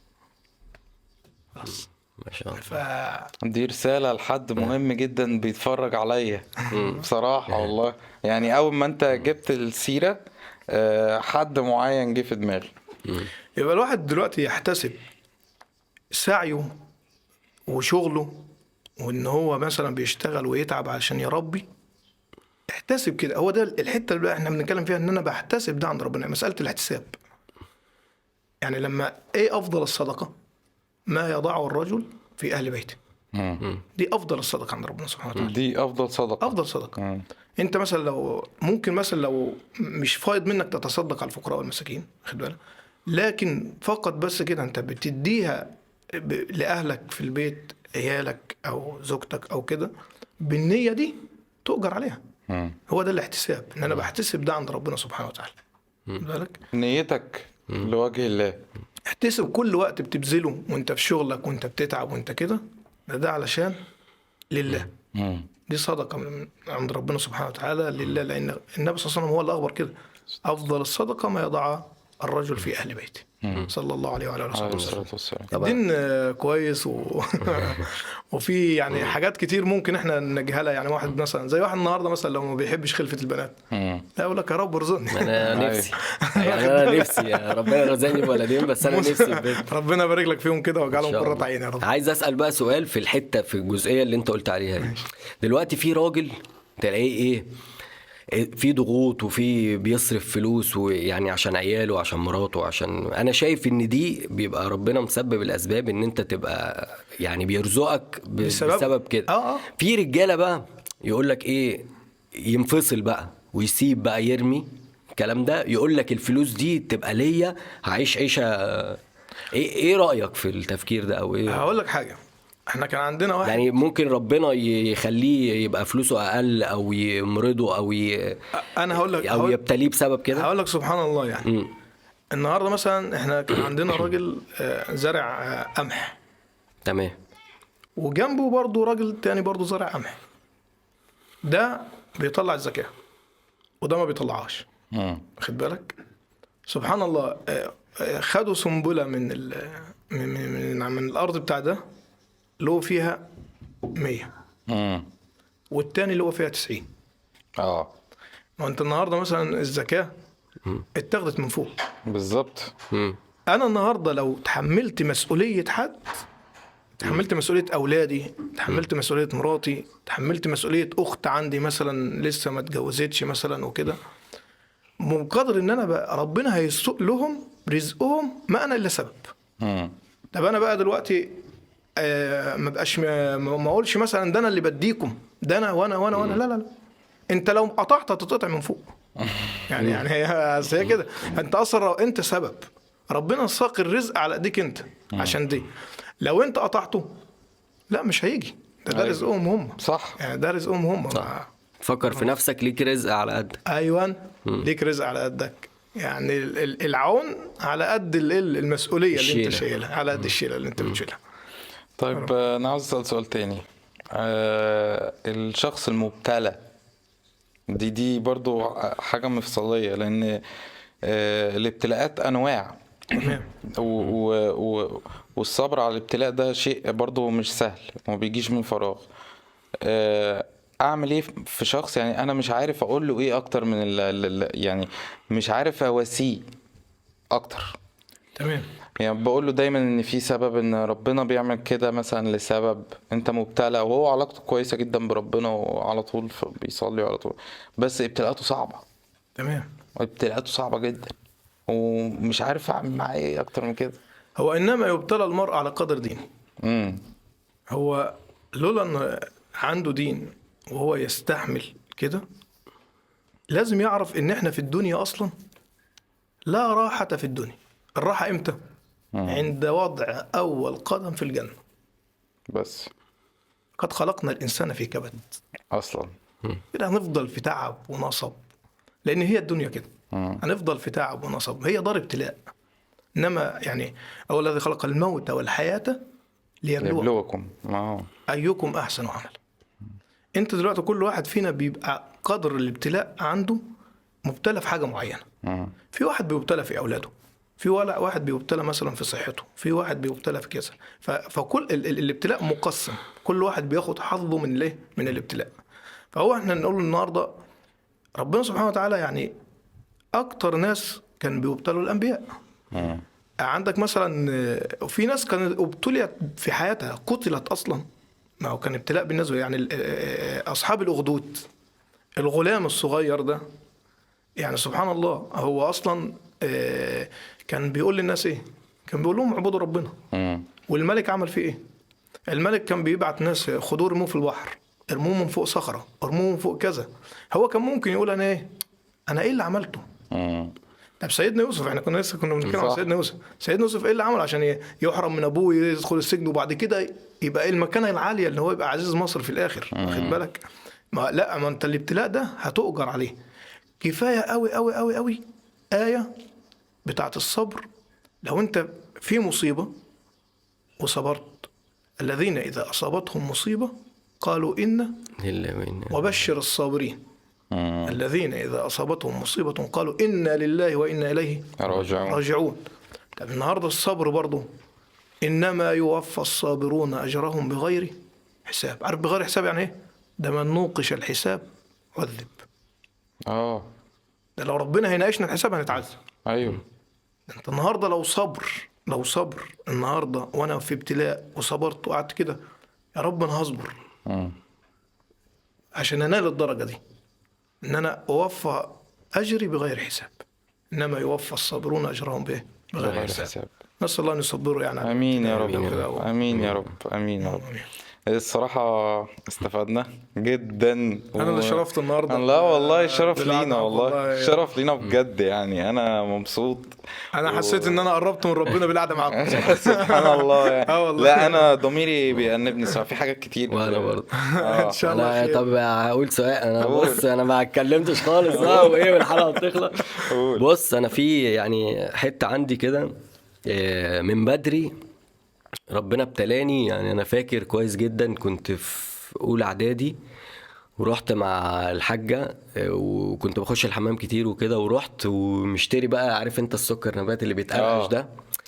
Speaker 2: ما شاء الله.
Speaker 3: ف
Speaker 1: دي رسالة لحد مهم جدا بيتفرج عليا بصراحة والله. يعني أول ما أنت جبت السيرة آه، حد معين جه في دماغي.
Speaker 3: يبقى الواحد دلوقتي يحتسب سعيه وشغله، وان هو مثلا بيشتغل ويتعب عشان يربي. احتسب كده. هو ده الحته اللي احنا بنتكلم فيها، ان انا بحتسب ده عند ربنا، مساله الاحتساب. يعني لما ايه افضل الصدقه؟ ما يضعه الرجل في اهل بيته.
Speaker 1: مم.
Speaker 3: دي افضل الصدقه عند ربنا سبحانه وتعالى.
Speaker 1: دي أفضل صدقة.
Speaker 3: افضل صدقه.
Speaker 1: مم.
Speaker 3: انت مثلا لو ممكن مثلا لو مش فايض منك تتصدق على الفقراء والمساكين، خد بالك، لكن فقط بس كده انت بتديها ب- لاهلك في البيت، عيالك او زوجتك او كده، بالنيه دي تؤجر عليها.
Speaker 1: مم.
Speaker 3: هو ده الاحتساب، ان انا بحتسب ده عند ربنا سبحانه وتعالى. خد بالك،
Speaker 1: نيتك لوجه الله.
Speaker 3: احتسب كل وقت بتبذله وانت في شغلك وانت بتتعب وانت كده، ده, ده علشان لله.
Speaker 1: مم.
Speaker 3: دي صدقة من عند ربنا سبحانه وتعالى لله، لأن النبي صلى الله عليه وسلم هو اللي أخبر كده: أفضل الصدقة ما يضعها الرجل في أهل بيته، صلى الله عليه وعلى آله
Speaker 1: عليه
Speaker 3: وصحبه وسلم.
Speaker 1: الصلاة والسلام.
Speaker 3: الدين آه، كويس و... وفي يعني حاجات كتير ممكن احنا نجهلها. يعني واحد مثلا زي واحد النهارده مثلا لو ما بيحبش خلفة البنات،
Speaker 1: مم.
Speaker 3: لا يقول لك يا رب ارزقني.
Speaker 2: انا
Speaker 1: أيوة.
Speaker 2: نفسي يعني انا نفسي يا ربنا رزقني بولدين، بس انا نفسي ببنت.
Speaker 3: ربنا يبارك لك فيهم كده
Speaker 2: إن
Speaker 3: واجعلهم
Speaker 2: شاء
Speaker 3: قرة
Speaker 2: الله.
Speaker 3: عين يا رب.
Speaker 2: عايز اسال بقى سؤال في الحته في الجزئيه اللي انت قلت عليها دي. دلوقتي في راجل تلاقيه ايه في ضغوط وفي بيصرف فلوس ويعني عشان عياله وعشان مراته وعشان انا شايف ان دي بيبقى ربنا مسبب الاسباب ان انت تبقى يعني بيرزقك ب-
Speaker 3: بسبب-
Speaker 2: بسبب كده.
Speaker 3: آه، آه.
Speaker 2: في رجاله بقى يقول لك ايه، ينفصل بقى ويسيب بقى يرمي الكلام ده، يقول لك الفلوس دي تبقى ليا هعيش عيشه. ايه ايه رايك في التفكير ده او ايه؟
Speaker 3: هقول لك حاجه، احنا كان عندنا واحد
Speaker 2: يعني ممكن ربنا ي- يخليه يبقى فلوسه اقل او يمرضه او ي...
Speaker 3: انا هقول لك
Speaker 2: او
Speaker 3: هقول,
Speaker 2: يبتليه بسبب كده.
Speaker 3: هقول لك سبحان الله يعني.
Speaker 2: مم.
Speaker 3: النهارده مثلا احنا كان عندنا راجل آه، زارع آه، قمح،
Speaker 2: تمام.
Speaker 3: وجنبه برضه راجل تاني برضه زارع قمح. ده بيطلع الزكاه وده ما بيطلعهاش،
Speaker 1: مم.
Speaker 3: واخد بالك؟ سبحان الله. آه، آه، خدوا سنبله من ال من من, من, من الارض بتاع ده اللي هو فيها مية،
Speaker 1: مم.
Speaker 3: والتاني اللي هو فيها تسعين.
Speaker 1: اه
Speaker 3: وانت النهارده مثلا الزكاه اتاخدت من فوق.
Speaker 1: بالظبط.
Speaker 2: مم.
Speaker 3: انا النهارده لو تحملت مسؤوليه حد، تحملت مسؤوليه اولادي، تحملت مسؤوليه مراتي، تحملت مسؤوليه اخت عندي مثلا لسه ما اتجوزتش مثلا وكده، بقدر ان انا بقى ربنا هيسوق لهم رزقهم، ما انا الا سبب.
Speaker 1: مم.
Speaker 3: طب انا بقى دلوقتي آه ما بقاش ما ما اقولش مثلا ده انا اللي بديكم، ده انا وانا وانا وانا لا لا لا، انت لو قطعت هتتقطع من فوق. يعني يعني هي أصل هي كده، انت اصلا لو انت سبب، ربنا ساق الرزق على ايديك انت عشان دي، لو انت قطعته لا مش هيجي، ده ده
Speaker 1: أيوة.
Speaker 3: رزقهم هم.
Speaker 1: صح.
Speaker 3: يعني ده رزقهم هم.
Speaker 2: فكر في نفسك، ليك رزق على قدك.
Speaker 3: ايوه ليك رزق على قدك، يعني ال- ال- العون على قد ال- ال- المسؤوليه اللي انت
Speaker 2: الشيلة.
Speaker 3: شايلها، على قد الشيله اللي انت بتشيلها.
Speaker 1: طيب آه، انا عاوز اسال سؤال تاني. آه الشخص المبتلى دي دي برضو حاجه مفصليه، لان آه الابتلاءات انواع
Speaker 3: تمام.
Speaker 1: و و و والصبر على الابتلاء ده شيء برضو مش سهل وما بيجيش من فراغ. آه، اعمل ايه في شخص يعني انا مش عارف اقول له ايه اكتر من ال ال- يعني مش عارف اواسيه اكتر.
Speaker 3: تمام.
Speaker 1: يعني بقول له دايما ان في سبب، ان ربنا بيعمل كده مثلا لسبب، انت مبتلى وهو علاقته كويسة جدا بربنا وعلى طول ف- بيصلي على طول، بس ابتلاءاته صعبة.
Speaker 3: تمام.
Speaker 1: ابتلاءاته صعبة جدا ومش عارف اعمل معاه ايه اكتر من كده.
Speaker 3: هو انما يبتلى المرء على قدر دينه.
Speaker 1: امم
Speaker 3: هو لولا ان عنده دين وهو يستحمل كده، لازم يعرف ان احنا في الدنيا اصلا لا راحة في الدنيا. الراحة امتى؟ عند وضع اول قدم في الجنة.
Speaker 1: بس
Speaker 3: قد خلقنا الانسان في كبد.
Speaker 1: اصلا
Speaker 3: كده هنفضل في تعب ونصب، لان هي الدنيا كده. هنفضل في تعب ونصب، هي دار ابتلاء. انما يعني هو الذي خلق الموت والحياة ليبلوكم
Speaker 1: يبلوكم. اه
Speaker 3: أيكم أحسن عملا. أنت دلوقتي كل واحد فينا بيبقى قدر الابتلاء عنده مبتلى في حاجة معينة.
Speaker 1: مم.
Speaker 3: في واحد بيبتلى في أولاده، في ولا واحد بيبتلى مثلا في صحته، في واحد بيبتلى في كذا. ف- فكل ال- ال- الابتلاء مقسم، كل واحد بياخد حظه من الايه؟ من الابتلاء. فهو احنا نقول النهارده ربنا سبحانه وتعالى يعني أكتر ناس كان بيبتلوا الأنبياء.
Speaker 1: مم.
Speaker 3: عندك مثلا آه، في ناس كانت ابتليت في حياتها قتلت اصلا، ما هو كان ابتلاء بالنسبه يعني ال- آه، اصحاب الاخدود، الغلام الصغير ده، يعني سبحان الله هو اصلا آه، كان بيقول للناس ايه؟ كان بيقول لهم اعبدوا ربنا.
Speaker 1: مم.
Speaker 3: والملك عمل فيه ايه؟ الملك كان بيبعت ناس خدوه ارموه في البحر، ارموه من فوق صخره، ارموه من فوق كذا. هو كان ممكن يقول انا ايه؟ انا ايه اللي عملته؟
Speaker 1: مم.
Speaker 3: طب سيدنا يوسف، احنا كنا لسه كنا بنتكلم عن
Speaker 1: صح.
Speaker 3: سيدنا يوسف. سيدنا يوسف ايه اللي عمل عشان يحرم من ابوه يدخل السجن وبعد كده يبقى ايه المكانه العاليه اللي هو يبقى عزيز مصر في الاخر؟ واخد بالك؟ ما لا، ما انت الابتلاء ده هتؤجر عليه. كفايه قوي قوي قوي قوي ايه بتاعت الصبر. لو انت في مصيبه وصبرت، الذين اذا اصابتهم مصيبه قالوا إنا
Speaker 2: لله وإنا
Speaker 3: وبشر الصابرين.
Speaker 1: مم.
Speaker 3: الذين إذا أصابتهم مصيبة قالوا إنا لله وإنا إليه
Speaker 1: راجعون.
Speaker 3: راجعون. طب النهارده الصبر برضه إنما يوفى الصابرون أجرهم بغير حساب. عارف بغير حساب يعني إيه؟ ده من نوقش الحساب عذب.
Speaker 1: اه
Speaker 3: ده لو ربنا هيناقشنا الحساب هنتعذب.
Speaker 1: ايوه.
Speaker 3: ده انت النهارده لو صبر لو صبر النهارده وانا في ابتلاء وصبرت وقعدت كده، يا رب انا هصبر
Speaker 1: مم.
Speaker 3: عشان انال الدرجه دي. ان انا اوفى اجري بغير حساب، انما يوفى الصابرون اجرهم به بغير
Speaker 1: بغير
Speaker 3: حساب.
Speaker 1: حساب.
Speaker 3: نسال الله ان يصبروا يعني على
Speaker 1: امين يا رب،
Speaker 3: الابتلاء كده و-
Speaker 1: امين يا رب، امين يا رب. الصراحة استفدنا جدا.
Speaker 3: انا اللي شرفت النهارده.
Speaker 1: لا والله الشرف
Speaker 3: بالعدد
Speaker 1: لينا، والله
Speaker 3: والله.
Speaker 1: الشرف لينا بجد، يعني انا مبسوط.
Speaker 3: انا حسيت ان انا قربت من ربنا بالقعده معاكم.
Speaker 1: سبحان الله يعني.
Speaker 3: اه والله.
Speaker 1: لا انا ضميري بيأنبني صراحة في حاجات كتير.
Speaker 2: وانا برضه.
Speaker 1: آه.
Speaker 3: ان شاء الله
Speaker 2: انا
Speaker 3: خير.
Speaker 2: طب هقول سؤال. انا
Speaker 1: قول.
Speaker 2: بص انا ما اتكلمتش خالص اه وايه والحلقه بتخلص.
Speaker 1: قول.
Speaker 2: بص انا في يعني حته عندي كده آه، من بدري ربنا ابتلاني. يعني انا فاكر كويس جدا كنت في اولى اعدادي ورحت مع الحاجة آه، وكنت بخش الحمام كتير وكده، ورحت ومشتري بقى عارف انت السكر نبات اللي بيتقرقش
Speaker 1: آه.
Speaker 2: ده،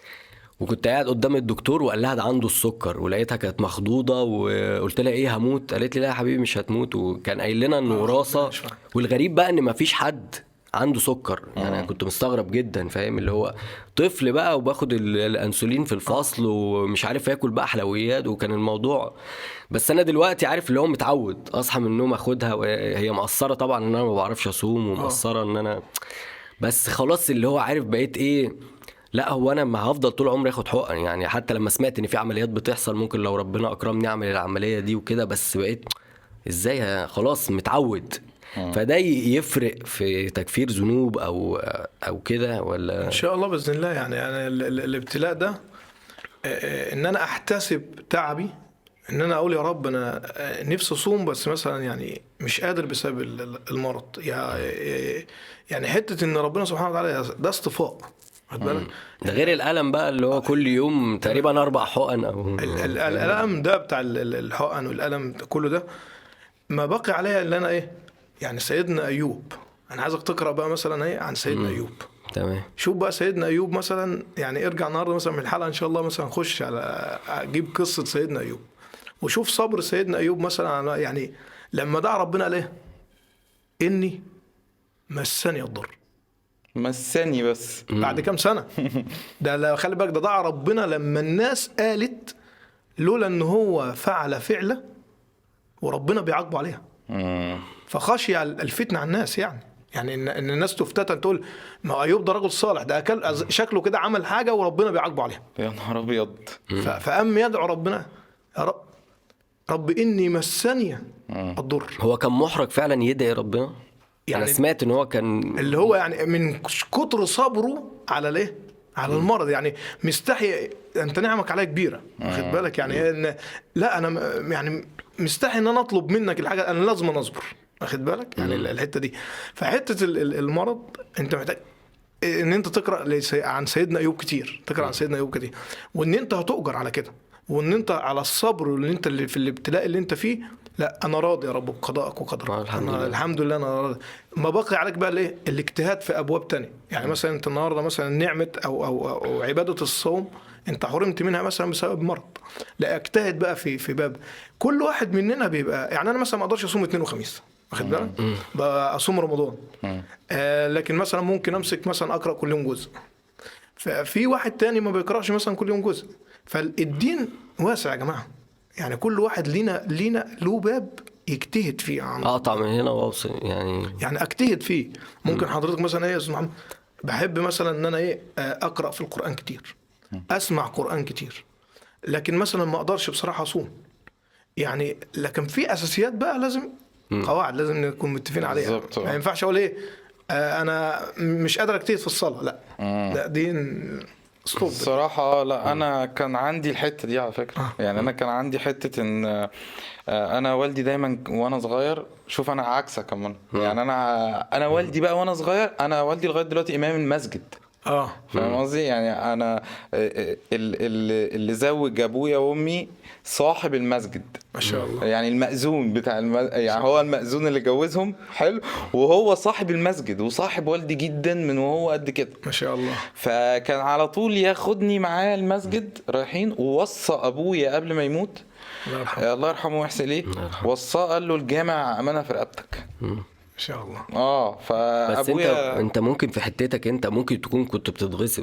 Speaker 2: وكنت قاعد قدام الدكتور وقال لها ده عنده السكر، ولقيتها كانت مخضوضة وقلت لها ايه هموت؟ قالت لي لا يا حبيبي مش هتموت، وكان قايل لنا انه وراثة. والغريب بقى ان مفيش حد عنده سكر. يعني انا كنت مستغرب جدا فاهم، اللي هو طفل بقى وباخد ال- الانسولين في الفصل ومش عارف اكل بقى حلويات، وكان الموضوع. بس انا دلوقتي عارف اللي هو متعود اصحى من النوم اخدها، وهي مقصرة طبعا ان انا ما بعرفش اصوم، ومقصرة ان انا بس خلاص اللي هو عارف بقيت ايه. لا هو انا ما هفضل طول عمري اخد حقن. يعني حتى لما سمعت ان في عمليات بتحصل ممكن لو ربنا اكرمني اعمل العملية دي وكده، بس بقيت ازاي خلاص متعود. فده ي- يفرق في تكفير ذنوب او او كده ولا؟
Speaker 3: ان شاء الله باذن الله. يعني يعني ال- ال- الابتلاء ده آه، آه، ان انا احتسب تعبي، ان انا اقول يا رب انا آه، نفسي اصوم بس مثلا يعني مش قادر بسبب ال- ال- المرض. يا- آه، يعني حته ان ربنا سبحانه وتعالى ده اصطفاء، خد بالك.
Speaker 2: ده غير الألم بقى اللي هو كل يوم تقريبا اربع حقن او
Speaker 3: ال- ال- الالم ده بتاع ال- ال- الحقن والالم ده كله ده ما بقي عليها الا انا ايه. يعني سيدنا ايوب، انا عايزك تقرا بقى مثلا ايه عن سيدنا ايوب.
Speaker 2: تمام.
Speaker 3: شوف بقى سيدنا ايوب مثلا، يعني ارجع النهارده مثلا من الحلقه ان شاء الله مثلا خش على اجيب قصه سيدنا ايوب وشوف صبر سيدنا ايوب مثلا على يعني لما دعا ربنا عليه اني مسني الضر
Speaker 1: مساني بس.
Speaker 3: بعد كام سنه. ده لا خلي بالك، ده دعا ربنا لما الناس قالت لولا ان هو فعل فعله وربنا بيعاقبه عليها،
Speaker 1: مم.
Speaker 3: فخشي الفتنه على الناس. يعني يعني ان إن الناس تفتتن تقول ما ايوب ده رجل صالح، ده اكل شكله كده عمل حاجه وربنا بيعاقبه عليها.
Speaker 1: يا نهار ابيض.
Speaker 3: ف- فقام يدعو ربنا يا رب رب اني مسني الضر.
Speaker 2: هو كان محرج فعلا يدعي ربنا. يعني
Speaker 3: يعني
Speaker 2: انا سمعت ان هو كان
Speaker 3: اللي هو يعني من كتر صبره على الايه، على المرض، يعني مستحي. انت نعمك عليا كبيره، واخد بالك. يعني إن لا انا م- يعني مستحي ان انا اطلب منك الحاجه، انا لازم أنا اصبر، واخد بالك. يعني ال- الحته دي، فحته ال- ال- المرض انت محتاج ان انت تقرا لسي- عن سيدنا ايوب كتير، تقرا عن سيدنا ايوب كتير، وان انت هتؤجر على كده، وان انت على الصبر واللي انت اللي في الابتلاء اللي انت فيه. لا انا راضي يا رب بقضائك وقدرك.
Speaker 2: آه، الحمد
Speaker 3: أنا
Speaker 2: لله.
Speaker 3: الحمد لله انا راضي. ما بقي عليك بقى الايه، الاجتهاد في ابواب تانية. يعني مثلا انت النهارده مثلا نعمه او او او عباده الصوم انت حرمت منها مثلا بسبب مرض. لا اجتهد بقى في في باب. كل واحد مننا بيبقى يعني انا مثلا ما اقدرش اصوم اثنين وخميس، واخد بالك، بقى اصوم رمضان. آه لكن مثلا ممكن امسك مثلا اقرا كل يوم جزء. ففي واحد تاني ما بيقراش مثلا كل يوم جزء. فالدين واسع يا جماعه. يعني كل واحد لينا لينا له باب يجتهد فيه عن
Speaker 2: اقطع من هنا واوصل يعني.
Speaker 3: يعني اجتهد فيه. ممكن حضرتك مثلا ايه يا استاذ محمد، بحب مثلا ان انا ايه آه، اقرا في القران كتير، اسمع قران كتير، لكن مثلا ما اقدرش بصراحه اصوم. يعني لكن في اساسيات بقى لازم قواعد لازم نكون متفقين عليها.
Speaker 1: بالظبط.
Speaker 3: ما ينفعش اقول ايه آه، انا مش قادر اجتهد في الصلاه. لا لا دي ستوب.
Speaker 1: الصراحة لا أنا كان عندي الحتة دي على فكرة. يعني أنا كان عندي حتة إن آه، أنا والدي دايما وأنا صغير، شوف أنا عكسك كمان. يعني أنا أنا والدي بقى وأنا صغير، أنا والدي لغاية دلوقتي إمام المسجد.
Speaker 3: اه
Speaker 1: فاهم قصدي؟ يعني أنا ال- ال- اللي زوج أبويا وأمي صاحب المسجد.
Speaker 3: ما شاء الله.
Speaker 1: يعني المأذون بتاع الم... يعني هو المأذون اللي جوزهم حلو، وهو صاحب المسجد وصاحب والدي جدا من وهو قد كده.
Speaker 3: ما شاء الله.
Speaker 1: فكان على طول ياخدني معاه المسجد رايحين، ووصى ابويا قبل ما يموت
Speaker 3: الله يرحمه.
Speaker 1: آه، الله يرحمه ويحسن اليه، وصاه قال له الجامع امانه في رقبتك.
Speaker 3: ما شاء الله.
Speaker 1: اه
Speaker 2: بس انت
Speaker 1: فابويا
Speaker 2: انت ممكن في حتتك انت ممكن تكون كنت بتتغصب.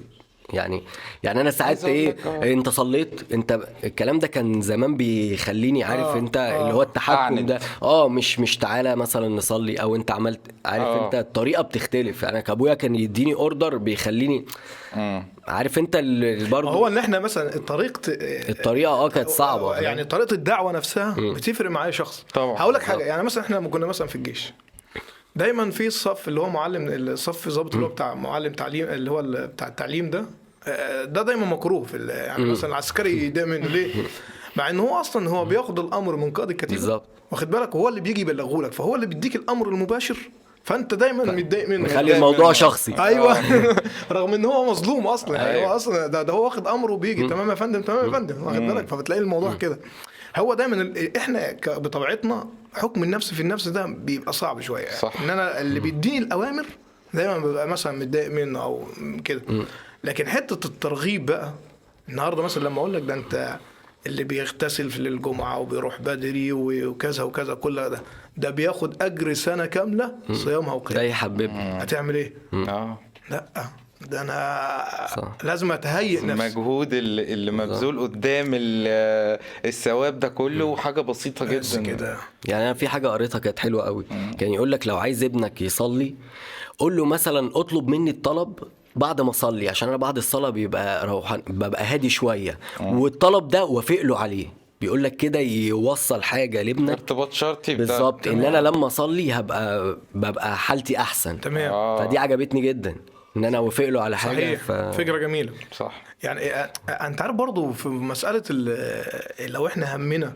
Speaker 2: يعني يعني انا ساعات
Speaker 1: عايز أقول
Speaker 2: ايه،
Speaker 1: لك، آه.
Speaker 2: انت صليت انت، الكلام ده كان زمان بيخليني عارف
Speaker 3: آه،
Speaker 2: انت
Speaker 3: آه.
Speaker 2: اللي هو التحكم
Speaker 1: أعند.
Speaker 2: ده. اه مش مش تعالى مثلا نصلي، او انت عملت عارف
Speaker 1: آه.
Speaker 2: انت الطريقه بتختلف. انا كابويا كان يديني اوردر بيخليني
Speaker 1: مم.
Speaker 2: عارف انت ال-
Speaker 3: ما
Speaker 2: برضه
Speaker 3: هو ان احنا مثلا طريقه
Speaker 2: الطريقه اه كانت صعبه فاهم؟
Speaker 3: يعني طريقه الدعوه نفسها بتفرق مع اي شخص.
Speaker 1: طبعا.
Speaker 3: هقول لك حاجه،
Speaker 2: بالظبط.
Speaker 3: يعني مثلا احنا لما كنا مثلا في الجيش، دايما في الصف اللي هو معلم الصف ضابط اللي هو بتاع معلم تعليم اللي هو ال- بتاع التعليم ده، آه، ده دايما مكروه في ال- يعني مثلا العسكري ده منه ليه؟ مع ان هو اصلا هو بياخد الامر من قائد الكتيبه،
Speaker 2: بالظبط.
Speaker 3: واخد بالك، هو اللي بيجي يبلغه لك، فهو اللي بيديك الامر المباشر، فانت دايما متضايق منه.
Speaker 2: مخلي الموضوع
Speaker 1: منه.
Speaker 2: شخصي.
Speaker 3: ايوه رغم ان هو مظلوم اصلا، يعني
Speaker 1: أيوة.
Speaker 3: هو اصلا ده, ده هو واخد امره وبيجي تمام يا فندم تمام يا فندم، واخد بالك، فبتلاقي الموضوع كده. هو دايما ال- احنا ك- بطبيعتنا حكم النفس في النفس ده بيبقى صعب شويه،
Speaker 1: صح.
Speaker 3: ان انا اللي بيديني الاوامر دايما ببقى مثلا متضايق منه او كده. لكن حته الترغيب بقى، النهارده مثلا لما اقول لك ده انت اللي بيغتسل في الجمعه وبيروح بدري وكذا وكذا، كل ده ده بياخد اجر سنه كامله صيامها
Speaker 2: ده
Speaker 3: وقيامها،
Speaker 2: يحببني.
Speaker 3: هتعمل ايه؟
Speaker 1: اه
Speaker 3: لا ده انا
Speaker 2: صح.
Speaker 3: لازم اتهيئ نفسي.
Speaker 1: المجهود اللي, اللي مبذول قدام ال- الثواب ده كله حاجة بسيطة
Speaker 3: بس
Speaker 1: جدا
Speaker 3: كده.
Speaker 2: يعني انا في حاجه قريتها كانت حلوه قوي، كان يقول لك لو عايز ابنك يصلي قول له مثلا اطلب مني الطلب بعد ما اصلي، عشان انا بعد الصلاه بيبقى روحان، ببقى هادي شويه، والطلب ده وافق له عليه. بيقول لك كده يوصل حاجه لابنك
Speaker 1: ارتباط شرطي بتاع-
Speaker 2: بالظبط، ان انا لما اصلي هبقى ببقى حالتي احسن.
Speaker 3: تمام.
Speaker 1: آه.
Speaker 2: فدي عجبتني جدا ان انا اوافق له على حاجه.
Speaker 3: صحيح،
Speaker 2: ف...
Speaker 3: فكره جميله.
Speaker 1: صح.
Speaker 3: يعني إيه، انت عارف برضو في مساله ال- لو احنا همنا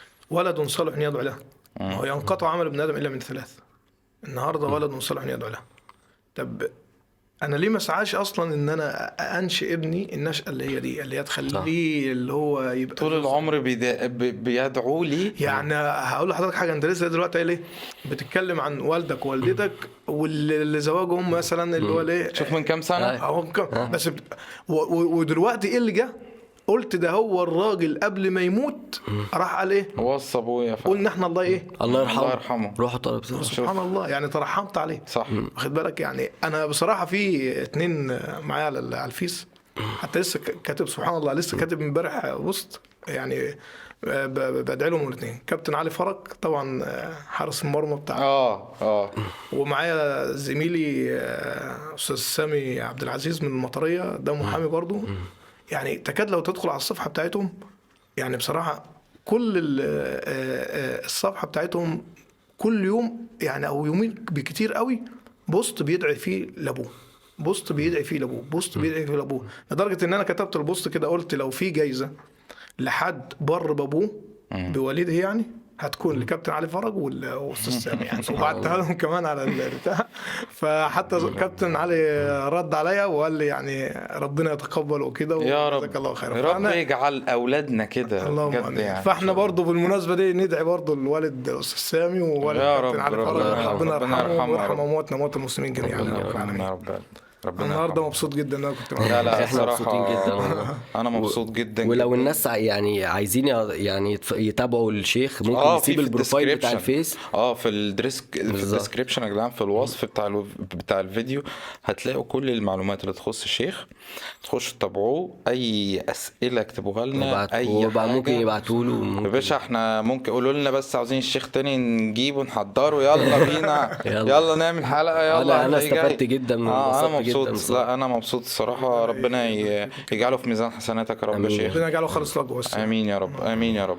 Speaker 3: ولد صالح يدعو له، هو ينقطع عمل ابن ادم الا من ثلاث. النهارده ولد صالح يدعو له، طب انا ليه ما اسعاش اصلا ان انا انشئ ابني النشأة اللي هي دي، اللي هي تخليه اللي هو يبقى
Speaker 1: طول العمر بيدا- بي- بيدعوا لي.
Speaker 3: يعني هقول لحضرتك حاجه، انت لسه دلوقتي قايل ايه، بتتكلم عن والدك ووالدتك واللي زواجهم مثلا اللي هو ليه،
Speaker 1: شوف من كام سنة.
Speaker 3: اهو كم- بس بت... و... و... ودلوقتي ايه اللي جه، قلت ده هو الراجل قبل ما يموت راح قال ايه،
Speaker 1: وصى ابويا ف...
Speaker 3: قلنا احنا الله ايه،
Speaker 2: الله يرحمه.
Speaker 1: الله يرحمه.
Speaker 2: روحوا طلب سنة.
Speaker 3: سبحان الله، يعني ترحمت عليه.
Speaker 1: صح.
Speaker 3: واخد بالك، يعني انا بصراحه في اتنين معايا على ال- على الفيس، حتى لسه ك- كاتب سبحان الله، لسه كاتب امبارح بوست، يعني ب- ب- بدعي لهم الاثنين، كابتن علي فرج طبعا حارس المرمى بتاع،
Speaker 1: اه اه
Speaker 3: ومعايا زميلي آه، استاذ سامي عبد العزيز من المطريه، ده محامي برضو. يعني تكاد لو تدخل على الصفحه بتاعتهم، يعني بصراحه كل ال- آه، آه، الصفحه بتاعتهم كل يوم يعني او يومين بكتير قوي بوست بيدعي فيه لابوه، بوست بيدعي فيه لابوه، بوست بيدعي فيه لابوه، لدرجه ان انا كتبت البوست كده، قلت لو في جايزه لحد بر بابوه بوالده يعني هتكون لكابتن علي فرج وال- واستاذ سامي يعني، وبعتها لهم كمان على البتاع. فحتى كابتن علي رد عليا وقال لي يعني ربنا يتقبل وكده،
Speaker 1: يا رب.
Speaker 3: وجزاك الله خير.
Speaker 1: يا رب
Speaker 3: فأنا-
Speaker 1: يجعل اولادنا كده
Speaker 3: اللهم
Speaker 1: بجد
Speaker 3: امين.
Speaker 1: يعني.
Speaker 3: فاحنا برضه بالمناسبه دي ندعي برضه الوالد الاستاذ سامي ووالد
Speaker 1: يا
Speaker 3: كابتن
Speaker 1: رب،
Speaker 3: علي فرج،
Speaker 1: ربنا يرحمه.
Speaker 3: ربنا
Speaker 1: ربنا
Speaker 3: يرحمه
Speaker 1: يرحمه يا
Speaker 3: ويرحم
Speaker 1: رب.
Speaker 3: امواتنا اموات المسلمين جميعا يا رب العالمين.
Speaker 1: يا رب. ربنا
Speaker 3: النهارده
Speaker 1: يرحمه.
Speaker 3: مبسوط جدا ان انا كنت معاك.
Speaker 1: لا لا
Speaker 2: احنا مبسوطين جدا
Speaker 1: الصراحة
Speaker 2: والله.
Speaker 1: انا مبسوط جدا
Speaker 2: ولو
Speaker 1: جدا.
Speaker 2: الناس ع- يعني عايزين ي- يعني يتف- يتابعوا الشيخ ممكن
Speaker 1: اه
Speaker 2: يسيب
Speaker 1: في
Speaker 2: البروفايل بتاع
Speaker 1: الديسكريبشن.
Speaker 2: الفيس.
Speaker 1: اه في الدريسك في
Speaker 2: بالظبط.
Speaker 1: الديسكريبشن يا جدعان، في الوصف بتاع الو... بتاع الفيديو هتلاقوا كل المعلومات اللي تخص الشيخ، تخشوا تتابعوه. اي اسئله اكتبوها لنا،
Speaker 2: وبعت-
Speaker 1: اي
Speaker 2: وبقى ممكن
Speaker 1: حاجه
Speaker 2: يبعتوا له.
Speaker 1: يا باشا. احنا ممكن قولوا لنا بس عاوزين الشيخ تاني نجيبه نحضره، يلا بينا.
Speaker 2: يلا.
Speaker 1: يلا نعمل حلقه، يلا.
Speaker 2: أنا- أنا
Speaker 1: هتلاقيه جاي.
Speaker 2: استفدت جدا
Speaker 1: اه انا
Speaker 2: وانبسطت جدا
Speaker 1: مبسوط.
Speaker 2: بصراحة.
Speaker 1: لا انا مبسوط الصراحه. ربنا ي- يجعله في ميزان حسناتك يا رب يا
Speaker 2: آمين.
Speaker 1: شيخ.
Speaker 3: ربنا يجعله خالص لك بس.
Speaker 1: امين يا رب، امين يا رب.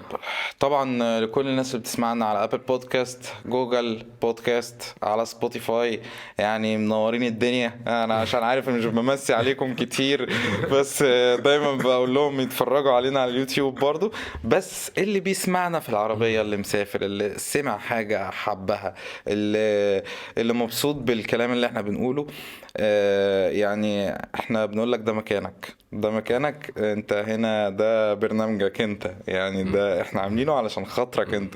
Speaker 1: طبعا لكل الناس اللي بتسمعنا على ابل بودكاست، جوجل بودكاست، على سبوتيفاي، يعني منورين الدنيا. انا عشان عارف ان مش بمسي عليكم كتير، بس دايما بقول لهم يتفرجوا علينا على اليوتيوب برضو. بس اللي بيسمعنا في العربية، اللي مسافر، اللي سمع حاجة حبها، اللي اللي مبسوط بالكلام اللي احنا بنقوله، آه، يعني احنا بنقول لك ده مكانك، ده مكانك انت هنا، ده برنامجك انت، يعني ده احنا عاملينه علشان خاطرك انت.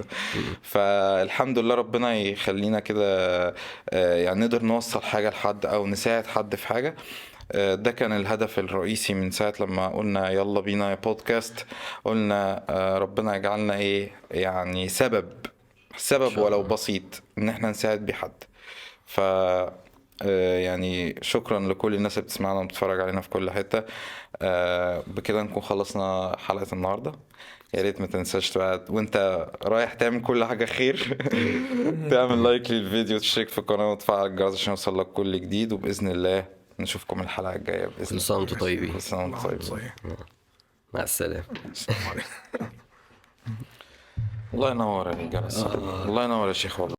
Speaker 1: فالحمد لله ربنا يخلينا كده، آه، يعني نقدر نوصل حاجة لحد او نساعد حد في حاجة. آه، ده كان الهدف الرئيسي من ساعة لما قلنا يلا بينا يا بودكاست. قلنا آه، ربنا يجعلنا ايه يعني سبب سبب ولو بسيط ان احنا نساعد بيه حد. ف آه، يعني شكرا لكل الناس اللي بتسمعنا وبتتفرج علينا في كل حتة. آه، بكده نكون خلصنا حلقة النهاردة. يا ريت ما تنساش بقى وانت رايح تعمل كل حاجة خير تعمل لايك للفيديو، تشترك في القناة وتفعل الجرس عشان يوصلك كل جديد. وبإذن الله نشوفكم الحلقة الجاية بإذن
Speaker 2: كل
Speaker 1: الله.
Speaker 2: سنه وانتم طيبين.
Speaker 1: كل سنة وانتم طيبين.
Speaker 3: صحيح.
Speaker 2: مع السلامه.
Speaker 3: السلام عليكم.
Speaker 1: الله ينور يا رجالة. الله ينور يا شيخ والله.